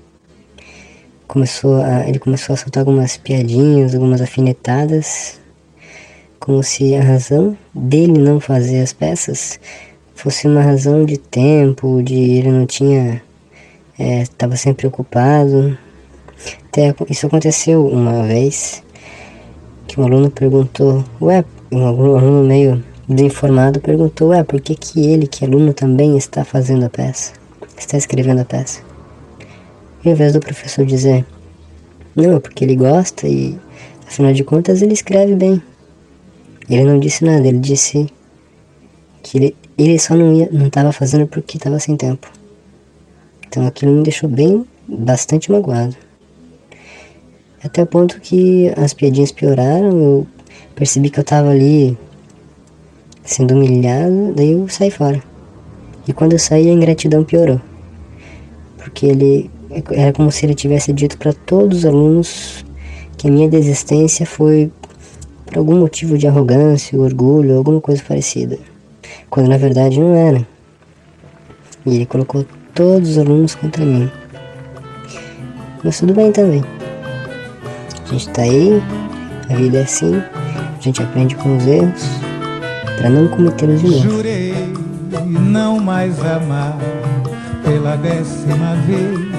Ele começou a soltar algumas piadinhas, algumas alfinetadas, como se a razão dele não fazer as peças fosse uma razão de tempo, de ele não tinha, estava sempre ocupado. Até isso aconteceu uma vez, que um aluno perguntou, um aluno meio desinformado perguntou, por que ele, que aluno, também está fazendo a peça, está escrevendo a peça? E ao invés do professor dizer, não, é porque ele gosta e, afinal de contas, ele escreve bem. Ele não disse nada, ele disse que ele só não estava fazendo porque estava sem tempo. Então aquilo me deixou bastante magoado. Até o ponto que as piadinhas pioraram, eu percebi que eu estava ali sendo humilhado, daí eu saí fora. E quando eu saí, a ingratidão piorou. Porque era como se ele tivesse dito para todos os alunos que a minha desistência foi por algum motivo de arrogância, orgulho, alguma coisa parecida. Quando na verdade não era. E ele colocou todos os alunos contra mim. Mas tudo bem também. A gente tá aí, a vida é assim, a gente aprende com os erros para não cometê-los de novo. Jurei não mais amar pela 10ª vez.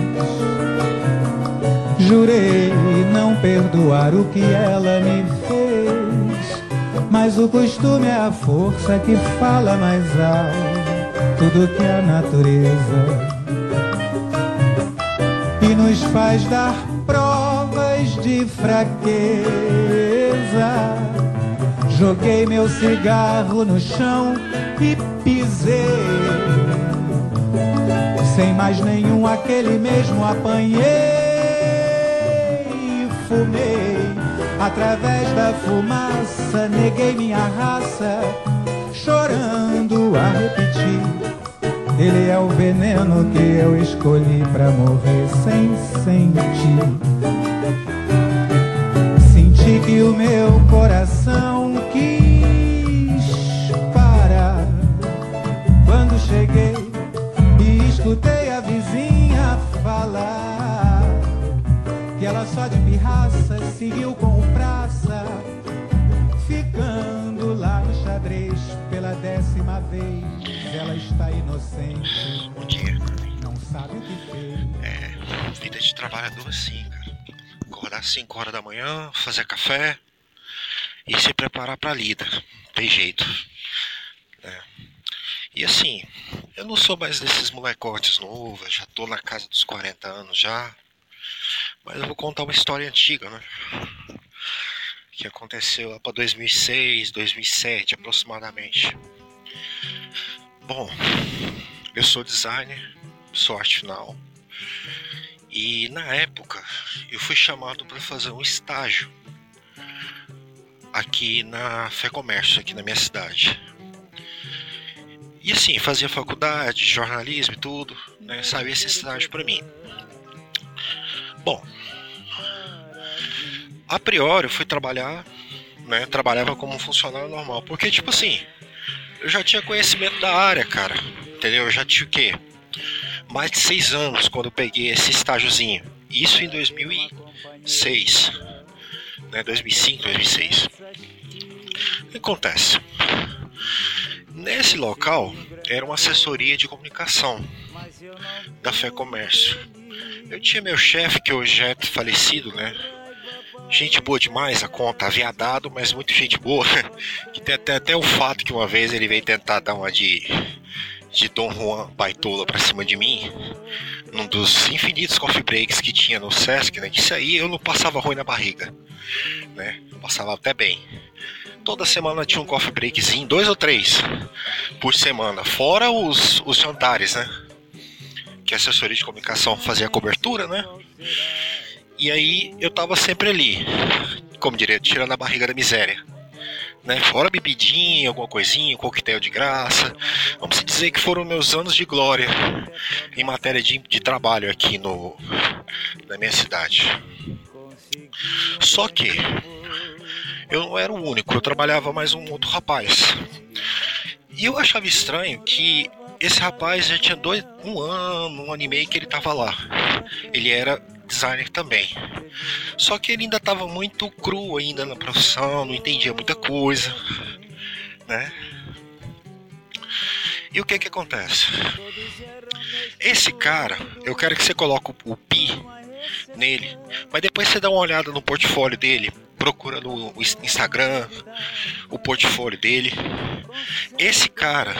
Jurei não perdoar o que ela me fez, mas o costume é a força que fala mais alto do que a natureza e nos faz dar provas de fraqueza. Joguei meu cigarro no chão e pisei, sem mais nenhum aquele mesmo apanhei e fumei. Através da fumaça neguei minha raça, chorando a repetir. Ele é o veneno que eu escolhi pra morrer sem sentir. Senti que o meu coração quis parar quando cheguei e escutei a vizinha falar que ela só de pirraça seguiu com o praça, ficando lá no xadrez pela 10ª vez. Ela ela está inocente. Bom dia. Não sabe o que fez. Vida de trabalhador assim, cara. Acordar às 5 horas da manhã, fazer café e se preparar pra lida. Tem jeito. E assim, eu não sou mais desses molecotes novos, já tô na casa dos 40 anos já. Mas eu vou contar uma história antiga, né? Que aconteceu lá pra 2006, 2007 aproximadamente. Bom, eu sou designer, sou arte final. E na época eu fui chamado para fazer um estágio aqui na FEComércio, aqui na minha cidade. E assim, fazia faculdade, jornalismo e tudo, né? Sabia esse estágio para mim. Bom, a priori eu fui trabalhar, né? Trabalhava como um funcionário normal, porque tipo assim, eu já tinha conhecimento da área, cara, entendeu? Eu já tinha o quê? Mais de 6 anos quando eu peguei esse estágiozinho. Isso em 2006, né? 2005, 2006. O que acontece? Nesse local era uma assessoria de comunicação da FEComércio. Eu tinha meu chefe, que hoje é falecido, né? Gente boa demais, a conta, aviadado, mas muito gente boa. Que tem até o fato que uma vez ele veio tentar dar uma de Dom Juan Baitola pra cima de mim, num dos infinitos coffee breaks que tinha no Sesc, né? Que isso aí eu não passava ruim na barriga, né? Eu passava até bem. Toda semana tinha um coffee breakzinho, 2 ou 3 por semana, fora os jantares, né? Que a assessoria de comunicação fazia a cobertura, né? E aí eu tava sempre ali, como diria, tirando a barriga da miséria, né? Fora bebidinha, alguma coisinha, coquetel de graça. Vamos dizer que foram meus anos de glória em matéria de trabalho aqui na minha cidade. Só que eu não era o único, eu trabalhava mais um outro rapaz. E eu achava estranho que esse rapaz já tinha um ano e meio que ele tava lá. Ele era designer também. Só que ele ainda tava muito cru ainda na profissão, não entendia muita coisa, né? E o que acontece? Esse cara, eu quero que você coloque o pi nele, mas depois você dá uma olhada no portfólio dele, procura no Instagram o portfólio dele. Esse cara,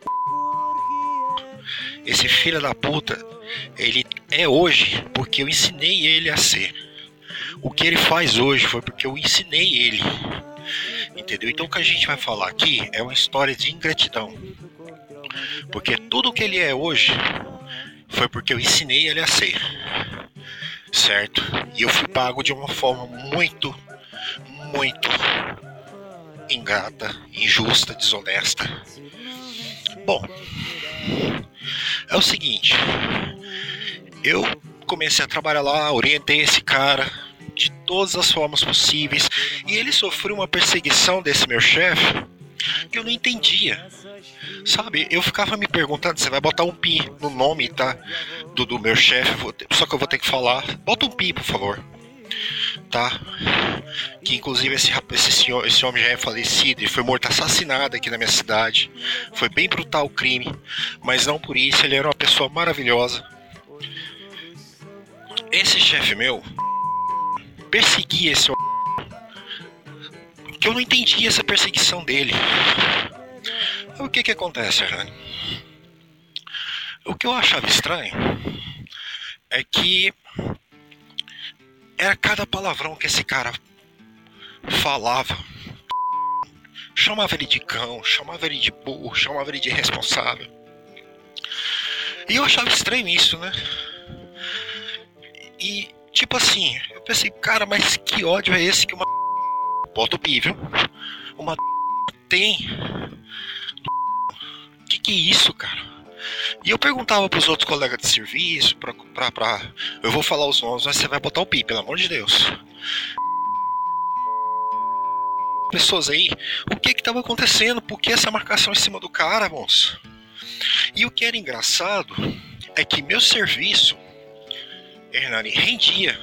esse filho da puta, ele é hoje porque eu ensinei ele a ser. O que ele faz hoje foi porque eu ensinei ele, entendeu? Então o que a gente vai falar aqui é uma história de ingratidão, porque tudo que ele é hoje foi porque eu ensinei ele a ser, certo? E eu fui pago de uma forma muito ingrata, injusta, desonesta. Bom, é o seguinte, eu comecei a trabalhar lá, orientei esse cara de todas as formas possíveis, e ele sofreu uma perseguição desse meu chefe que eu não entendia, sabe? Eu ficava me perguntando, você vai botar um pi no nome, tá? Do meu chefe, só que eu vou ter que falar, bota um pi, por favor, tá? Que inclusive esse homem já é falecido, ele foi morto assassinado aqui na minha cidade. Foi bem brutal o crime, mas não por isso, ele era uma pessoa maravilhosa. Esse chefe meu perseguia esse que eu não entendia essa perseguição dele. O que acontece, Hernani? O que eu achava estranho é que era cada palavrão que esse cara falava. Chamava ele de cão, chamava ele de burro, chamava ele de irresponsável. E eu achava estranho isso, né? E tipo assim, eu pensei, cara, mas que ódio é esse que uma bota o pi, viu? Uma tem. Que é isso, cara? E eu perguntava pros outros colegas de serviço, eu vou falar os nomes, mas você vai botar o pi, pelo amor de Deus. Pessoas aí, o que estava acontecendo? Por que essa marcação em cima do cara, moço? E o que era engraçado é que meu serviço, Hernani, rendia.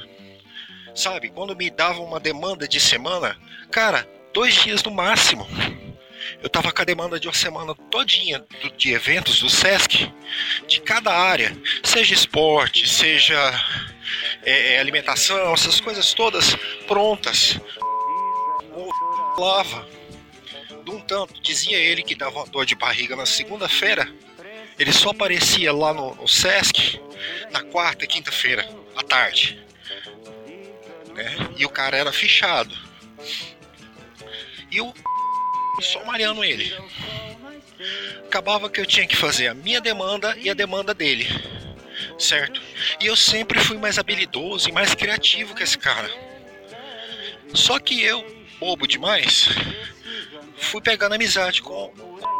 Sabe, quando me davam uma demanda de semana, cara, 2 dias no máximo. eu tava com a demanda de uma semana todinha de eventos do Sesc, de cada área, seja esporte, seja alimentação, essas coisas todas prontas. Lava de um tanto, dizia ele que dava uma dor de barriga na segunda-feira, ele só aparecia lá no Sesc na quarta e quinta-feira à tarde, né? E o cara era fichado e eu só malhando ele. Acabava que eu tinha que fazer a minha demanda e a demanda dele, certo? E eu sempre fui mais habilidoso e mais criativo que esse cara. Só que eu, bobo demais, fui pegando amizade com...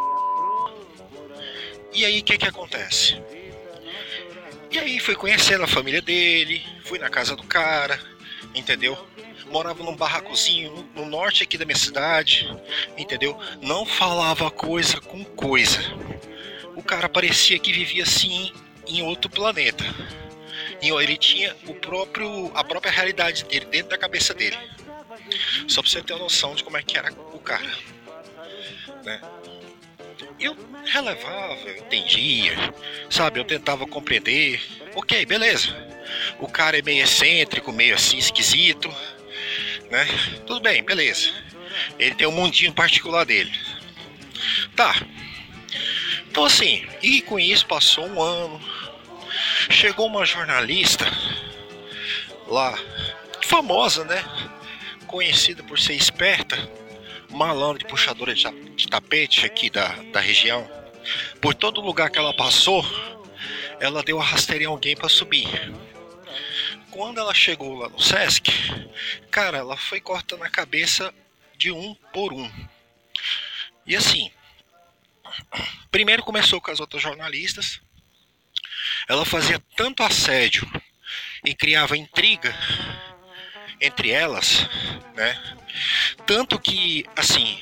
E aí o que acontece? E aí fui conhecendo a família dele, fui na casa do cara, entendeu? Morava num barracozinho no norte aqui da minha cidade, entendeu? Não falava coisa com coisa. O cara parecia que vivia assim em outro planeta. E ele tinha a própria realidade dele dentro da cabeça dele. Só pra você ter uma noção de como é que era o cara, né? Eu relevava, eu entendia, sabe? Eu tentava compreender. Ok, beleza. O cara é meio excêntrico, meio assim esquisito, né? Tudo bem, beleza. Ele tem um mundinho particular dele. Tá. Então assim, e com isso passou um ano. Chegou uma jornalista lá, famosa, né? Conhecida por ser esperta, malandra e puxadora de tapete aqui da região. Por todo lugar que ela passou, ela deu a rasteira em alguém para subir. Quando ela chegou lá no Sesc, cara, ela foi cortando a cabeça de um por um. E assim, primeiro começou com as outras jornalistas. Ela fazia tanto assédio e criava intriga entre elas, né? Tanto que, assim,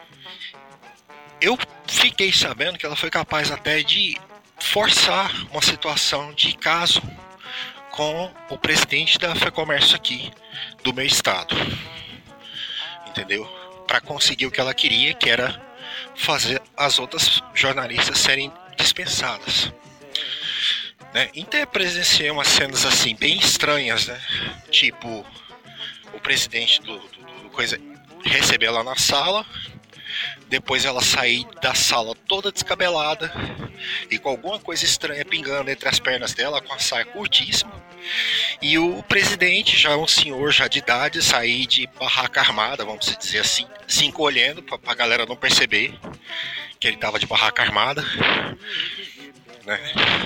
eu fiquei sabendo que ela foi capaz até de forçar uma situação de caso com o presidente da FEComércio aqui do meu estado, entendeu? Para conseguir o que ela queria, que era fazer as outras jornalistas serem dispensadas, né? Então eu presenciei umas cenas assim bem estranhas, né? Tipo, o presidente do coisa receber ela na sala, depois ela sair da sala toda descabelada e com alguma coisa estranha pingando entre as pernas dela, com a saia curtíssima, e o presidente, já um senhor já de idade, sair de barraca armada, vamos dizer assim, se encolhendo pra galera não perceber que ele tava de barraca armada, né?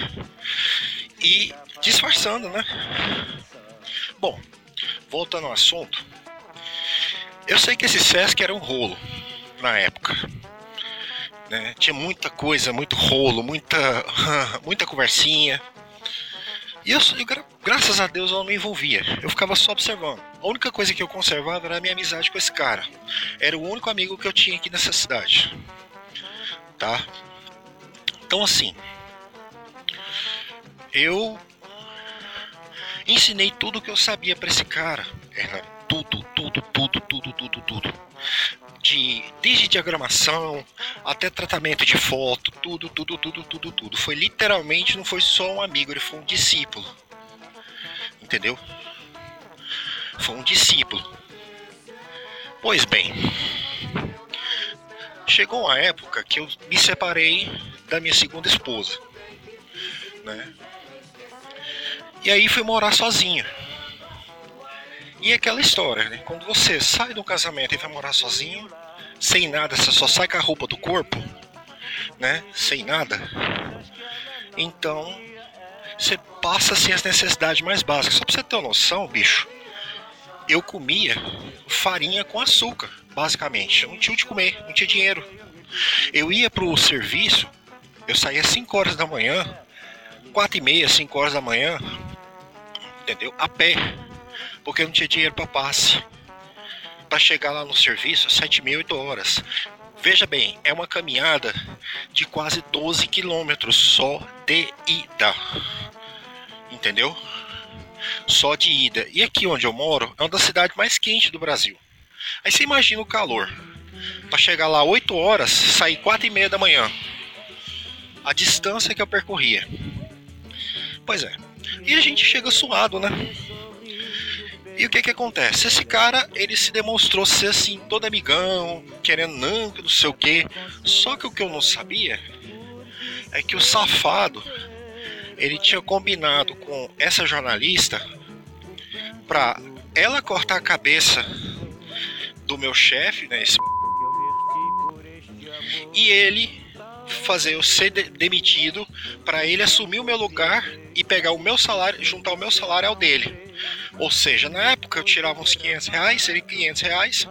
E disfarçando, né? Bom, voltando ao assunto, eu sei que esse Sesc era um rolo na época, né? Tinha muita coisa, muito rolo, muita conversinha. E eu, graças a Deus, eu não me envolvia. Eu ficava só observando. A única coisa que eu conservava era a minha amizade com esse cara. Era o único amigo que eu tinha aqui nessa cidade, tá? Então assim, eu ensinei tudo que eu sabia pra esse cara, tudo. Desde diagramação até tratamento de foto, tudo. Foi literalmente, não foi só um amigo, ele foi um discípulo. Entendeu? Foi um discípulo. Pois bem, chegou uma época que eu me separei da minha segunda esposa, né? E aí fui morar sozinho. E aquela história, né? Quando você sai do casamento e vai morar sozinho, sem nada, você só sai com a roupa do corpo, né? Sem nada. Então, você passa assim as necessidades mais básicas. Só pra você ter uma noção, bicho, eu comia farinha com açúcar, basicamente. Eu não tinha o que comer, não tinha dinheiro. Eu ia pro serviço, eu saía às 5 horas da manhã, 4h30, 5 horas da manhã, entendeu? A pé, porque eu não tinha dinheiro para passe. Para chegar lá no serviço, 7h30, 8 horas. Veja bem, é uma caminhada de quase 12 quilômetros só de ida. Entendeu? Só de ida. E aqui onde eu moro é uma das cidades mais quentes do Brasil. Aí você imagina o calor. para chegar lá 8 horas, sair 4h30 da manhã. A distância que eu percorria. Pois é. E a gente chega suado, né? E o que acontece? Esse cara, ele se demonstrou ser assim, todo amigão, querendo não sei o quê. Só que o que eu não sabia é que o safado, ele tinha combinado com essa jornalista pra ela cortar a cabeça do meu chefe, né? E ele fazer eu ser demitido para ele assumir o meu lugar e pegar o meu salário, juntar o meu salário ao dele. Ou seja, na época eu tirava uns R$500, seria R$500.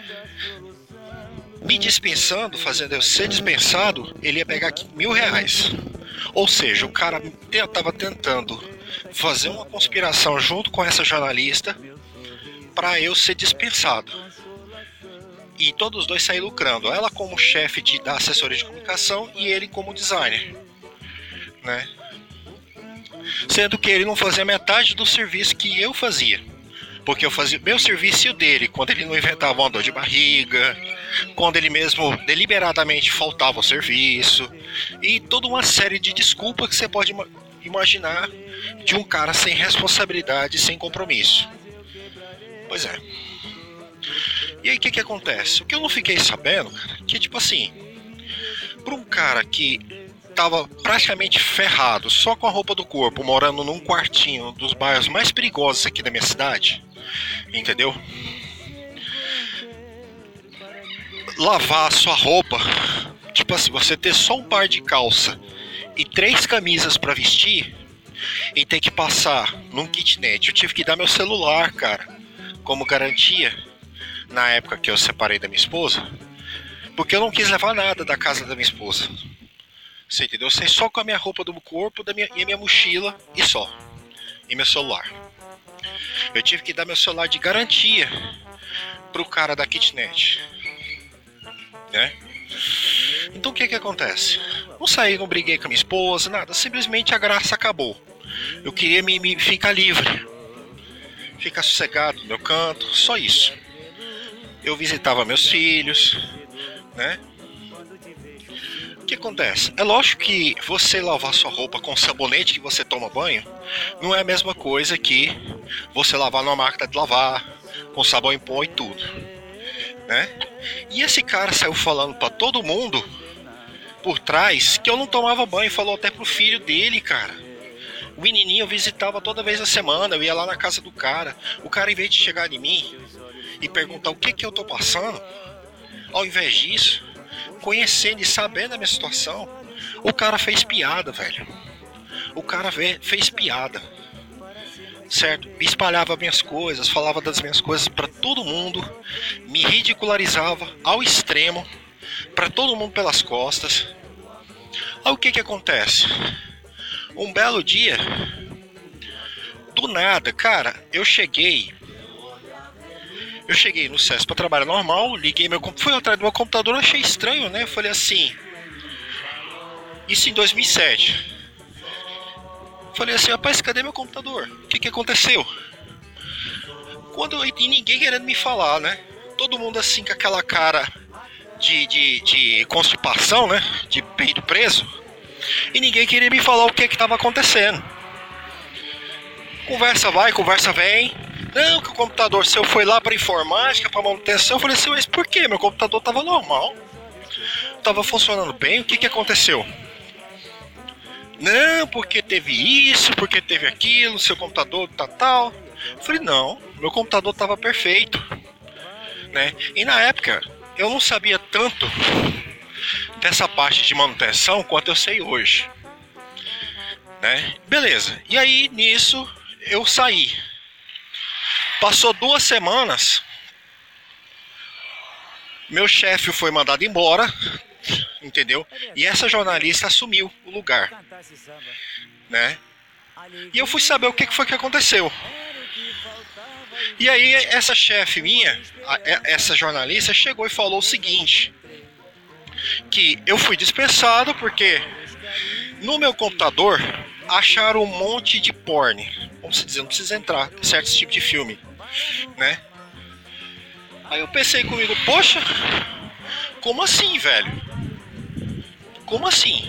Me dispensando, fazendo eu ser dispensado, ele ia pegar R$1.000. Ou seja, o cara estava tentando fazer uma conspiração junto com essa jornalista para eu ser dispensado. E todos os dois saíram lucrando. Ela como chefe da assessoria de comunicação e ele como designer, né? Sendo que ele não fazia metade do serviço que eu fazia. Porque eu fazia meu serviço e o dele. Quando ele não inventava uma dor de barriga, quando ele mesmo deliberadamente faltava ao serviço, e toda uma série de desculpas que você pode imaginar de um cara sem responsabilidade, sem compromisso. Pois é. E aí o que acontece? O que eu não fiquei sabendo, cara, que tipo assim, para um cara que tava praticamente ferrado, só com a roupa do corpo, morando num quartinho dos bairros mais perigosos aqui da minha cidade, entendeu? Lavar a sua roupa, tipo assim, você ter só um par de calça e 3 camisas para vestir e ter que passar num kitnet. Eu tive que dar meu celular, cara, como garantia na época que eu separei da minha esposa, porque eu não quis levar nada da casa da minha esposa. Você entendeu? Eu saí só com a minha roupa do corpo e a minha mochila e só. E meu celular. Eu tive que dar meu celular de garantia pro cara da kitnet, né? Então o que acontece? Não saí, não briguei com a minha esposa, nada. Simplesmente a graça acabou. Eu queria me ficar livre, ficar sossegado no meu canto, só isso. Eu visitava meus filhos, né? O que acontece? É lógico que você lavar sua roupa com sabonete que você toma banho não é a mesma coisa que você lavar numa máquina de lavar, com sabão em pó e tudo, né? E esse cara saiu falando pra todo mundo por trás que eu não tomava banho, falou até pro filho dele, cara. O menininho eu visitava toda vez na semana, eu ia lá na casa do cara. O cara, em vez de chegar em mim e perguntar o que eu tô passando, ao invés disso, conhecendo e sabendo a minha situação, o cara fez piada, velho. O cara fez piada, certo? Espalhava minhas coisas, falava das minhas coisas pra todo mundo, me ridicularizava ao extremo, pra todo mundo pelas costas. Aí o que acontece? Um belo dia, do nada, cara, eu cheguei no SESC pra trabalhar normal, liguei meu computador, fui atrás do meu computador, achei estranho, né? Falei assim, isso em 2007. Falei assim, rapaz, cadê meu computador? O que aconteceu? E ninguém querendo me falar, né? Todo mundo assim com aquela cara de constipação, né? De peito preso. E ninguém queria me falar o que estava acontecendo. Conversa vai, conversa vem. Não, que o computador seu foi lá para informática, para manutenção. Eu falei assim, mas por que? Meu computador estava normal, estava funcionando bem. O que aconteceu? Não, porque teve isso, porque teve aquilo, seu computador tal. Eu falei, não, meu computador estava perfeito, né? E na época eu não sabia tanto dessa parte de manutenção quanto eu sei hoje, né? Beleza. E aí nisso eu saí. Passou 2 semanas, meu chefe foi mandado embora, entendeu? E essa jornalista assumiu o lugar, né? E eu fui saber o que foi que aconteceu. E aí essa chefe minha, essa jornalista, chegou e falou o seguinte, que eu fui dispensado porque no meu computador acharam um monte de porn. Vamos dizer, não precisa entrar em certos tipos de filme, né? Aí eu pensei comigo, poxa, como assim, velho? Como assim?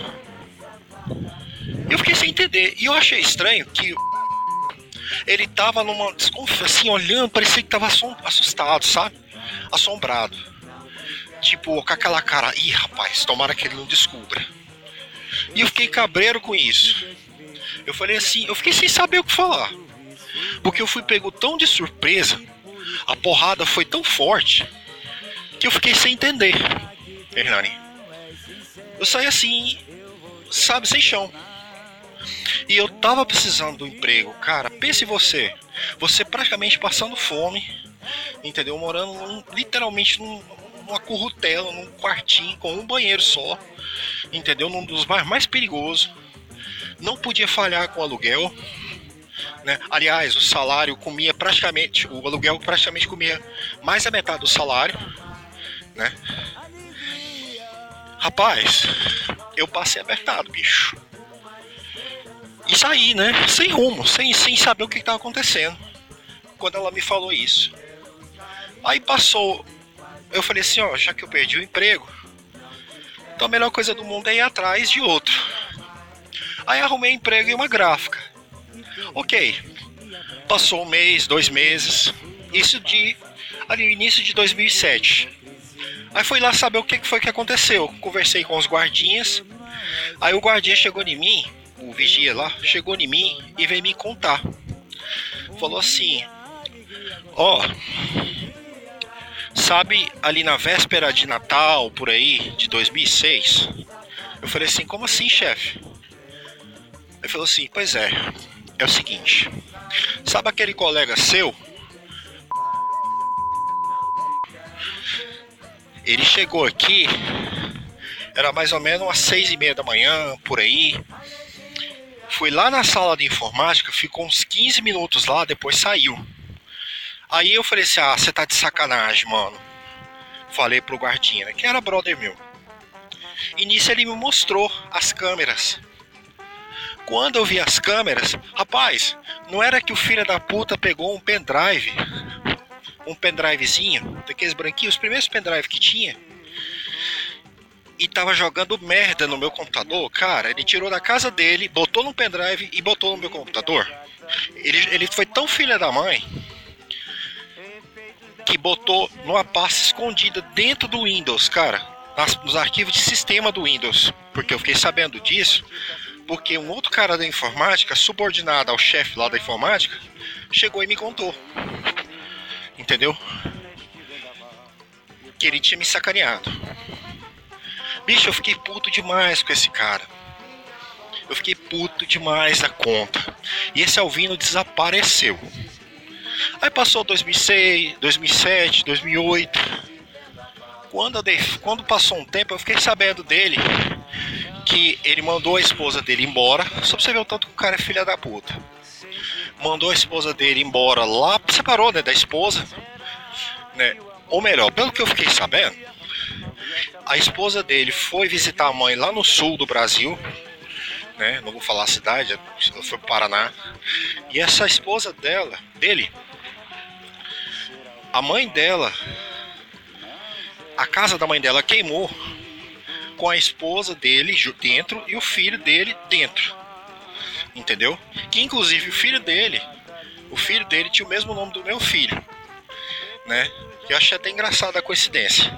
Eu fiquei sem entender. E eu achei estranho que ele tava numa desconfiança, assim, olhando, parecia que tava assustado, sabe? Assombrado. Tipo, com aquela cara, ih, rapaz, tomara que ele não descubra. E eu fiquei cabreiro com isso. Eu falei assim, eu fiquei sem saber o que falar. Porque eu fui pego tão de surpresa, a porrada foi tão forte, que eu fiquei sem entender, Hernani. Eu saí assim, sabe, sem chão. E eu tava precisando do emprego, cara. Pense você praticamente passando fome, entendeu? Morando literalmente numa currutela, num quartinho com um banheiro só, entendeu? Num dos bairros mais perigosos. Não podia falhar com o aluguel, né? Aliás, o salário comia praticamente, o aluguel praticamente comia mais da metade do salário, né? Rapaz, eu passei apertado, bicho. E saí, né? Sem rumo, sem saber o que estava acontecendo. Quando ela me falou isso. Aí passou. Eu falei assim, ó, já que eu perdi o emprego, então a melhor coisa do mundo é ir atrás de outro. Aí arrumei emprego em uma gráfica. Ok. Passou um mês, 2 meses. Isso ali no início de 2007. Aí fui lá saber o que foi que aconteceu. Conversei com os guardinhas. Aí o guardinha chegou em mim, o vigia lá, chegou em mim e veio me contar. Falou assim, ó, sabe ali na véspera de Natal, por aí, de 2006? Eu falei assim, como assim, chefe? Ele falou assim, pois é o seguinte, sabe aquele colega seu? Ele chegou aqui, era mais ou menos umas 6:30 da manhã, por aí. Fui lá na sala de informática, ficou uns 15 minutos lá, depois saiu. Aí eu falei assim, ah, você tá de sacanagem, mano. Falei pro guardinha, né, que era brother meu. E nisso ele me mostrou as câmeras. Quando eu vi as câmeras, rapaz, não era que o filho da puta pegou um pendrivezinho, daqueles branquinhos, os primeiros pendrive que tinha, e tava jogando merda no meu computador. Cara, ele tirou da casa dele, botou no pendrive e botou no meu computador. Ele foi tão filha da mãe que botou numa pasta escondida dentro do Windows, cara, nos arquivos de sistema do Windows. Porque eu fiquei sabendo disso porque um outro cara da informática, subordinado ao chefe lá da informática, chegou e me contou. Entendeu? Que ele tinha me sacaneado. Bicho, eu fiquei puto demais com esse cara. Eu fiquei puto demais da conta. E esse Alvino desapareceu. Aí passou 2006, 2007, 2008. Quando passou um tempo, eu fiquei sabendo dele que ele mandou a esposa dele embora. Só pra você ver o tanto que o cara é filha da puta. Mandou a esposa dele embora lá, separou, né, da esposa, né? Ou melhor, pelo que eu fiquei sabendo, a esposa dele foi visitar a mãe lá no sul do Brasil, né? Não vou falar a cidade, ela foi pro Paraná. E essa esposa dele, a mãe dela, a casa da mãe dela queimou com a esposa dele dentro e o filho dele dentro. Entendeu? Que inclusive o filho dele tinha o mesmo nome do meu filho, né? Eu achei até engraçada a coincidência.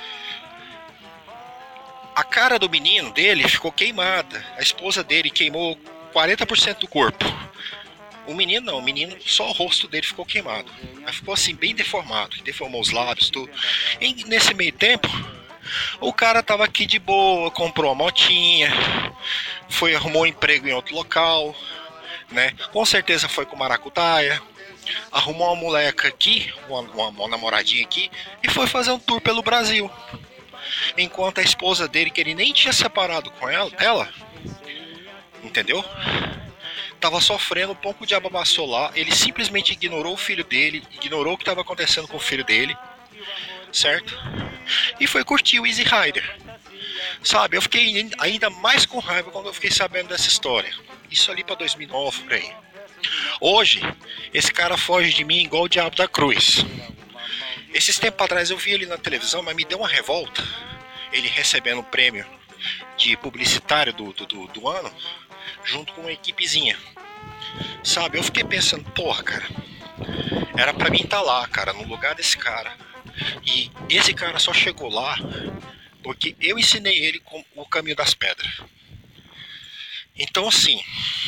A cara do menino dele ficou queimada. A esposa dele queimou 40% do corpo. O menino não, o menino só o rosto dele ficou queimado. Aí ficou assim, bem deformado. Deformou os lábios, tudo. E nesse meio tempo, o cara tava aqui de boa, comprou uma motinha, arrumou um emprego em outro local, né? Com certeza foi com maracutaia, arrumou uma moleca aqui, uma namoradinha aqui, e foi fazer um tour pelo Brasil. Enquanto a esposa dele, que ele nem tinha separado com ela, entendeu? Tava sofrendo, um pouco de ababaçou lá. Ele simplesmente ignorou o filho dele, ignorou o que estava acontecendo com o filho dele, certo? E foi curtir o Easy Rider. Sabe, eu fiquei ainda mais com raiva quando eu fiquei sabendo dessa história. Isso ali pra 2009, por aí. Hoje, esse cara foge de mim igual o diabo da cruz. Esses tempos atrás eu vi ele na televisão, mas me deu uma revolta. ele recebendo o prêmio de publicitário do ano, junto com uma equipezinha. Sabe, eu fiquei pensando, porra, cara, era pra mim estar lá, cara, no lugar desse cara. E esse cara só chegou lá porque eu ensinei ele o caminho das pedras. Então, assim,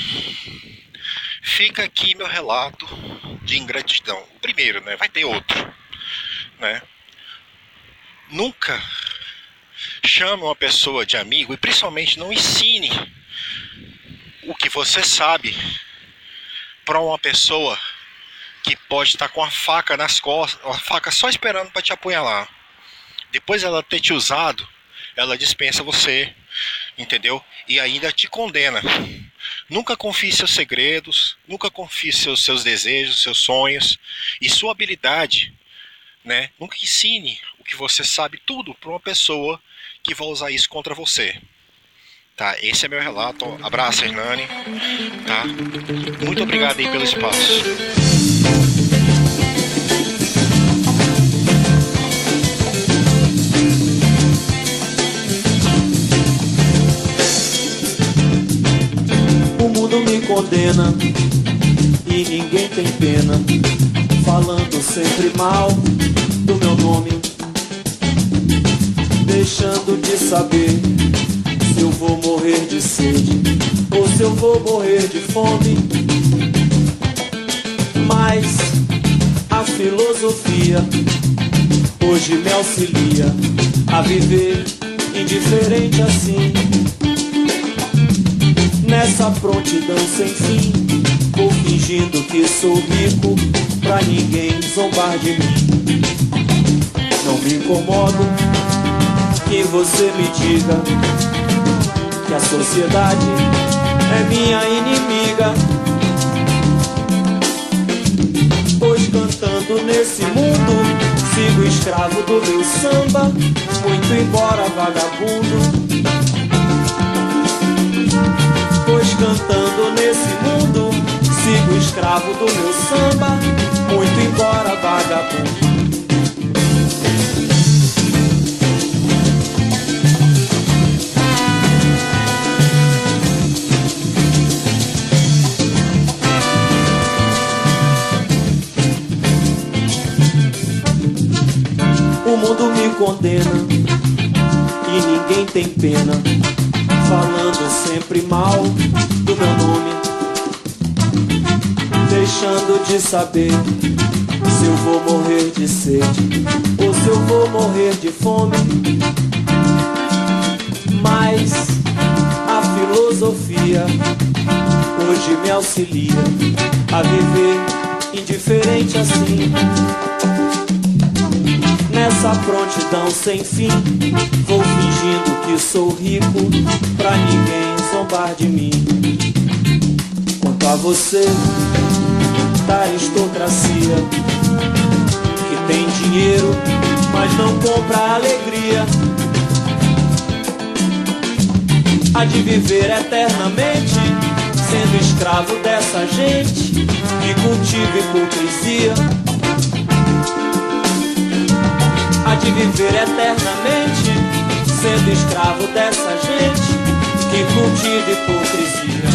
fica aqui meu relato de ingratidão. O primeiro, né? Vai ter outro, né? Nunca chame uma pessoa de amigo e principalmente não ensine o que você sabe para uma pessoa que pode estar com a faca nas costas, uma faca só esperando para te apunhalar. Depois ela ter te usado, ela dispensa você, entendeu? E ainda te condena. Nunca confie seus segredos, nunca confie seus desejos, seus sonhos e sua habilidade, né? Nunca ensine o que você sabe tudo para uma pessoa que vai usar isso contra você. Tá, esse é meu relato. Abraço, Hernani. Tá? Muito obrigado aí pelo espaço. O mundo me condena e ninguém tem pena, falando sempre mal do meu nome, deixando de saber se eu vou morrer de sede ou se eu vou morrer de fome. Mas a filosofia hoje me auxilia a viver indiferente assim. Nessa prontidão sem fim, vou fingindo que sou rico pra ninguém zombar de mim. Não me incomodo que você me diga que a sociedade é minha inimiga, pois cantando nesse mundo sigo escravo do meu samba, muito embora vagabundo. Pois cantando nesse mundo sigo escravo do meu samba, muito embora vagabundo. O mundo me condena e ninguém tem pena, falando sempre mal do meu nome, deixando de saber se eu vou morrer de sede ou se eu vou morrer de fome. Mas a filosofia hoje me auxilia a viver indiferente assim. Nessa prontidão sem fim, vou fingindo que sou rico pra ninguém zombar de mim. Quanto a você, da aristocracia, que tem dinheiro, mas não compra alegria, há de viver eternamente sendo escravo dessa gente que cultiva hipocrisia. Há de viver eternamente sendo escravo dessa gente que cultiva hipocrisia.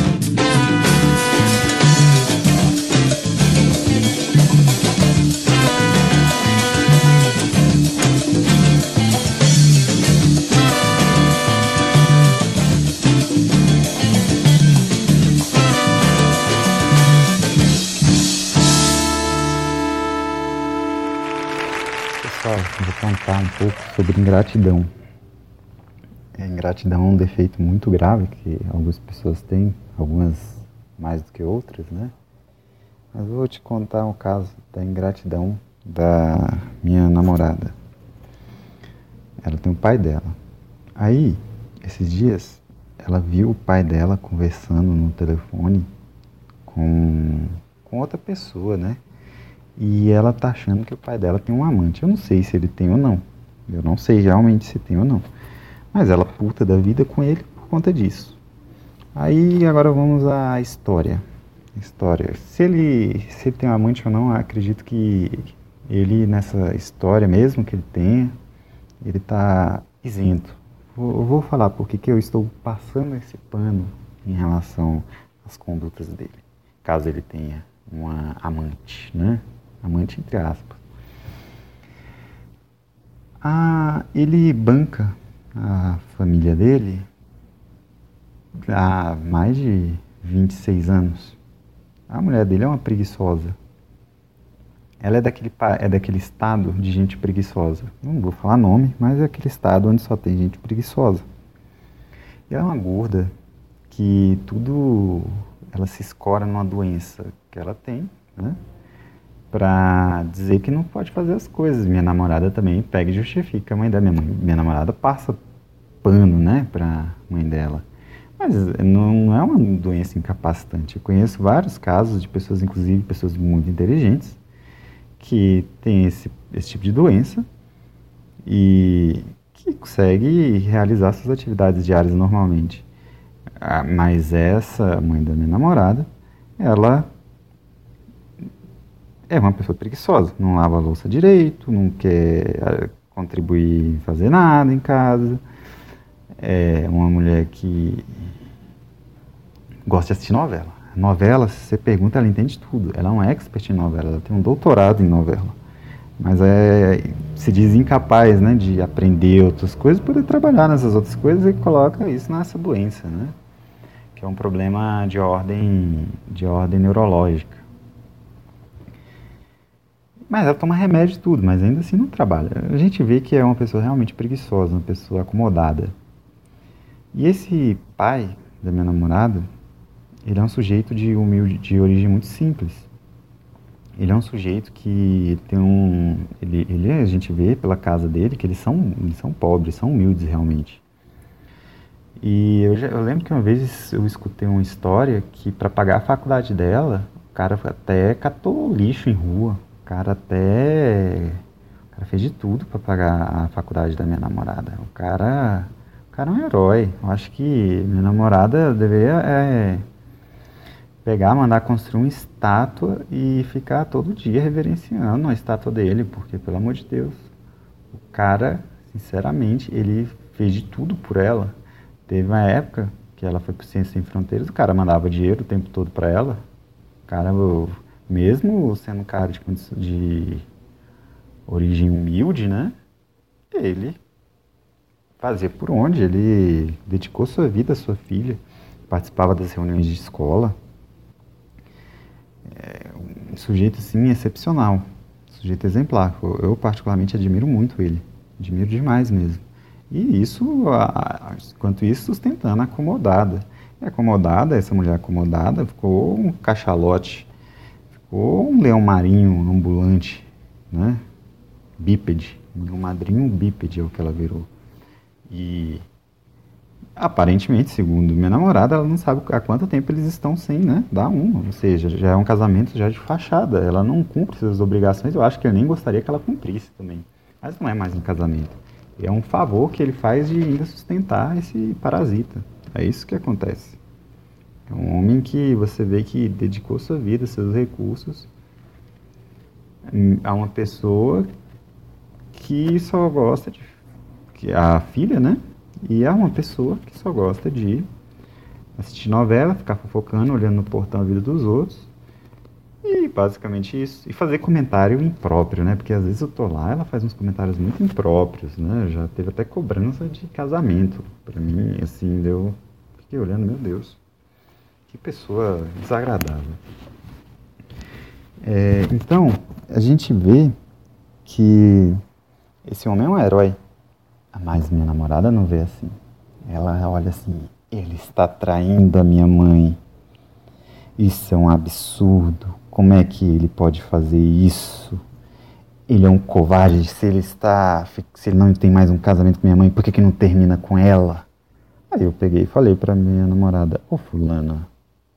Pessoal, vou contar um pouco sobre ingratidão. Ingratidão é um defeito muito grave que algumas pessoas têm, algumas mais do que outras, né? Mas eu vou te contar um caso da ingratidão da minha namorada. Ela tem o pai dela. Aí, esses dias, ela viu o pai dela conversando no telefone com outra pessoa, né? E ela tá achando que o pai dela tem um amante. Eu não sei se ele tem ou não. Eu não sei realmente se tem ou não. Mas ela puta da vida com ele por conta disso. Aí agora vamos à história. Se ele tem um amante ou não, acredito que ele, nessa história mesmo que ele tenha, ele tá isento. Eu vou falar porque que eu estou passando esse pano em relação às condutas dele, caso ele tenha uma amante, né? Amante entre aspas. Ele banca a família dele há mais de 26 anos. A mulher dele é uma preguiçosa. Ela é daquele estado de gente preguiçosa. Não vou falar nome, mas é aquele estado onde só tem gente preguiçosa. E ela é uma gorda que ela se escora numa doença que ela tem, né? Pra dizer que não pode fazer as coisas. Minha namorada também pega e justifica a mãe da minha mãe. Minha namorada passa pano, né, pra mãe dela. Mas não é uma doença incapacitante. Eu conheço vários casos de pessoas, inclusive pessoas muito inteligentes, que tem esse tipo de doença e que consegue realizar suas atividades diárias normalmente. Mas essa mãe da minha namorada, ela é uma pessoa preguiçosa, não lava a louça direito, não quer contribuir em fazer nada em casa, é uma mulher que gosta de assistir novela. Novela, se você pergunta, ela entende tudo. Ela é uma expert em novela, ela tem um doutorado em novela. Mas se diz incapaz, né, de aprender outras coisas, poder trabalhar nessas outras coisas e coloca isso nessa doença, né? Que é um problema de ordem neurológica. Mas ela toma remédio e tudo, mas ainda assim não trabalha. A gente vê que é uma pessoa realmente preguiçosa, uma pessoa acomodada. E esse pai da minha namorada, ele é um sujeito de origem muito simples. Ele é um sujeito que tem a gente vê pela casa dele que eles são pobres, são humildes realmente. E eu lembro que uma vez eu escutei uma história que para pagar a faculdade dela, o cara até catou lixo em rua. O cara fez de tudo para pagar a faculdade da minha namorada. O cara é um herói. Eu acho que minha namorada deveria mandar construir uma estátua e ficar todo dia reverenciando a estátua dele, porque, pelo amor de Deus, o cara, sinceramente, ele fez de tudo por ela. Teve uma época que ela foi pro Ciência Sem Fronteiras, o cara mandava dinheiro o tempo todo para ela. O cara, mesmo sendo um cara de origem humilde, né, ele fazia por onde, ele dedicou sua vida à sua filha, participava das reuniões de escola. Um sujeito, assim, excepcional, sujeito exemplar. Eu particularmente admiro muito ele, admiro demais mesmo. E enquanto isso, sustentando a acomodada. Essa mulher acomodada, ficou um cachalote, ficou um leão marinho ambulante, né? Bípede, um madrinho bípede é o que ela virou. E aparentemente, segundo minha namorada, ela não sabe há quanto tempo eles estão sem, né, dar uma. Ou seja, já é um casamento já de fachada. Ela não cumpre suas obrigações. Eu acho que ele nem gostaria que ela cumprisse também. Mas não é mais um casamento. É um favor que ele faz de ainda sustentar esse parasita. É isso que acontece. É um homem que você vê que dedicou sua vida, seus recursos a uma pessoa que só gosta de... que a filha, né? E é uma pessoa que só gosta de assistir novela, ficar fofocando, olhando no portão a vida dos outros. E basicamente isso. E fazer comentário impróprio, né? Porque às vezes eu tô lá, ela faz uns comentários muito impróprios, né? Já teve até cobrança de casamento. Pra mim, assim, fiquei olhando, meu Deus. Que pessoa desagradável. Então, a gente vê que esse homem é um herói. Mas minha namorada não vê assim. Ela olha assim, ele está traindo a minha mãe. Isso é um absurdo. Como é que ele pode fazer isso? Ele é um covarde. Se ele não tem mais um casamento com minha mãe, por que não termina com ela? Aí eu peguei e falei pra minha namorada, ô fulana,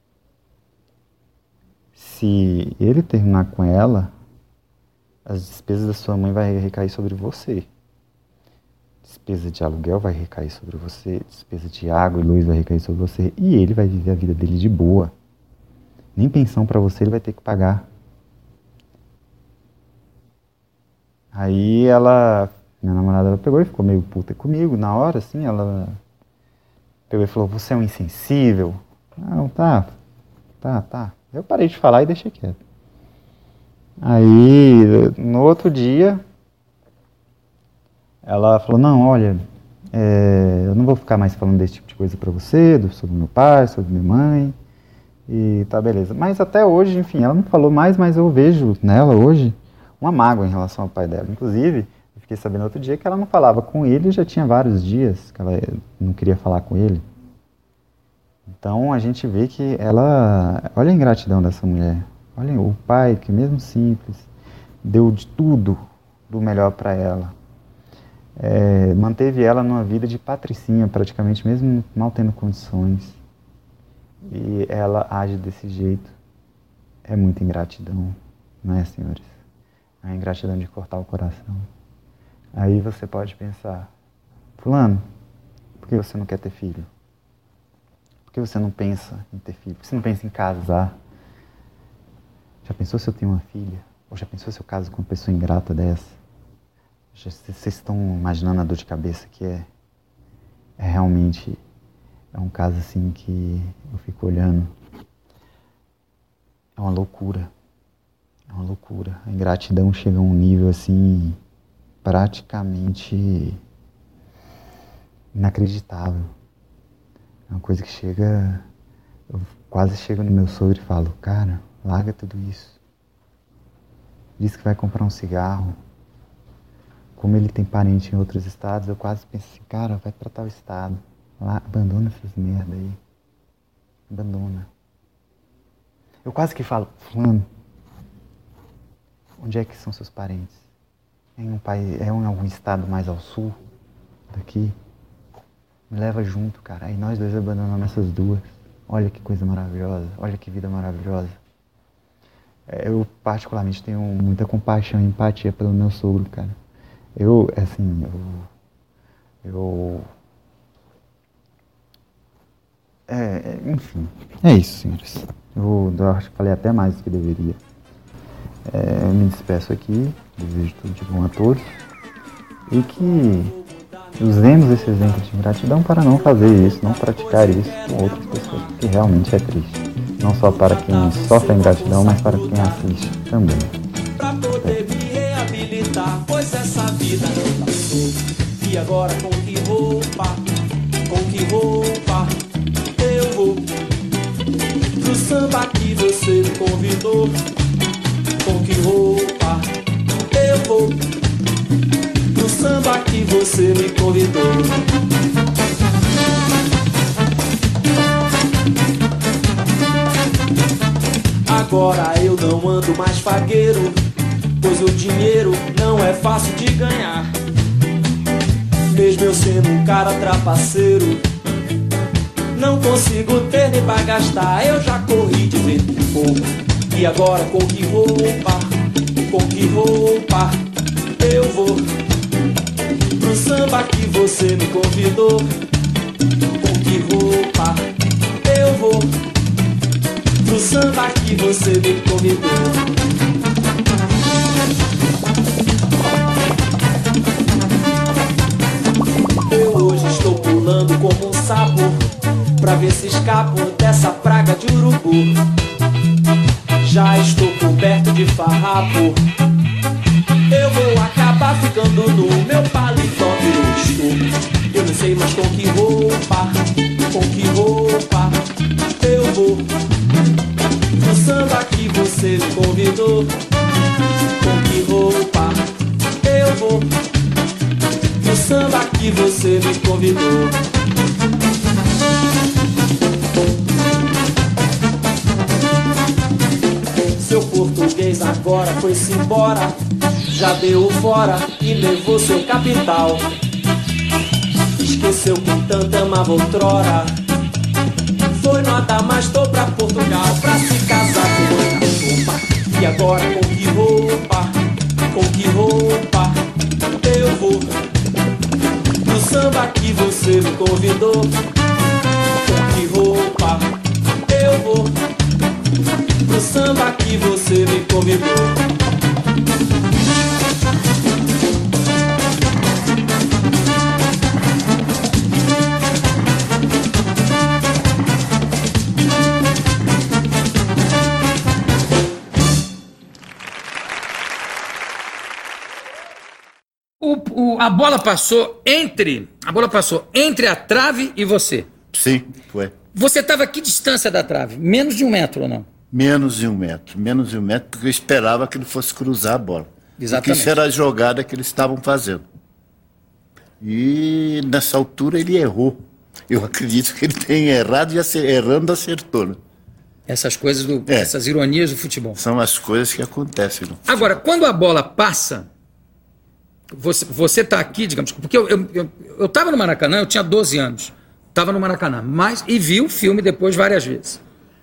se ele terminar com ela, as despesas da sua mãe vai recair sobre você. Despesa de aluguel vai recair sobre você, despesa de água e luz vai recair sobre você, e ele vai viver a vida dele de boa. Nem pensão para você ele vai ter que pagar. Aí ela Minha namorada, ela pegou e ficou meio puta comigo. Na hora, assim, ela pegou e falou, você é um insensível. Não, tá. Eu parei de falar e deixei quieto. Aí, no outro dia, ela falou, não, olha, eu não vou ficar mais falando desse tipo de coisa pra você, sobre meu pai, sobre minha mãe, e tá, beleza. Mas até hoje, enfim, ela não falou mais, mas eu vejo nela hoje uma mágoa em relação ao pai dela. Inclusive, eu fiquei sabendo outro dia que ela não falava com ele, já tinha vários dias que ela não queria falar com ele. Então a gente vê que ela, olha a ingratidão dessa mulher, olha o pai que mesmo simples, deu de tudo do melhor para ela. Manteve ela numa vida de patricinha praticamente, mesmo mal tendo condições. E ela age desse jeito. É muita ingratidão, não é, senhores? É a ingratidão de cortar o coração. Aí você pode pensar, fulano, por que você não quer ter filho? Por que você não pensa em ter filho? Por que você não pensa em casar? Já pensou se eu tenho uma filha? Ou já pensou se eu caso com uma pessoa ingrata dessa? Vocês estão imaginando a dor de cabeça que é? É realmente... É um caso assim que eu fico olhando. É uma loucura. É uma loucura. A ingratidão chega a um nível assim... praticamente... inacreditável. É uma coisa que chega... Eu quase chego no meu sogro e falo, cara, larga tudo isso. Diz que vai comprar um cigarro. Como ele tem parente em outros estados, eu quase penso assim, cara, vai pra tal estado. Lá, abandona essas merda aí. Abandona. Eu quase que falo, fulano, onde é que são seus parentes? É em algum estado mais ao sul daqui? Me leva junto, cara. Aí nós dois abandonamos essas duas. Olha que coisa maravilhosa. Olha que vida maravilhosa. Eu particularmente tenho muita compaixão e empatia pelo meu sogro, cara. Enfim, é isso, senhores. Eu acho que falei até mais do que deveria. Eu me despeço aqui, desejo tudo de bom a todos e que usemos esse exemplo de ingratidão para não fazer isso, não praticar isso com outras pessoas, porque realmente é triste. Não só para quem sofre a ingratidão, mas para quem assiste também. Pra poder me reabilitar, pois essa vida não passou. E agora com que roupa eu vou pro samba que você me convidou? Com que roupa eu vou pro samba que você me convidou? Agora eu não ando mais fagueiro, pois o dinheiro não é fácil de ganhar. Mesmo eu sendo um cara trapaceiro, não consigo ter nem pra gastar. Eu já corri de vento em pouco. E agora com que roupa eu vou pro samba que você me convidou? Com que roupa eu vou pro samba que você me convidou? Eu hoje estou pulando como um sapo pra ver se escapo dessa praga de urubu. Já estou coberto de farrapo, eu vou acabar ficando nu. Meu paletó virou estudo. Eu não sei mais com que roupa eu vou pro samba que você me convidou. Com que roupa eu vou pro samba que você me convidou? Seu português agora foi-se embora, já deu fora e levou seu capital. Esqueceu que tanto amava outrora, foi no Adamastor pra Portugal pra se casar com outra roupa. E agora com que roupa eu vou pro samba que você me convidou? Com que roupa eu vou pro samba que você me convidou? A bola passou entre a trave e você. Sim, foi. Você estava a que distância da trave? Menos de 1 metro ou não? Menos de 1 metro, porque eu esperava que ele fosse cruzar a bola. Exatamente. Porque isso era a jogada que eles estavam fazendo. E nessa altura ele errou. Eu acredito que ele tenha errado e errando acertou. Né? Essas coisas, essas ironias do futebol. São as coisas que acontecem. No futebol. Agora, quando a bola passa, você está aqui, digamos, porque eu estava no Maracanã, eu tinha 12 anos. Estava no Maracanã, e vi o filme depois várias vezes.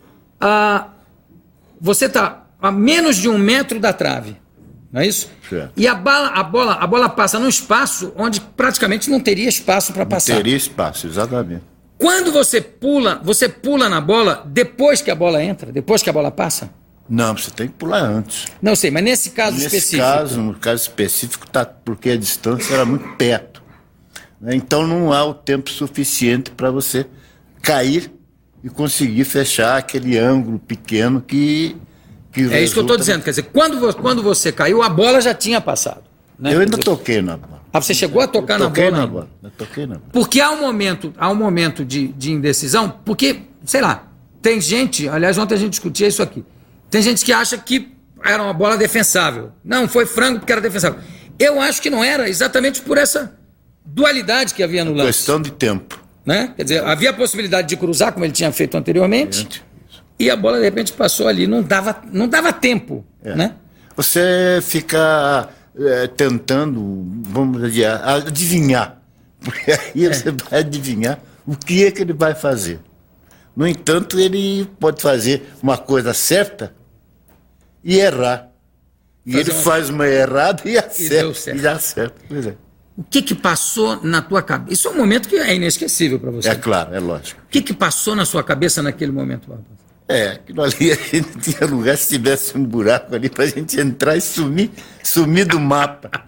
Você está a menos de 1 metro da trave, não é isso? Certo. E a bola passa num espaço onde praticamente não teria espaço para passar. Não teria espaço, exatamente. Quando você pula na bola depois que a bola entra, depois que a bola passa? Não, você tem que pular antes. Não sei, mas nesse caso específico... No caso específico, porque a distância era muito perto. Então não há o tempo suficiente para você cair e conseguir fechar aquele ângulo pequeno que é isso que eu estou dizendo. Quer dizer, quando você caiu, a bola já tinha passado. Né? Eu ainda toquei na bola. Você chegou a tocar na bola? Eu toquei na bola. Porque há um momento de indecisão, porque, sei lá, tem gente, aliás, ontem a gente discutia isso aqui, tem gente que acha que era uma bola defensável. Não, foi frango porque era defensável. Eu acho que não era, exatamente por essa dualidade que havia no lance. Questão de tempo. Né? Quer dizer, havia a possibilidade de cruzar, como ele tinha feito anteriormente, e a bola de repente passou ali, não dava tempo. Né? Você fica tentando, vamos dizer, adivinhar, porque aí você vai adivinhar o que é que ele vai fazer. No entanto, ele pode fazer uma coisa certa e errar. E ele faz uma errada e acerta. E dá certo. Pois é. O que passou na tua cabeça? Isso é um momento que é inesquecível para você. É claro, é lógico. O que passou na sua cabeça naquele momento, Barbosa? Aquilo ali a gente tinha lugar, se tivesse um buraco ali pra gente entrar e sumir do mapa.